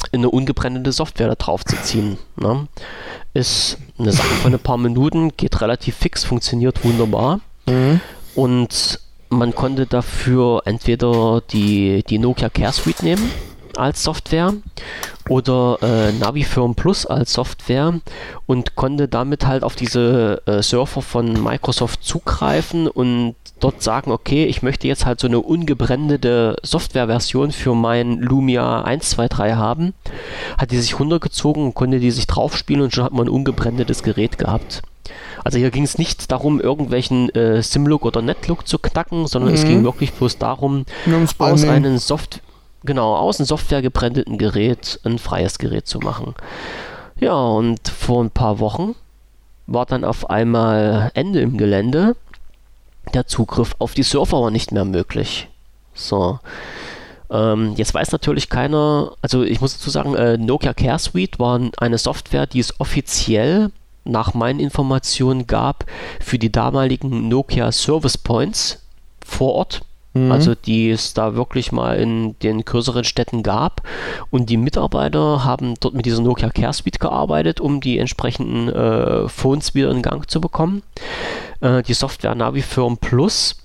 eine ungebrandete Software da drauf zu ziehen. Ne? Ist eine Sache von ein paar Minuten, geht relativ fix, funktioniert wunderbar. Mhm. Und man konnte dafür entweder die, die Nokia Care Suite nehmen als Software oder äh, NaviFirm Plus als Software und konnte damit halt auf diese äh, Server von Microsoft zugreifen und dort sagen, okay, ich möchte jetzt halt so eine ungebrandete Softwareversion für mein Lumia eins, zwei, drei haben. Hat die sich runtergezogen und konnte die sich draufspielen und schon hat man ein ungebrandetes Gerät gehabt. Also hier ging es nicht darum, irgendwelchen äh, Simlook oder Netlook zu knacken, sondern mhm. es ging wirklich bloß darum, aus einem Soft genau, aus einem softwaregebrandeten Gerät ein freies Gerät zu machen. Ja, und vor ein paar Wochen war dann auf einmal Ende im Gelände. Der Zugriff auf die Server war nicht mehr möglich. So. Ähm, jetzt weiß natürlich keiner, also ich muss dazu sagen, äh, Nokia Care Suite war eine Software, die es offiziell nach meinen Informationen gab für die damaligen Nokia Service Points vor Ort. Mhm. Also die es da wirklich mal in den größeren Städten gab. Und die Mitarbeiter haben dort mit dieser Nokia Care Suite gearbeitet, um die entsprechenden äh, Phones wieder in Gang zu bekommen. Äh, die Software NaviFirm Plus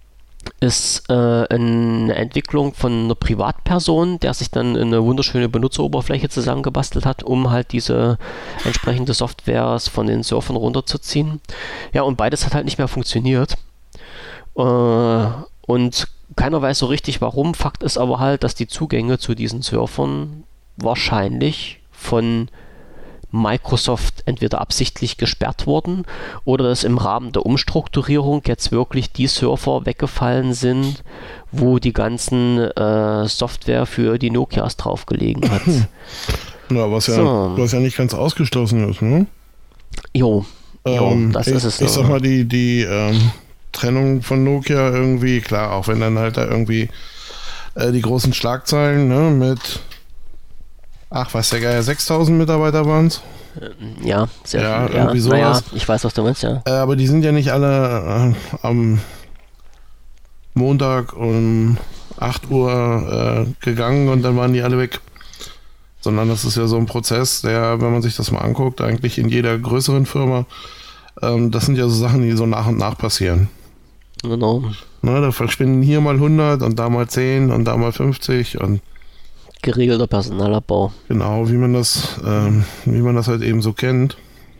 ist äh, eine Entwicklung von einer Privatperson, der sich dann eine wunderschöne Benutzeroberfläche zusammengebastelt hat, um halt diese entsprechende Softwares von den Surfern runterzuziehen. Ja, und beides hat halt nicht mehr funktioniert. Äh, und keiner weiß so richtig warum. Fakt ist aber halt, dass die Zugänge zu diesen Surfern wahrscheinlich von Microsoft entweder absichtlich gesperrt wurden oder dass im Rahmen der Umstrukturierung jetzt wirklich die Server weggefallen sind, wo die ganzen äh, Software für die Nokias draufgelegen hat. Ja, was ja, so. was ja nicht ganz ausgeschlossen ist, ne? Jo, jo ähm, das ich, ist es. Ich sag mal, die, die ähm, Trennung von Nokia irgendwie, klar, auch wenn dann halt da irgendwie äh, die großen Schlagzeilen, ne, mit ach, weiß der Geier, sechstausend Mitarbeiter waren es? Ja, sehr ja, viel. Irgendwie ja, sowas. Naja, ich weiß, was du meinst, ja. Äh, aber die sind ja nicht alle äh, am Montag um acht Uhr äh, gegangen und dann waren die alle weg. Sondern das ist ja so ein Prozess, der, wenn man sich das mal anguckt, eigentlich in jeder größeren Firma, ähm, das sind ja so Sachen, die so nach und nach passieren. Genau. Na, da verschwinden hier mal hundert und da mal zehn und da mal fünfzig und geregelter Personalabbau. Genau, wie man das, ähm, wie man das halt eben so kennt.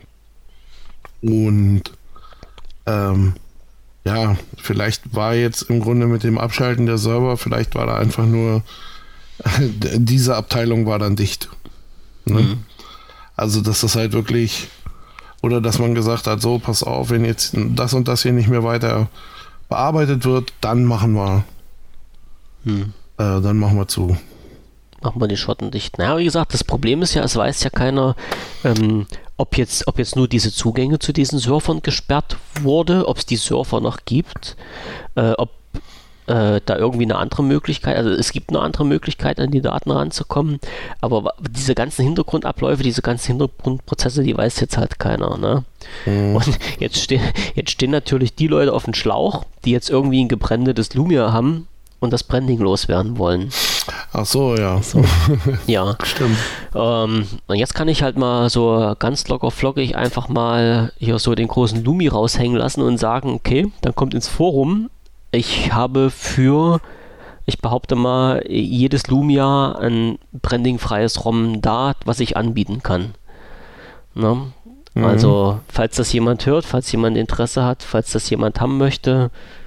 Und ähm, ja, vielleicht war jetzt im Grunde mit dem Abschalten der Server, vielleicht war da einfach nur diese Abteilung war dann dicht. Ne? Mhm. Also dass das halt wirklich, oder dass man gesagt hat, so pass auf, wenn jetzt das und das hier nicht mehr weiter bearbeitet wird, dann machen wir, mhm. äh, dann machen wir zu. Machen wir die Schotten dicht. Naja, wie gesagt, das Problem ist ja, es weiß ja keiner, ähm, ob jetzt, ob jetzt nur diese Zugänge zu diesen Surfern gesperrt wurde, ob es die Surfer noch gibt, äh, ob äh, da irgendwie eine andere Möglichkeit, also es gibt eine andere Möglichkeit, an die Daten ranzukommen, aber diese ganzen Hintergrundabläufe, diese ganzen Hintergrundprozesse, die weiß jetzt halt keiner. Ne? Mhm. Und jetzt, ste- jetzt stehen natürlich die Leute auf dem Schlauch, die jetzt irgendwie ein gebranntes Lumia haben und das Branding loswerden wollen. Ach so, ja. So. Ja. Stimmt. Ähm, und jetzt kann ich halt mal so ganz locker flockig einfach mal hier so den großen Lumi raushängen lassen und sagen, okay, dann kommt ins Forum. Ich habe für, ich behaupte mal, jedes Lumia ein brandingfreies ROM da, was ich anbieten kann. Ne? Mhm. Also, falls das jemand hört, falls jemand Interesse hat, falls das jemand haben möchte,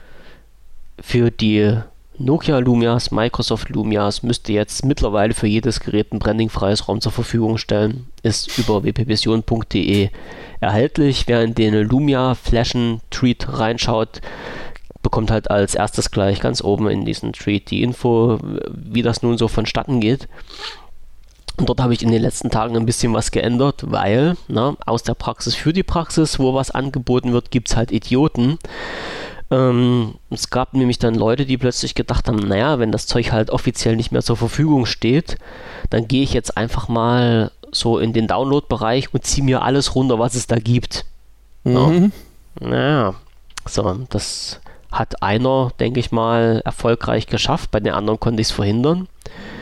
für die Nokia Lumias, Microsoft Lumias müsste jetzt mittlerweile für jedes Gerät ein brandingfreies ROM zur Verfügung stellen. Ist über w p vision punkt d e erhältlich. Wer in den Lumia Flaschen Treat reinschaut, bekommt halt als erstes gleich ganz oben in diesen Treat die Info, wie das nun so vonstatten geht. Und dort habe ich in den letzten Tagen ein bisschen was geändert, weil na, aus der Praxis für die Praxis, wo was angeboten wird, gibt es halt Idioten. Ähm, es gab nämlich dann Leute, die plötzlich gedacht haben, naja, wenn das Zeug halt offiziell nicht mehr zur Verfügung steht, dann gehe ich jetzt einfach mal so in den Download-Bereich und ziehe mir alles runter, was es da gibt. Mhm. Ja. Naja, so, das hat einer, denke ich mal, erfolgreich geschafft, bei den anderen konnte ich es verhindern.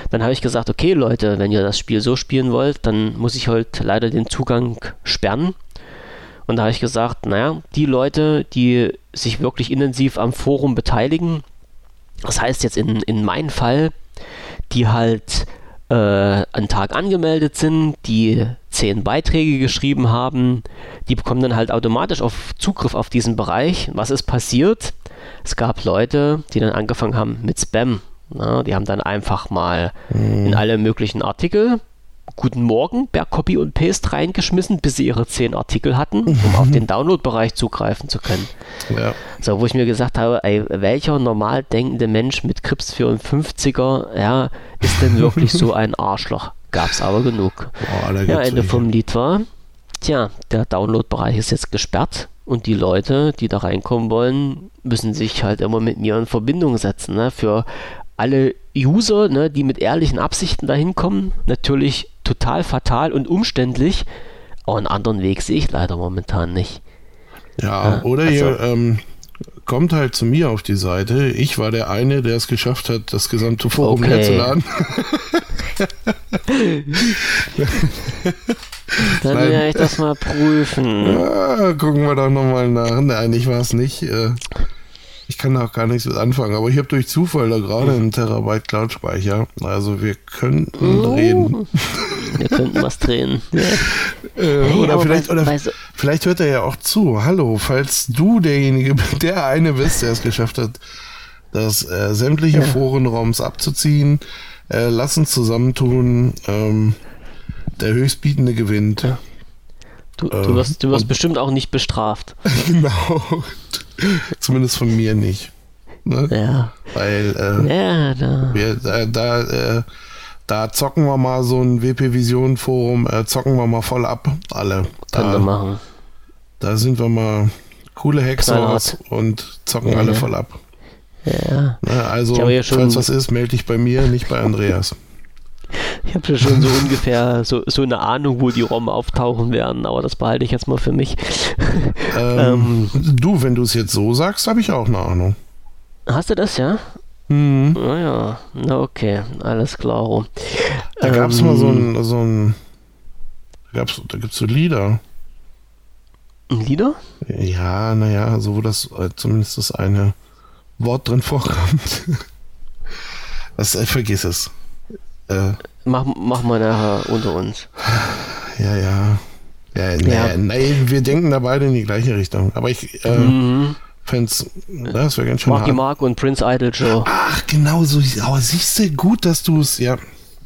dann habe ich gesagt, okay Leute, wenn ihr das Spiel so spielen wollt, dann muss ich halt leider den Zugang sperren. Und da habe ich gesagt, naja, die Leute, die sich wirklich intensiv am Forum beteiligen, das heißt jetzt in, in meinem Fall, die halt äh, einen Tag angemeldet sind, die zehn Beiträge geschrieben haben, die bekommen dann halt automatisch auf Zugriff auf diesen Bereich. Was ist passiert? Es gab Leute, die dann angefangen haben mit Spam. Na, die haben dann einfach mal mhm. in alle möglichen Artikel Guten Morgen per Copy und Paste reingeschmissen, bis sie ihre zehn Artikel hatten, um auf den Download-Bereich zugreifen zu können. Ja. So, wo ich mir gesagt habe, ey, welcher normal denkende Mensch mit Krips vierundfünfziger, ja, ist denn wirklich so ein Arschloch? Gab's aber genug. Oh, ja, Ende vom Lied war, tja, der Download-Bereich ist jetzt gesperrt und die Leute, die da reinkommen wollen, müssen sich halt immer mit mir in Verbindung setzen. Ne? Für alle User, ne, die mit ehrlichen Absichten dahin kommen, natürlich total fatal und umständlich, aber einen anderen Weg sehe ich leider momentan nicht. Ja, ja oder also, ihr ähm, kommt halt zu mir auf die Seite. Ich war der eine, der es geschafft hat, das gesamte Forum okay. leerzuladen. Dann werde ich das mal prüfen. Ja, gucken wir doch nochmal nach. Nein, ich war es nicht. Ich kann da auch gar nichts mit anfangen, aber ich habe durch Zufall da gerade einen Terabyte Cloud-Speicher. Also wir könnten oh. drehen. Wir könnten was drehen. Ja. Äh, hey, oder vielleicht, bei, oder bei so vielleicht hört er ja auch zu. Hallo, falls du derjenige, der eine bist, der es geschafft hat, das äh, sämtliche ja. Forenraums abzuziehen, äh, lass uns zusammentun. Ähm, der Höchstbietende gewinnt. Ja. Du, du wirst, du wirst und, bestimmt auch nicht bestraft. Genau. Zumindest von mir nicht. Ne? Ja. Weil äh, ja, da. Wir, da, da, äh, da zocken wir mal so ein W P Vision Forum, äh, zocken wir mal voll ab. Alle. Da, Können wir machen. Da sind wir mal coole Hexers und zocken ja, alle voll ab. Ja. Ne? Also, ja falls was ist, melde dich bei mir, nicht bei Andreas. Ich habe ja schon so ungefähr so, so eine Ahnung, wo die ROM auftauchen werden, aber das behalte ich jetzt mal für mich. Ähm, ähm, du, wenn du es jetzt so sagst, habe ich auch eine Ahnung. Hast du das, ja? Mhm. Naja, na okay, alles klar. Da gab es ähm, mal so ein, so ein da, gab's, da gibt es so Lieder. Lieder? Ja, naja, so wo das äh, zumindest das eine Wort drin vorkommt. Das, äh, vergiss es. Äh, mach, mach mal nachher unter uns. Ja, ja. Ja, nee, ja. Nein, wir denken da beide in die gleiche Richtung. Aber ich äh, mhm. fände es, das wäre ganz schön Marky Mark und Prince Idol Joe. Ach, genau so. Aber siehst du, gut, dass du es, ja.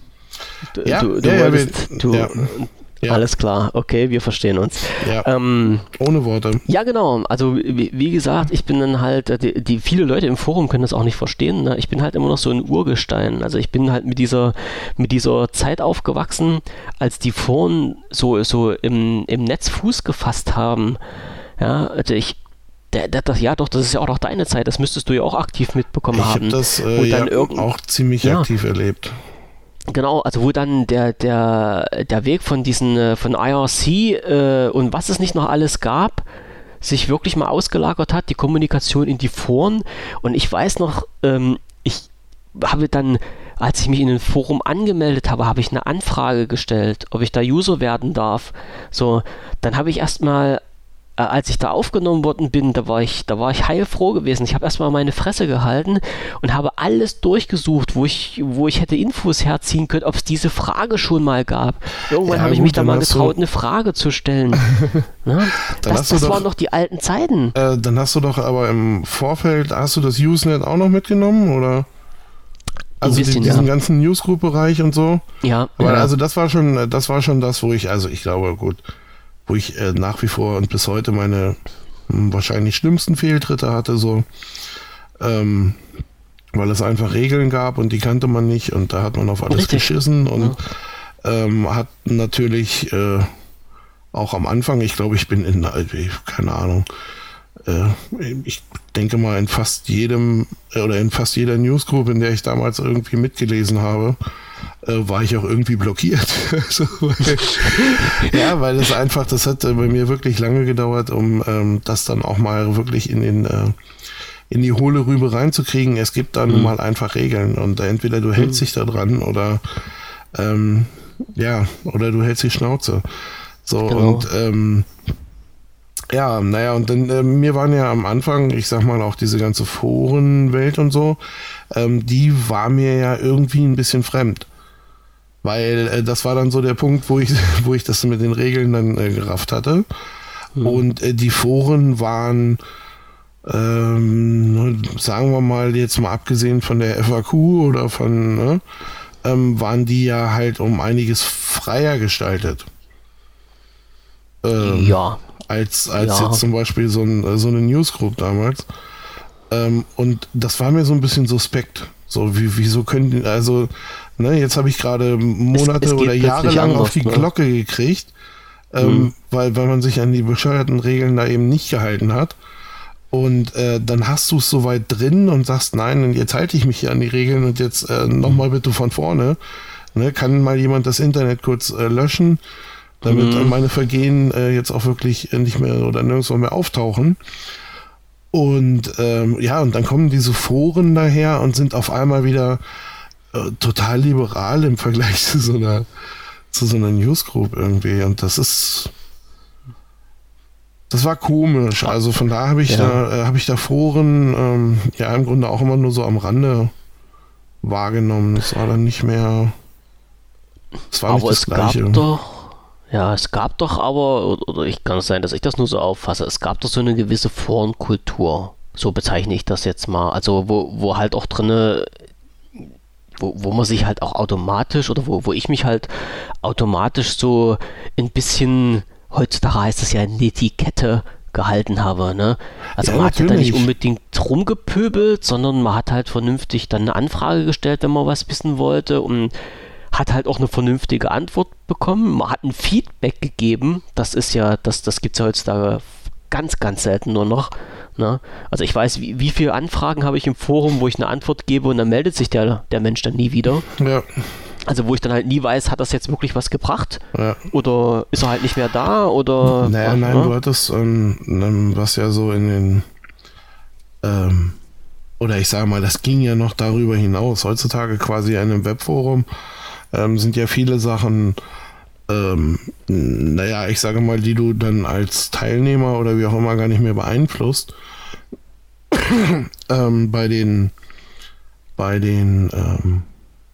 Du, ja, du, du ja, wolltest, ja, du, ja. Ja. Alles klar, okay, wir verstehen uns. Ja. Ähm, Ohne Worte. Ja, genau. Also wie, wie gesagt, ich bin dann halt, die, die viele Leute im Forum können das auch nicht verstehen. Ne? Ich bin halt immer noch so ein Urgestein. Also ich bin halt mit dieser mit dieser Zeit aufgewachsen, als die Foren so so im, im Netz Fuß gefasst haben. Ja, also ich Der, der, das, ja, doch, das ist ja auch noch deine Zeit, das müsstest du ja auch aktiv mitbekommen ich haben. Ich habe das äh, ja, irgend... auch ziemlich ja. aktiv erlebt. Genau, also wo dann der, der, der Weg von diesen, von I R C äh, und was es nicht noch alles gab, sich wirklich mal ausgelagert hat, die Kommunikation in die Foren. Und ich weiß noch, ähm, ich habe dann, als ich mich in ein Forum angemeldet habe, habe ich eine Anfrage gestellt, ob ich da User werden darf. So, dann habe ich erstmal, äh, als ich da aufgenommen worden bin, da war ich, da war ich heilfroh gewesen. Ich habe erstmal meine Fresse gehalten und habe alles durchgesucht, wo ich, wo ich hätte Infos herziehen können, ob es diese Frage schon mal gab. Irgendwann ja, habe ich mich da mal getraut, eine Frage zu stellen. Na, das das doch, waren noch die alten Zeiten. Äh, dann hast du doch aber im Vorfeld, hast du das Usenet auch noch mitgenommen, oder? Also bisschen, die, diesen ja. ganzen Newsgroup-Bereich und so. Ja. Aber ja. also das war schon, das war schon das, wo ich, also ich glaube, gut, wo ich äh, nach wie vor und bis heute meine mh, wahrscheinlich schlimmsten Fehltritte hatte, so, ähm, weil es einfach Regeln gab und die kannte man nicht und da hat man auf alles Richtig. geschissen und ja. ähm, hat natürlich äh, auch am Anfang, ich glaube, ich bin in, keine Ahnung, äh, ich denke mal in fast jedem oder in fast jeder Newsgroup, in der ich damals irgendwie mitgelesen habe, äh, war ich auch irgendwie blockiert. so, weil, ja, weil es einfach, das hat äh, bei mir wirklich lange gedauert, um ähm, das dann auch mal wirklich in den äh, in die hohle Rübe reinzukriegen. Es gibt da mhm. nun mal einfach Regeln und entweder du hältst mhm. dich da dran oder ähm, ja, oder du hältst die Schnauze. So genau. und ähm, ja, naja, und dann, äh, mir waren ja am Anfang, ich sag mal auch diese ganze Forenwelt und so, ähm, die war mir ja irgendwie ein bisschen fremd. Weil äh, das war dann so der Punkt, wo ich, wo ich das mit den Regeln dann äh, gerafft hatte. Mhm. Und äh, die Foren waren, ähm, sagen wir mal, jetzt mal abgesehen von der F A Q oder von, ne, ähm, waren die ja halt um einiges freier gestaltet. Ähm, ja. Als, als ja. jetzt zum Beispiel so, ein, so eine Newsgroup damals. Ähm, und das war mir so ein bisschen suspekt. So, wie, wieso können die, also, ne, jetzt habe ich gerade Monate es, es oder Jahre lang auf die ne? Glocke gekriegt, ähm, hm. weil, weil man sich an die bescheuerten Regeln da eben nicht gehalten hat. Und äh, dann hast du es so weit drin und sagst, nein, und jetzt halte ich mich hier an die Regeln und jetzt äh, nochmal bitte von vorne. Ne, kann mal jemand das Internet kurz äh, löschen, damit mhm. meine Vergehen äh, jetzt auch wirklich nicht mehr oder nirgendwo mehr auftauchen. Und ähm, ja, und dann kommen diese Foren daher und sind auf einmal wieder äh, total liberal im Vergleich zu so einer zu so einer Newsgroup irgendwie. Und das ist das war komisch. Also von da habe ich ja. da äh, habe ich da Foren ähm, ja im Grunde auch immer nur so am Rande wahrgenommen. Das war dann nicht mehr. Es war Aber nicht das es Gleiche. Gab doch Ja, es gab doch aber, oder ich kann es sein, dass ich das nur so auffasse, es gab doch so eine gewisse Forenkultur, so bezeichne ich das jetzt mal, also wo, wo halt auch drinne, wo, wo man sich halt auch automatisch, oder wo, wo ich mich halt automatisch so ein bisschen, heutzutage heißt es ja Netiquette, gehalten habe, ne? Also ja, man hat ja da natürlich. nicht unbedingt rumgepöbelt, sondern man hat halt vernünftig dann eine Anfrage gestellt, wenn man was wissen wollte, und hat halt auch eine vernünftige Antwort bekommen. Man hat ein Feedback gegeben. Das ist ja, das, das gibt es ja heutzutage ganz, ganz selten nur noch. Ne? Also ich weiß, wie, wie viele Anfragen habe ich im Forum, wo ich eine Antwort gebe und dann meldet sich der, der Mensch dann nie wieder. Ja. Also wo ich dann halt nie weiß, hat das jetzt wirklich was gebracht? Ja. Oder ist er halt nicht mehr da? Oder naja, was, nein, ne? du hattest ähm, was ja so in den ähm, oder ich sage mal, das ging ja noch darüber hinaus. Heutzutage quasi in einem Webforum ähm, sind ja viele Sachen, ähm, naja, ich sage mal, die du dann als Teilnehmer oder wie auch immer gar nicht mehr beeinflusst. ähm, bei den bei den ähm,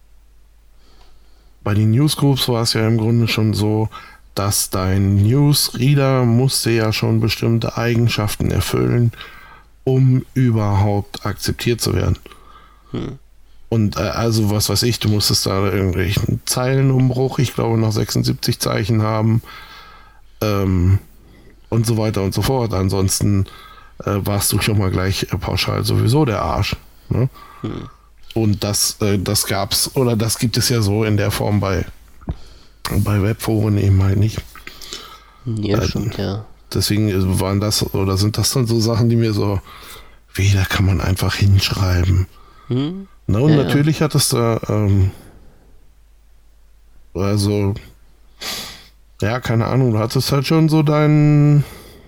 bei den Newsgroups war es ja im Grunde schon so, dass dein Newsreader musste ja schon bestimmte Eigenschaften erfüllen, um überhaupt akzeptiert zu werden. Hm. Und äh, also was weiß ich, du musstest da irgendwelchen Zeilenumbruch, ich glaube noch sechsundsiebzig Zeichen haben, ähm, und so weiter und so fort. Ansonsten äh, warst du schon mal gleich äh, pauschal sowieso der Arsch. Ne? Hm. Und das, äh, das gab's, oder das gibt es ja so in der Form bei, bei Webforen eben halt nicht. Ja, äh, stimmt, ja. Deswegen waren das, oder sind das dann so Sachen, die mir so, wie, da kann man einfach hinschreiben. Hm? Na, und ja, natürlich ja. hat es da, ähm, also, ja, keine Ahnung, du hattest halt schon so dein,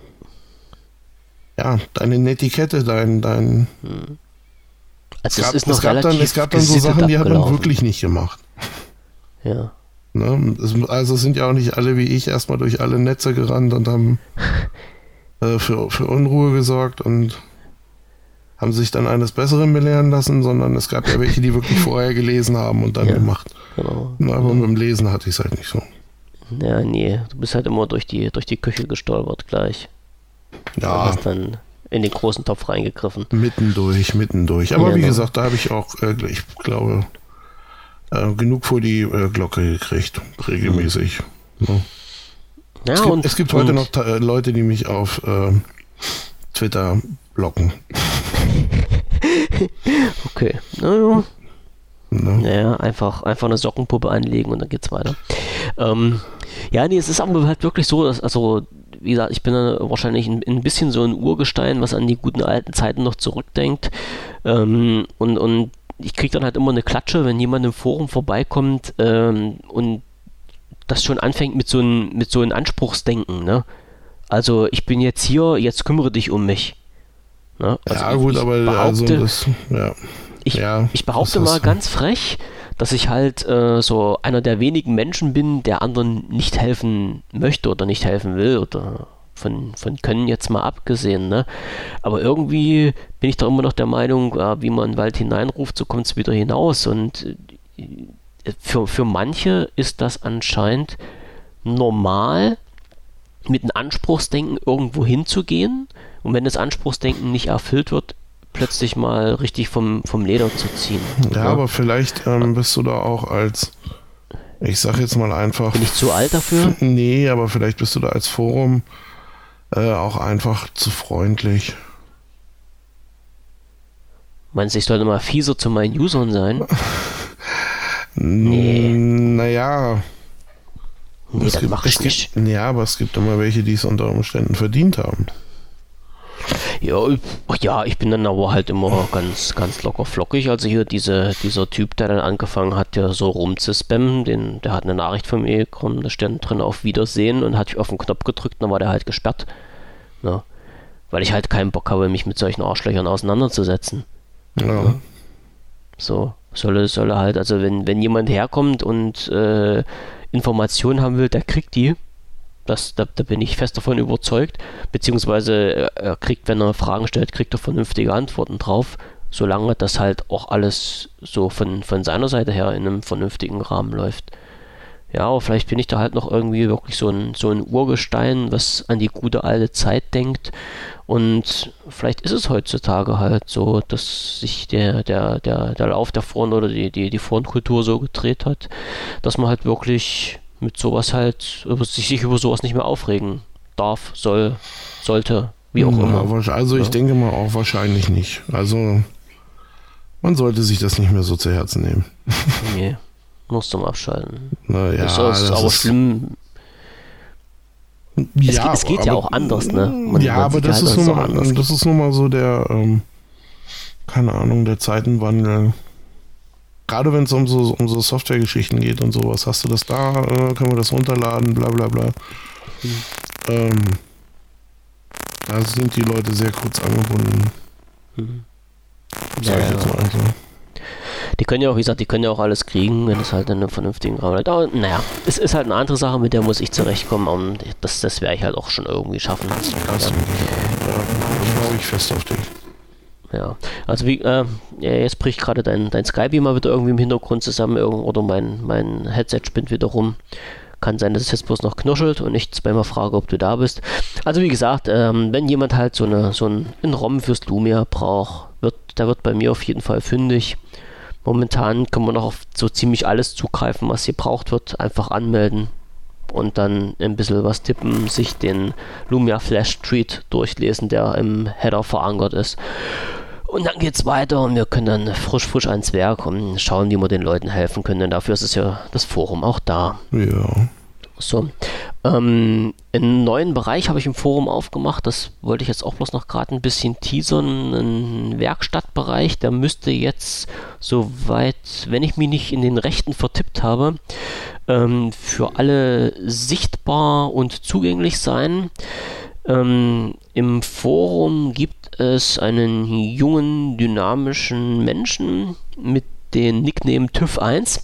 ja, deine Netiquette, dein, dein, hm. Also es, es gab, ist noch es gab relativ dann, es gab dann so Sachen, die hat man abgelaufen. wirklich nicht gemacht. Ja. Ne? Es, also sind ja auch nicht alle wie ich erstmal durch alle Netze gerannt und haben äh, für, für Unruhe gesorgt und haben sich dann eines Besseren belehren lassen, sondern es gab ja welche, die wirklich vorher gelesen haben und dann ja, gemacht. Genau. Na, aber mit dem Lesen hatte ich es halt nicht so. Ja, nee, du bist halt immer durch die, durch die Küche gestolpert gleich. Ja. Du hast dann in den großen Topf reingegriffen. Mittendurch, mittendurch. Aber ja, wie genau. gesagt, da habe ich auch, äh, ich glaube, äh, genug vor die äh, Glocke gekriegt, regelmäßig. Mhm. Ja. Ja, es gibt, und, es gibt heute noch äh, Leute, die mich auf äh, Twitter blocken. Okay, naja. No. Naja, einfach, einfach eine Sockenpuppe anlegen und dann geht's weiter. Ähm, ja, nee, es ist aber halt wirklich so, dass, also, wie gesagt, ich bin dann wahrscheinlich ein, ein bisschen so ein Urgestein, was an die guten alten Zeiten noch zurückdenkt. Ähm, und, und ich kriege dann halt immer eine Klatsche, wenn jemand im Forum vorbeikommt ähm, und das schon anfängt mit so einem mit so einem Anspruchsdenken, ne? Also, ich bin jetzt hier, jetzt kümmere dich um mich. Ne? Also ja, ich, gut, ich aber behaupte, also das, ja. ich, ja, ich behaupte das mal ist, ganz frech, dass ich halt äh, so einer der wenigen Menschen bin, der anderen nicht helfen möchte oder nicht helfen will oder von, von Können jetzt mal abgesehen, ne? Aber irgendwie bin ich doch immer noch der Meinung, äh, wie man in den Wald hineinruft, so kommt es wieder hinaus. Und äh, für, für manche ist das anscheinend normal, mit einem Anspruchsdenken irgendwo hinzugehen und wenn das Anspruchsdenken nicht erfüllt wird, plötzlich mal richtig vom, vom Leder zu ziehen. Ja, ne? aber vielleicht ähm, bist du da auch als, ich sag jetzt mal einfach... Bin ich zu alt dafür? Nee, aber vielleicht bist du da als Forum äh, auch einfach zu freundlich. Meinst du, ich sollte mal fieser zu meinen Usern sein? Nee. Naja... Nee, es das gibt, mach ich es nicht. Gibt, ja, aber es gibt immer welche, die es unter Umständen verdient haben. Ja, ja, ich bin dann aber halt immer ganz, ganz locker flockig. Also hier diese, dieser Typ, der dann angefangen hat, ja so rumzuspammen, den, der hat eine Nachricht von mir bekommen, da stand drin auf Wiedersehen und hat auf den Knopf gedrückt, dann war der halt gesperrt. Ja. Weil ich halt keinen Bock habe, mich mit solchen Arschlöchern auseinanderzusetzen. Ja. Ja. So, solle, solle halt, also wenn, wenn jemand herkommt und äh, Informationen haben will, der kriegt die. Das, da, da bin ich fest davon überzeugt. Beziehungsweise er, er kriegt, wenn er Fragen stellt, kriegt er vernünftige Antworten drauf, solange das halt auch alles so von, von seiner Seite her in einem vernünftigen Rahmen läuft. Ja, aber vielleicht bin ich da halt noch irgendwie wirklich so ein, so ein Urgestein, was an die gute alte Zeit denkt. Und vielleicht ist es heutzutage halt so, dass sich der, der, der, der Lauf der Foren oder die, die, die Forenkultur so gedreht hat, dass man halt wirklich mit sowas halt, sich, sich über sowas nicht mehr aufregen darf, soll, sollte, wie auch ja, immer. Also ich ja. denke mal auch wahrscheinlich nicht. Also man sollte sich das nicht mehr so zu Herzen nehmen. Nee, musst du mal abschalten. Na, ja, das ist das aber ist, schlimm. Es, ja, geht, es geht aber, ja auch anders, ne? Man, ja, man aber das, halt, ist dass nun es auch mal, anders das ist nun mal so der, ähm, keine Ahnung, der Zeitenwandel. Gerade wenn es um so, um so Softwaregeschichten geht und sowas, hast du das da, äh, können wir das runterladen, bla bla bla. Mhm. Ähm, da sind die Leute sehr kurz angebunden. Mhm. Sag Ja, ich jetzt ja. mal so. Die können ja auch, wie gesagt, die können ja auch alles kriegen, wenn es halt in einem vernünftigen Rahmen ist. Aber naja, es ist halt eine andere Sache, mit der muss ich zurechtkommen und das, das werde ich halt auch schon irgendwie schaffen. Das denke ich auch. Da glaube ich fest auf dich. Ja, also wie, äh, ja, jetzt bricht gerade dein, dein Skype mal wieder irgendwie im Hintergrund zusammen irgend- oder mein, mein Headset spinnt wieder rum. Kann sein, dass es jetzt bloß noch knuschelt und ich zweimal frage, ob du da bist. Also wie gesagt, ähm, wenn jemand halt so, eine, so ein, ein ROM fürs Lumia braucht, wird, der wird bei mir auf jeden Fall fündig. Momentan kann man noch auf so ziemlich alles zugreifen, was gebraucht wird. Einfach anmelden und dann ein bisschen was tippen, sich den Lumia Flash Treat durchlesen, der im Header verankert ist. Und dann geht's weiter und wir können dann frisch frisch ans Werk und schauen, wie wir den Leuten helfen können. Denn dafür ist es ja das Forum auch da. Ja. So. Ähm, einen neuen Bereich habe ich im Forum aufgemacht. Das wollte ich jetzt auch bloß noch gerade ein bisschen teasern. Ein Werkstattbereich, der müsste jetzt soweit, wenn ich mich nicht in den Rechten vertippt habe, ähm, für alle sichtbar und zugänglich sein. Ähm, im Forum gibt es einen jungen, dynamischen Menschen mit dem Nickname TÜV eins,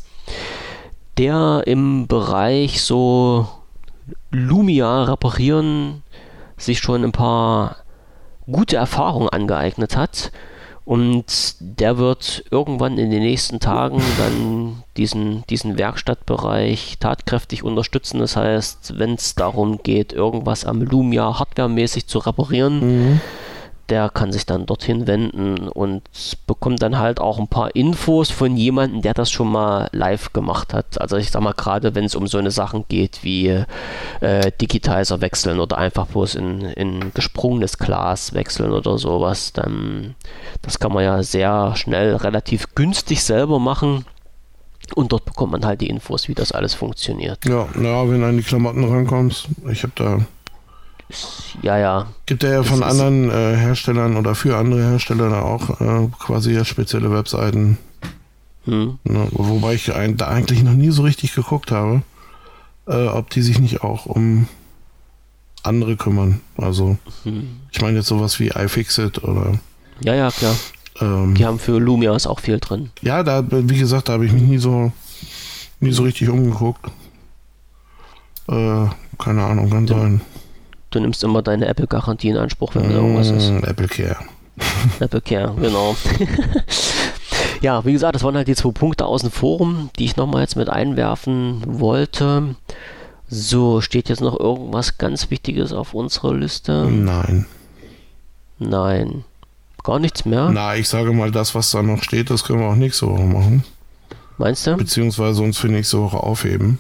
der im Bereich so Lumia reparieren sich schon ein paar gute Erfahrungen angeeignet hat. Und der wird irgendwann in den nächsten Tagen dann diesen, diesen Werkstattbereich tatkräftig unterstützen. Das heißt, wenn es darum geht, irgendwas am Lumia hardwaremäßig zu reparieren, mhm. der kann sich dann dorthin wenden und bekommt dann halt auch ein paar Infos von jemandem, der das schon mal live gemacht hat. Also ich sag mal, gerade wenn es um so eine Sachen geht wie äh, Digitizer wechseln oder einfach bloß in, in gesprungenes Glas wechseln oder sowas, dann das kann man ja sehr schnell relativ günstig selber machen. Und dort bekommt man halt die Infos, wie das alles funktioniert. Ja, na, wenn du an die Klamotten rankommst, ich habe da Ja, ja. Gibt ja von anderen äh, Herstellern oder für andere Hersteller da auch äh, quasi ja spezielle Webseiten. Hm. Ne, wobei ich ein, da eigentlich noch nie so richtig geguckt habe, äh, ob die sich nicht auch um andere kümmern. Also Mhm. ich meine jetzt sowas wie iFixit oder Ja, ja, klar. ähm, Die haben für Lumias auch viel drin. ja, da, wie gesagt, da habe ich mich nie so nie so richtig umgeguckt. Äh, keine Ahnung, kann sein. Du nimmst immer deine Apple-Garantie in Anspruch, wenn da irgendwas ist. Mm, Apple Care. Apple Care, genau. Ja, wie gesagt, das waren halt die zwei Punkte aus dem Forum, die ich nochmal jetzt mit einwerfen wollte. So, steht jetzt noch irgendwas ganz Wichtiges auf unserer Liste? Nein. Nein. Gar nichts mehr? Na, ich sage mal, das, was da noch steht, das können wir auch nächste Woche machen. Meinst du? Beziehungsweise uns für nächste Woche aufheben.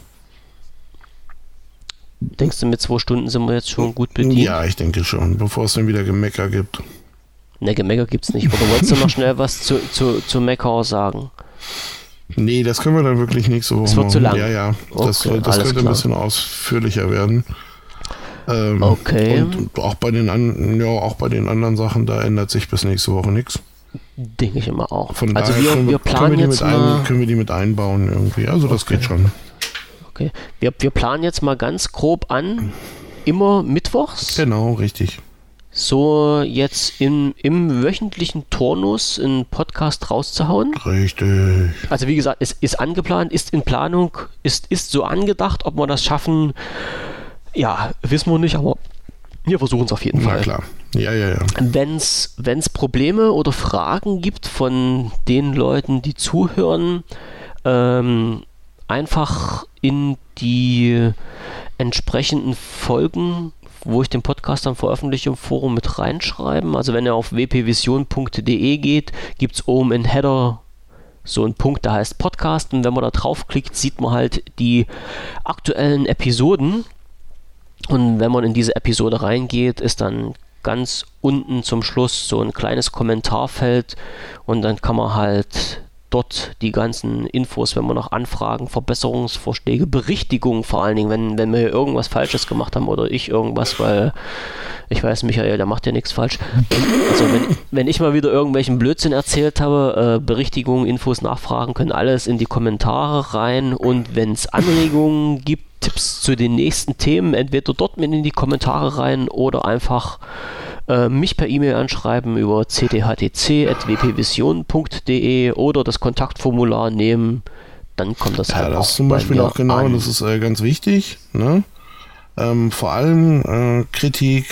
Denkst du, mit zwei Stunden sind wir jetzt schon gut bedient? Ja, ich denke schon, bevor es dann wieder Gemecker gibt. Ne, Gemecker gibt's nicht. Oder wolltest du noch schnell was zu, zu, zu Mecker sagen? Nee, das können wir dann wirklich nächste Woche Es wird machen. zu lang. Ja, ja, das, Okay, das alles könnte klar. ein bisschen ausführlicher werden. Ähm, Okay. Und auch bei den an, ja, auch bei den anderen Sachen, da ändert sich bis nächste Woche nichts. Denke ich immer auch. Von Also daher wir, können, wir können, planen wir die jetzt mit mal... ein, können wir die mit einbauen irgendwie. Also das Okay. geht schon. Okay. Wir, wir planen jetzt mal ganz grob an, immer mittwochs, Genau, richtig. so jetzt im, im wöchentlichen Turnus einen Podcast rauszuhauen. Richtig. Also wie gesagt, es ist angeplant, ist in Planung, ist, ist so angedacht, ob wir das schaffen, ja, wissen wir nicht, aber wir versuchen es auf jeden Na Fall. klar. Ja, ja, ja. Wenn es Probleme oder Fragen gibt von den Leuten, die zuhören, ähm, einfach in die entsprechenden Folgen, wo ich den Podcast dann veröffentliche, im Forum mit reinschreiben. Also wenn ihr auf w p vision punkt d e geht, gibt es oben in Header so einen Punkt, der heißt Podcast. Und wenn man da draufklickt, sieht man halt die aktuellen Episoden. Und wenn man in diese Episode reingeht, ist dann ganz unten zum Schluss so ein kleines Kommentarfeld und dann kann man halt dort die ganzen Infos, wenn wir noch Anfragen, Verbesserungsvorschläge, Berichtigungen vor allen Dingen, wenn, wenn wir hier irgendwas Falsches gemacht haben oder ich irgendwas, weil ich weiß, Michael, der macht ja nichts falsch. Also wenn, wenn ich mal wieder irgendwelchen Blödsinn erzählt habe, äh, Berichtigungen, Infos, Nachfragen können alles in die Kommentare rein und wenn es Anregungen gibt, Tipps zu den nächsten Themen, entweder dort mit in die Kommentare rein oder einfach äh, mich per E-Mail anschreiben über c d h t c at w p vision punkt d e oder das Kontaktformular nehmen, dann kommt das Ja, halt das auch ist zum bei Beispiel mir auch genau, an. das ist äh, ganz wichtig. Ne? Ähm, vor allem äh, Kritik,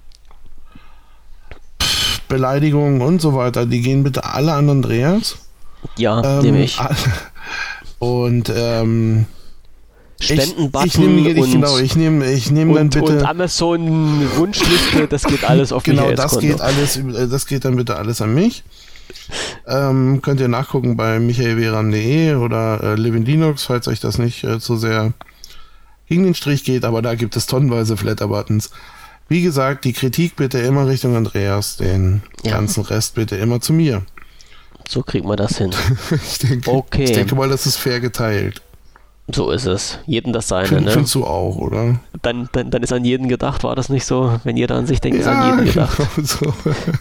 Pff, Beleidigungen und so weiter, die gehen bitte alle an Andreas. Ja, Ähm, nehme ich. a- Und ähm, Spendenbutton ich, ich nehme ich, und, genau, ich nehme ich nehme dann und, bitte und Amazon Wunschliste, das geht alles auf genau, Michaels das Konto. geht alles, über- äh, das geht dann bitte alles an mich. Ähm, könnt ihr nachgucken bei michael veran punkt d e oder äh, Living Linux, falls euch das nicht äh, zu sehr gegen den Strich geht, aber da gibt es tonnenweise Flatter-Buttons. Wie gesagt, die Kritik bitte immer Richtung Andreas, den Ja. ganzen Rest bitte immer zu mir. So kriegt man das hin. Ich denke, Okay. ich denke mal, das ist fair geteilt. So ist es. Jedem das seine, Find, ne? Findest du auch, oder? Dann, dann, dann ist an jeden gedacht, war das nicht so? Wenn jeder an sich denkt, ist an jeden gedacht. genau so.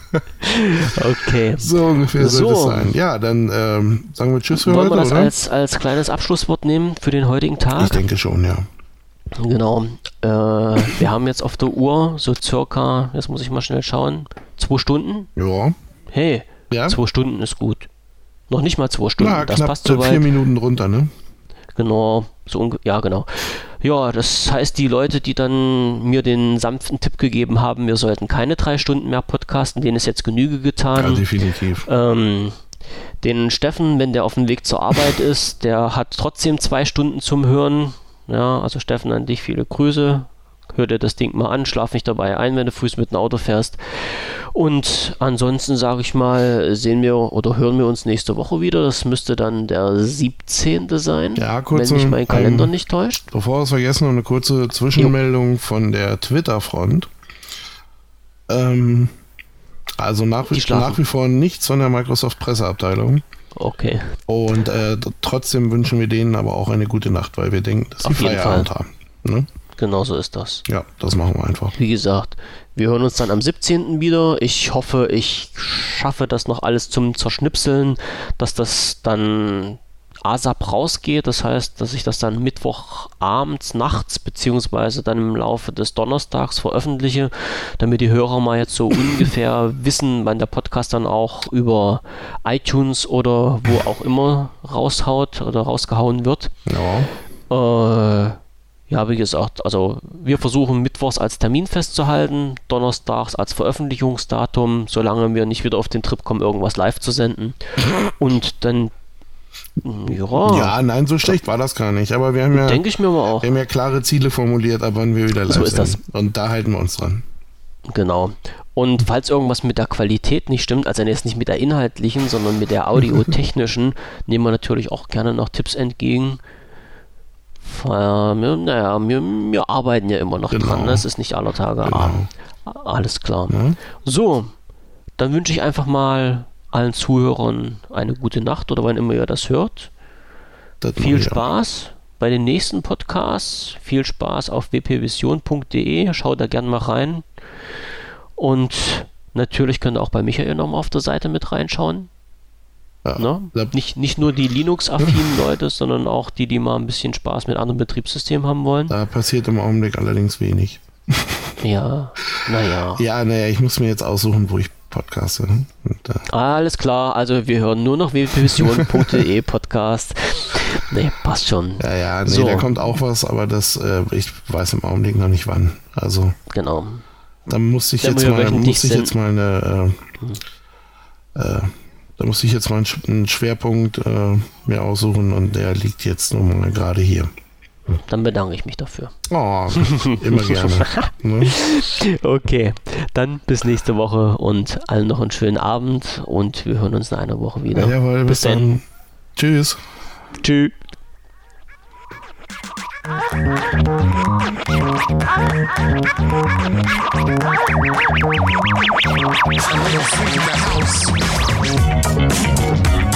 Okay. So ungefähr sollte So. es sein. Ja, dann ähm, sagen wir Tschüss für Wollen heute, wir das oder? als, als kleines Abschlusswort nehmen für den heutigen Tag? Ich denke schon, ja. Genau. Äh, wir haben jetzt auf der Uhr so circa, jetzt muss ich mal schnell schauen, zwei Stunden. Ja. Hey, Ja? zwei Stunden ist gut. Noch nicht mal zwei Stunden, Na, das knapp passt vier soweit. Minuten drunter, ne? Genau, so unge ja genau. Ja, das heißt, die Leute, die dann mir den sanften Tipp gegeben haben, wir sollten keine drei Stunden mehr podcasten, denen ist jetzt Genüge Ja, getan. definitiv. Ähm, den Steffen, wenn der auf dem Weg zur Arbeit ist, der hat trotzdem zwei Stunden zum Hören. Ja, also Steffen, an dich viele Grüße. Hör dir das Ding mal an, schlaf nicht dabei ein, wenn du früh mit dem Auto fährst. Und ansonsten sage ich mal, sehen wir oder hören wir uns nächste Woche wieder. Das müsste dann der siebzehnte sein, Ja, kurz wenn mich mein Kalender ähm, nicht täuscht. Bevor wir es vergessen, noch eine kurze Zwischenmeldung von der Twitter-Front. Ähm, also nach wie, Die schlafen. nach wie vor nichts von der Microsoft-Presseabteilung. Okay, Und äh, d- trotzdem wünschen wir denen aber auch eine gute Nacht, weil wir denken, dass sie Auf jeden Feierabend Fall. haben. Ne? genau so ist das. Ja, das machen wir einfach. Wie gesagt, wir hören uns dann am siebzehnten wieder. Ich hoffe, ich schaffe das noch alles zum Zerschnipseln, dass das dann A S A P rausgeht. Das heißt, dass ich das dann Mittwochabends, nachts, beziehungsweise dann im Laufe des Donnerstags veröffentliche, damit die Hörer mal jetzt so ungefähr wissen, wann der Podcast dann auch über iTunes oder wo auch immer raushaut oder rausgehauen wird. Ja. Äh, ja, wie gesagt, also wir versuchen Mittwochs als Termin festzuhalten, Donnerstags als Veröffentlichungsdatum, solange wir nicht wieder auf den Trip kommen, irgendwas live zu senden. Und dann Ja, ja, nein, so schlecht war das gar nicht. Aber wir haben ja, denke ich mir mal auch. Wir haben ja klare Ziele formuliert, ab wann wir wieder live So ist das. sind. Und da halten wir uns dran. Genau. Und falls irgendwas mit der Qualität nicht stimmt, also jetzt nicht mit der inhaltlichen, sondern mit der audiotechnischen, nehmen wir natürlich auch gerne noch Tipps entgegen. Wir, naja, wir, wir arbeiten ja immer noch Genau. dran. Das ist nicht aller Tage Genau. Abend. Alles klar. Ja? So, dann wünsche ich einfach mal allen Zuhörern eine gute Nacht oder wann immer ihr das hört. Das Viel mache ich auch. Spaß bei den nächsten Podcasts. Viel Spaß auf w p vision punkt d e. Schaut da gerne mal rein. Und natürlich könnt ihr auch bei Michael nochmal auf der Seite mit reinschauen. Ja, Ne? da, Nicht, nicht nur die Linux-affinen Leute, sondern auch die, die mal ein bisschen Spaß mit anderen Betriebssystemen haben wollen. da passiert im Augenblick allerdings wenig. Ja, naja. Ja, naja, ich muss mir jetzt aussuchen, wo ich podcaste. Und, äh, Alles klar, also wir hören nur noch w p vision punkt d e Podcast. Nee, passt schon. ja, ja, nee, So. da kommt auch was, aber das, äh, ich weiß im Augenblick noch nicht wann. Also, Genau. da muss ich Da jetzt wir mal, wöchentlich muss ich jetzt mal eine, äh, äh, da muss ich jetzt mal einen, Sch- einen Schwerpunkt äh, mir aussuchen und der liegt jetzt nun mal gerade hier. Dann bedanke ich mich dafür. Oh, immer gerne. Ne? Okay, dann bis nächste Woche und allen noch einen schönen Abend und wir hören uns in einer Woche wieder. Ja, jawohl, bis, Bis dann. dann. Tschüss. Tschüss. I'm gonna freak the house.